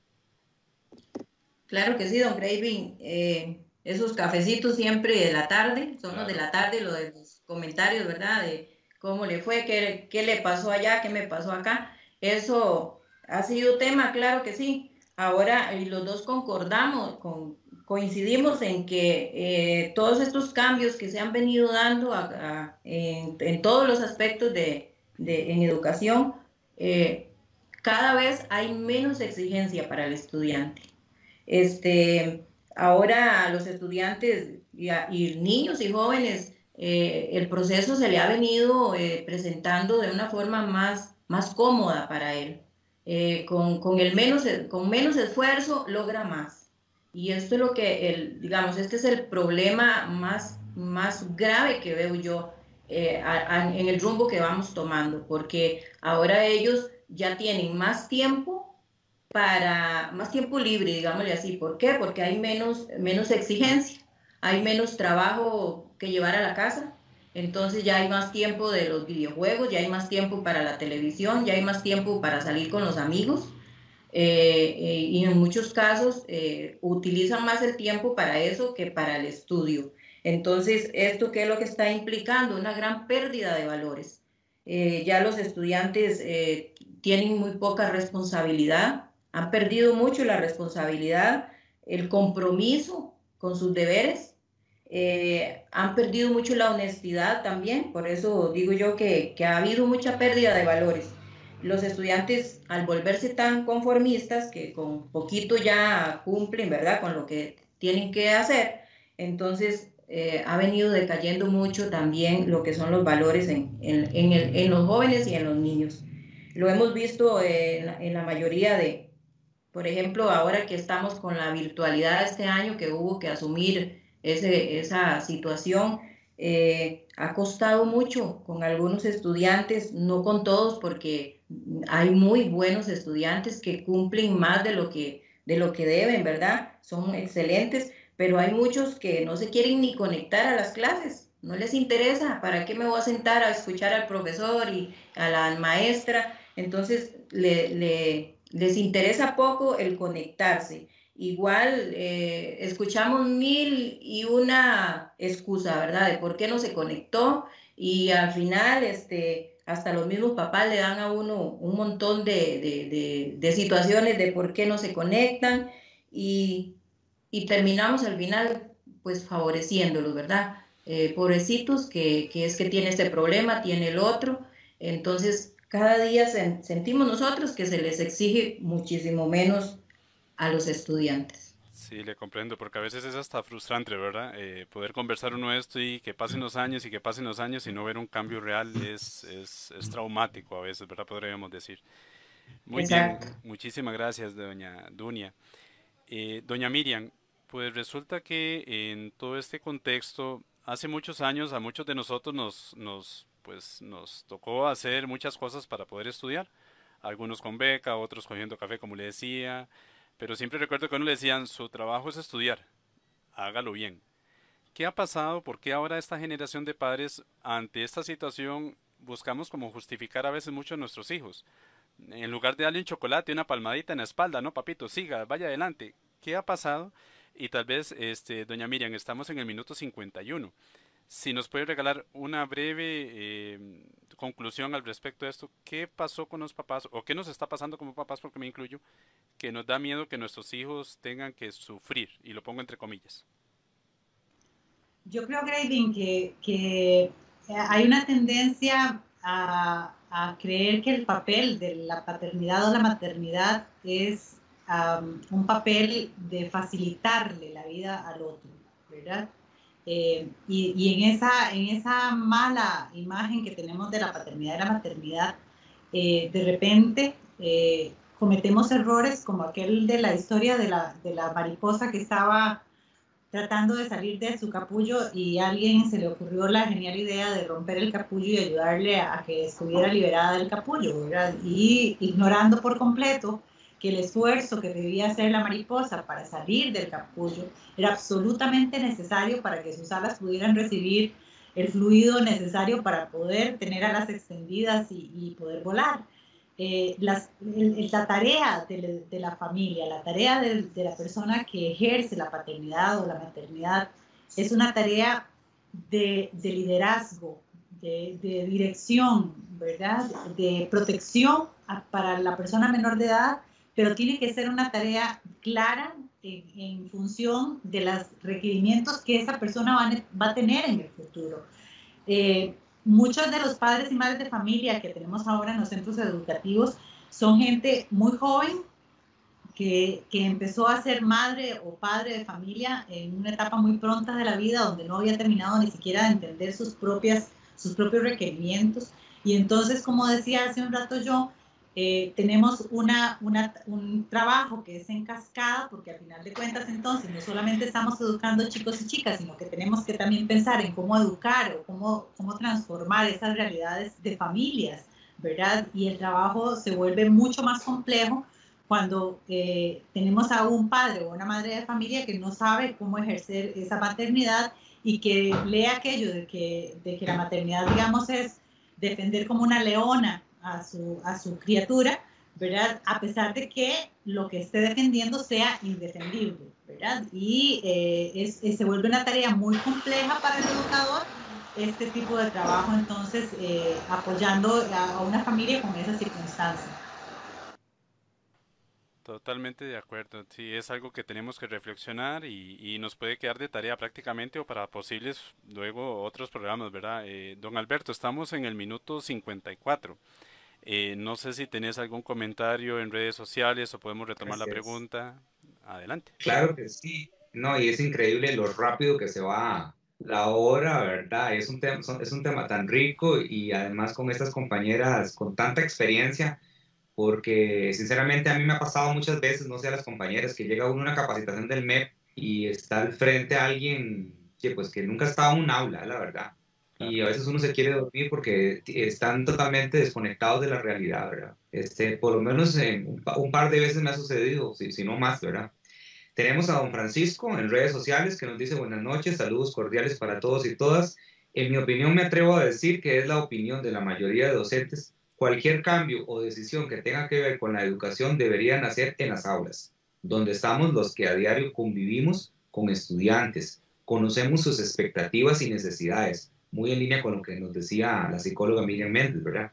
Claro que sí, don Graving. Eh, esos cafecitos siempre de la tarde, son Claro. los de la tarde, lo de los comentarios, ¿verdad? De cómo le fue, qué, qué le pasó allá, qué me pasó acá. Eso ha sido tema, claro que sí. Ahora y los dos concordamos, con, coincidimos en que eh, todos estos cambios que se han venido dando a, a, en, en todos los aspectos de, de en educación, eh, cada vez hay menos exigencia para el estudiante. Este, ahora a los estudiantes y, a, y niños y jóvenes, eh, el proceso se le ha venido eh, presentando de una forma más, más cómoda para él. Eh, con, con, el menos, con menos esfuerzo logra más. Y esto es lo que, el, digamos, este es el problema más, más grave que veo yo eh, a, a, en el rumbo que vamos tomando, porque ahora ellos ya tienen más tiempo para, más tiempo libre, digámosle así. ¿Por qué? Porque hay menos, menos exigencia, hay menos trabajo que llevar a la casa. Entonces ya hay más tiempo de los videojuegos, ya hay más tiempo para la televisión, ya hay más tiempo para salir con los amigos eh, eh, y en muchos casos eh, utilizan más el tiempo para eso que para el estudio. Entonces, ¿esto qué es lo que está implicando? Una gran pérdida de valores. Eh, ya los estudiantes eh, tienen muy poca responsabilidad, han perdido mucho la responsabilidad, el compromiso con sus deberes. Eh, han perdido mucho la honestidad también, por eso digo yo que, que ha habido mucha pérdida de valores. Los estudiantes, al volverse tan conformistas, que con poquito ya cumplen, ¿verdad?, con lo que tienen que hacer, entonces eh, ha venido decayendo mucho también lo que son los valores en, en, en, el, en los jóvenes y en los niños. Lo hemos visto en, en la mayoría de, por ejemplo, ahora que estamos con la virtualidad este año, que hubo que asumir Ese, esa situación, eh, ha costado mucho con algunos estudiantes, no con todos, porque hay muy buenos estudiantes que cumplen más de lo que, de lo que deben, ¿verdad? Son excelentes, pero hay muchos que no se quieren ni conectar a las clases, no les interesa. ¿Para qué me voy a sentar a escuchar al profesor y a la maestra? Entonces le, le, les interesa poco el conectarse. Igual eh, escuchamos mil y una excusa, ¿verdad?, de por qué no se conectó, y al final este, hasta los mismos papás le dan a uno un montón de, de, de, de situaciones de por qué no se conectan, y, y terminamos al final pues favoreciéndolos, ¿verdad? Eh, pobrecitos, que, que es que tiene este problema, tiene el otro. Entonces cada día se, sentimos nosotros que se les exige muchísimo menos a los estudiantes. Sí, le comprendo, porque a veces es hasta frustrante, ¿verdad? Eh, poder conversar uno esto y que pasen los años y que pasen los años y no ver un cambio real es, es, es traumático a veces, ¿verdad? Podríamos decir. Muy Exacto. bien, muchísimas gracias, doña Dunia. Eh, doña Miriam, pues resulta que en todo este contexto, hace muchos años a muchos de nosotros nos, nos, pues, nos tocó hacer muchas cosas para poder estudiar. Algunos con beca, otros cogiendo café, como le decía. Pero siempre recuerdo que a uno le decían, su trabajo es estudiar, hágalo bien. ¿Qué ha pasado? ¿Por qué ahora esta generación de padres, ante esta situación, buscamos como justificar a veces mucho a nuestros hijos? En lugar de darle un chocolate, una palmadita en la espalda, no, papito, siga, vaya adelante. ¿Qué ha pasado? Y tal vez, este, doña Miriam, estamos en el minuto cincuenta y uno. Si nos puede regalar una breve eh, conclusión al respecto de esto, ¿qué pasó con los papás o qué nos está pasando como papás, porque me incluyo, que nos da miedo que nuestros hijos tengan que sufrir? Y lo pongo entre comillas. Yo creo, Grading, que, que hay una tendencia a, a creer que el papel de la paternidad o la maternidad es um, un papel de facilitarle la vida al otro, ¿verdad? Eh, y, y en, esa, en esa mala imagen que tenemos de la paternidad y la maternidad, eh, de repente eh, cometemos errores como aquel de la historia de la, de la mariposa que estaba tratando de salir de su capullo y a alguien se le ocurrió la genial idea de romper el capullo y ayudarle a que estuviera liberada del capullo, ¿verdad? Y ignorando por completo que el esfuerzo que debía hacer la mariposa para salir del capullo era absolutamente necesario para que sus alas pudieran recibir el fluido necesario para poder tener alas extendidas y, y poder volar. Eh, las, el, la tarea de, de la familia, la tarea de, de la persona que ejerce la paternidad o la maternidad es una tarea de, de liderazgo, de, de dirección, ¿verdad? De protección a, para la persona menor de edad, pero tiene que ser una tarea clara en, en función de los requerimientos que esa persona va, va a tener en el futuro. Eh, muchos de los padres y madres de familia que tenemos ahora en los centros educativos son gente muy joven que, que empezó a ser madre o padre de familia en una etapa muy pronta de la vida donde no había terminado ni siquiera de entender sus, propias, sus propios requerimientos. Y entonces, como decía hace un rato yo, eh, tenemos una, una, un trabajo que es en cascada, porque al final de cuentas entonces no solamente estamos educando chicos y chicas, sino que tenemos que también pensar en cómo educar o cómo, cómo transformar esas realidades de familias, ¿verdad? Y el trabajo se vuelve mucho más complejo cuando eh, tenemos a un padre o una madre de familia que no sabe cómo ejercer esa maternidad y que lee aquello de que, de que la maternidad, digamos, es defender como una leona a su, a su criatura, ¿verdad? A pesar de que lo que esté defendiendo sea indefendible, ¿verdad? Y eh, es, es, se vuelve una tarea muy compleja para el educador este tipo de trabajo, entonces, eh, apoyando a, a una familia con esa circunstancia. Totalmente de acuerdo, sí, es algo que tenemos que reflexionar y, y nos puede quedar de tarea prácticamente o para posibles luego otros programas, ¿verdad? Eh, don Alberto, estamos en el minuto cincuenta y cuatro. Eh, no sé si tenés algún comentario en redes sociales o podemos retomar Gracias. la pregunta. Adelante. Claro que sí. No, y es increíble lo rápido que se va la hora, ¿verdad? Es un tema, es un tema tan rico y además con estas compañeras con tanta experiencia, porque sinceramente a mí me ha pasado muchas veces, no sé a las compañeras, que llega uno a una capacitación del M E P y está al frente a alguien que pues que nunca ha estado en un aula, la verdad. Y a veces uno se quiere dormir porque están totalmente desconectados de la realidad, ¿verdad? Este, por lo menos en un, un par de veces me ha sucedido, si, si no más, ¿verdad? Tenemos a don Francisco en redes sociales que nos dice buenas noches, saludos cordiales para todos y todas. En mi opinión me atrevo a decir que es la opinión de la mayoría de docentes. Cualquier cambio o decisión que tenga que ver con la educación debería nacer en las aulas, donde estamos los que a diario convivimos con estudiantes, conocemos sus expectativas y necesidades, muy en línea con lo que nos decía la psicóloga Miriam Méndez, ¿verdad?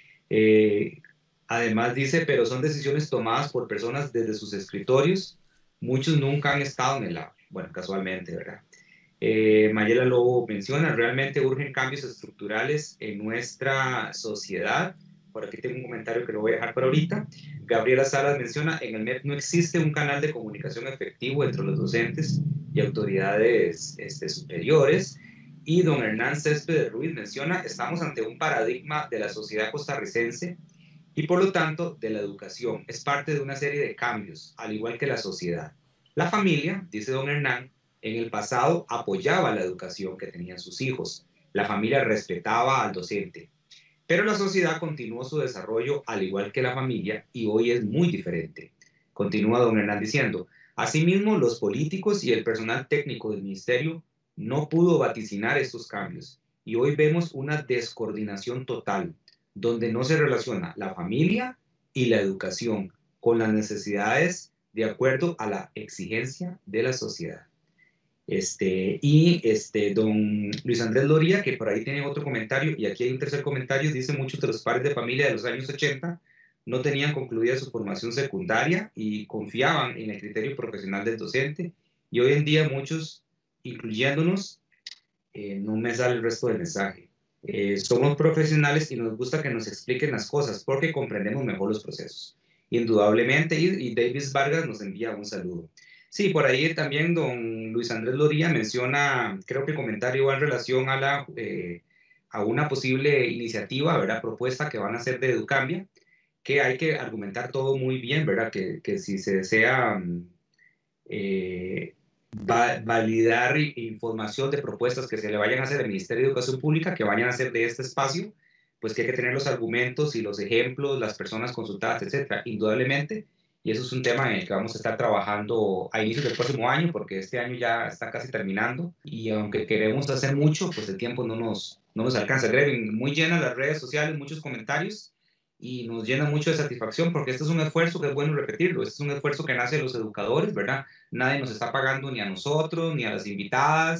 Eh, además dice, pero son decisiones tomadas por personas desde sus escritorios. Muchos nunca han estado en el aula, bueno, casualmente, ¿verdad? Eh, Mayela Lobo menciona, realmente urgen cambios estructurales en nuestra sociedad. Por aquí tengo un comentario que lo voy a dejar por ahorita. Gabriela Salas menciona, en el M E P no existe un canal de comunicación efectivo entre los docentes y autoridades este, superiores. Y don Hernán Céspedes Ruiz menciona, estamos ante un paradigma de la sociedad costarricense y por lo tanto de la educación. Es parte de una serie de cambios, al igual que la sociedad. La familia, dice don Hernán, en el pasado apoyaba la educación que tenían sus hijos. La familia respetaba al docente. Pero la sociedad continuó su desarrollo al igual que la familia y hoy es muy diferente. Continúa don Hernán diciendo, asimismo los políticos y el personal técnico del ministerio no pudo vaticinar estos cambios y hoy vemos una descoordinación total, donde no se relaciona la familia y la educación con las necesidades de acuerdo a la exigencia de la sociedad. Este, y este, don Luis Andrés Loría, que por ahí tiene otro comentario, y aquí hay un tercer comentario, dice muchos de los padres de familia de los años ochenta no tenían concluida su formación secundaria y confiaban en el criterio profesional del docente, y hoy en día muchos, incluyéndonos, eh, no me sale el resto del mensaje. Eh, somos profesionales y nos gusta que nos expliquen las cosas porque comprendemos mejor los procesos. Indudablemente, y, y Davis Vargas nos envía un saludo. Sí, por ahí también don Luis Andrés Loría menciona, creo que el comentario va en relación a, la, eh, a una posible iniciativa, ¿verdad? Propuesta que van a hacer de Educambia, que hay que argumentar todo muy bien, ¿verdad? Que, que si se desea eh, va, validar información de propuestas que se le vayan a hacer al Ministerio de Educación Pública, que vayan a hacer de este espacio, pues que hay que tener los argumentos y los ejemplos, las personas consultadas, etcétera, indudablemente. Y eso es un tema en el que vamos a estar trabajando a inicios del próximo año, porque este año ya está casi terminando. Y aunque queremos hacer mucho, pues el tiempo no nos, no nos alcanza. Grevin, muy llenas las redes sociales, muchos comentarios, y nos llena mucho de satisfacción, porque este es un esfuerzo que es bueno repetirlo. Este es un esfuerzo que nace de los educadores, ¿verdad? Nadie nos está pagando ni a nosotros, ni a las invitadas.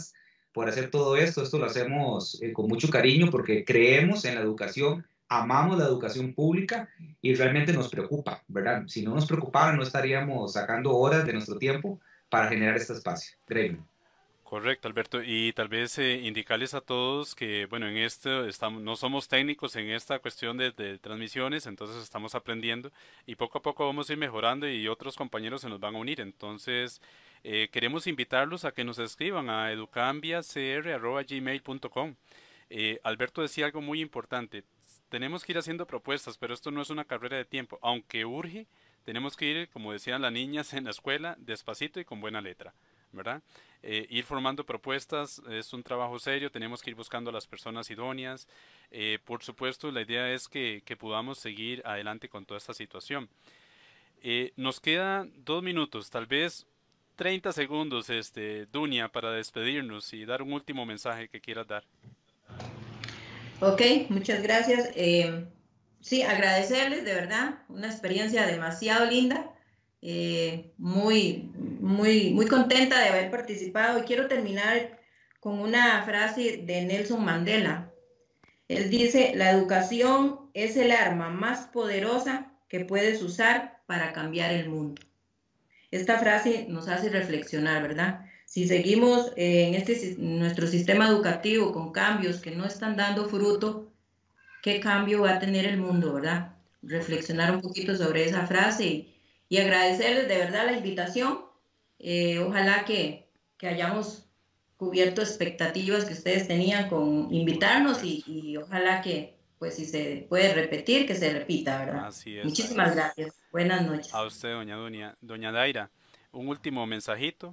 por hacer todo esto. Esto lo hacemos eh, con mucho cariño porque creemos en la educación, amamos la educación pública y realmente nos preocupa, ¿verdad? Si no nos preocupara, no estaríamos sacando horas de nuestro tiempo para generar este espacio. Greg. Correcto, Alberto. Y tal vez eh, indicarles a todos que, bueno, en esto estamos, no somos técnicos en esta cuestión de, de transmisiones, entonces estamos aprendiendo y poco a poco vamos a ir mejorando y otros compañeros se nos van a unir. Entonces, eh, queremos invitarlos a que nos escriban a educambiacr arroba gmail punto com. Eh, Alberto decía algo muy importante. Tenemos que ir haciendo propuestas, pero esto no es una carrera de tiempo. Aunque urge, tenemos que ir, como decían las niñas en la escuela, despacito y con buena letra, ¿verdad? Eh, ir formando propuestas es un trabajo serio, tenemos que ir buscando a las personas idóneas. Eh, por supuesto, la idea es que, que podamos seguir adelante con toda esta situación. Eh, nos quedan dos minutos, tal vez treinta segundos, este, Dunia, para despedirnos y dar un último mensaje que quieras dar. Ok, muchas gracias. Eh, sí, agradecerles, de verdad, una experiencia demasiado linda. Eh, muy, muy, muy contenta de haber participado y quiero terminar con una frase de Nelson Mandela. Él dice, la educación es el arma más poderosa que puedes usar para cambiar el mundo. Esta frase nos hace reflexionar, ¿verdad? Si seguimos eh, en este, nuestro sistema educativo con cambios que no están dando fruto, ¿qué cambio va a tener el mundo, verdad? Reflexionar un poquito sobre esa frase y, y agradecerles de verdad la invitación. Eh, ojalá que, que hayamos cubierto expectativas que ustedes tenían con invitarnos y, y ojalá que, pues si se puede repetir, que se repita, ¿verdad? Así es. Muchísimas gracias. Buenas noches. A usted, doña Dunia. Doña Daira, un último mensajito.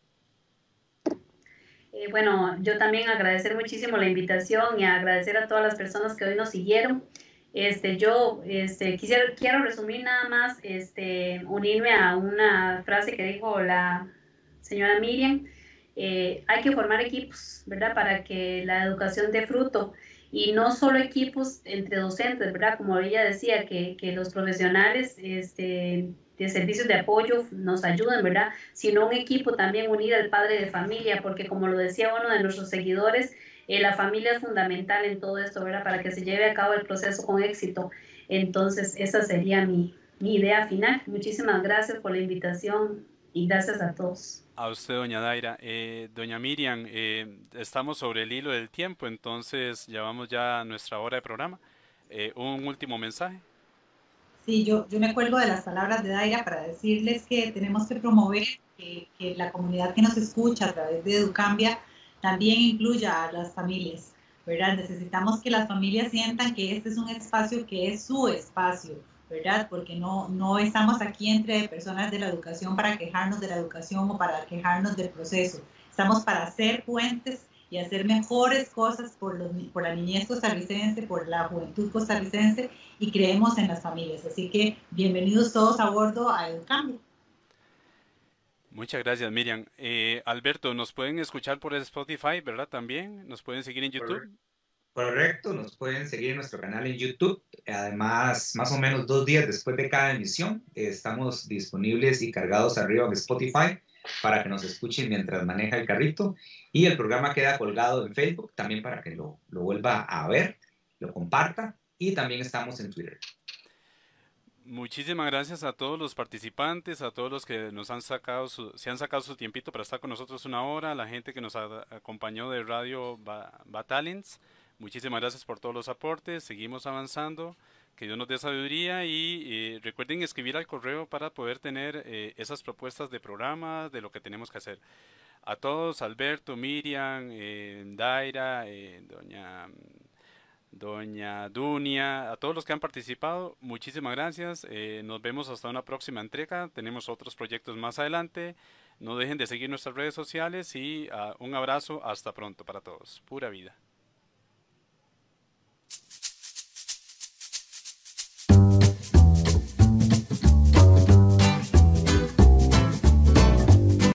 Eh, bueno, yo también agradecer muchísimo la invitación y agradecer a todas las personas que hoy nos siguieron. Este, yo este, quisiera, quiero resumir nada más, este, unirme a una frase que dijo la señora Miriam. Eh, hay que formar equipos, ¿verdad? Para que la educación dé fruto. Y no solo equipos entre docentes, ¿verdad? Como ella decía, que, que los profesionales este, de servicios de apoyo nos ayuden, ¿verdad? Sino un equipo también unir al padre de familia, porque como lo decía uno de nuestros seguidores, eh, la familia es fundamental en todo esto, ¿verdad? Para que se lleve a cabo el proceso con éxito. Entonces, esa sería mi, mi idea final. Muchísimas gracias por la invitación y gracias a todos. A usted, doña Daira. Eh, doña Miriam, eh, estamos sobre el hilo del tiempo, entonces llevamos ya nuestra hora de programa. Eh, un último mensaje. Sí, yo, yo me cuelgo de las palabras de Daira para decirles que tenemos que promover que, que la comunidad que nos escucha a través de Educambia también incluya a las familias, ¿verdad? Necesitamos que las familias sientan que este es un espacio que es su espacio, ¿verdad? Porque no, no estamos aquí entre personas de la educación para quejarnos de la educación o para quejarnos del proceso. Estamos para hacer puentes y hacer mejores cosas por, los, por la niñez costarricense, por la juventud costarricense y creemos en las familias. Así que bienvenidos todos a bordo a Educambia. Muchas gracias, Miriam. Eh, Alberto, nos pueden escuchar por Spotify, ¿verdad? También nos pueden seguir en YouTube. Correcto, nos pueden seguir en nuestro canal en YouTube. Además, más o menos dos días después de cada emisión, eh, estamos disponibles y cargados arriba en Spotify para que nos escuchen mientras maneja el carrito. Y el programa queda colgado en Facebook también para que lo, lo vuelva a ver, lo comparta. Y también estamos en Twitter. Muchísimas gracias a todos los participantes, a todos los que nos han sacado su, se han sacado su tiempito para estar con nosotros una hora, a la gente que nos a, acompañó de Radio Batalents. Muchísimas gracias por todos los aportes, seguimos avanzando, que Dios nos dé sabiduría y eh, recuerden escribir al correo para poder tener eh, esas propuestas de programa, de lo que tenemos que hacer. A todos, Alberto, Miriam, eh, Daira, eh, doña... Doña Dunia, a todos los que han participado, muchísimas gracias. Eh, nos vemos hasta una próxima entrega. Tenemos otros proyectos más adelante. No dejen de seguir nuestras redes sociales y uh, un abrazo. Hasta pronto para todos. Pura vida.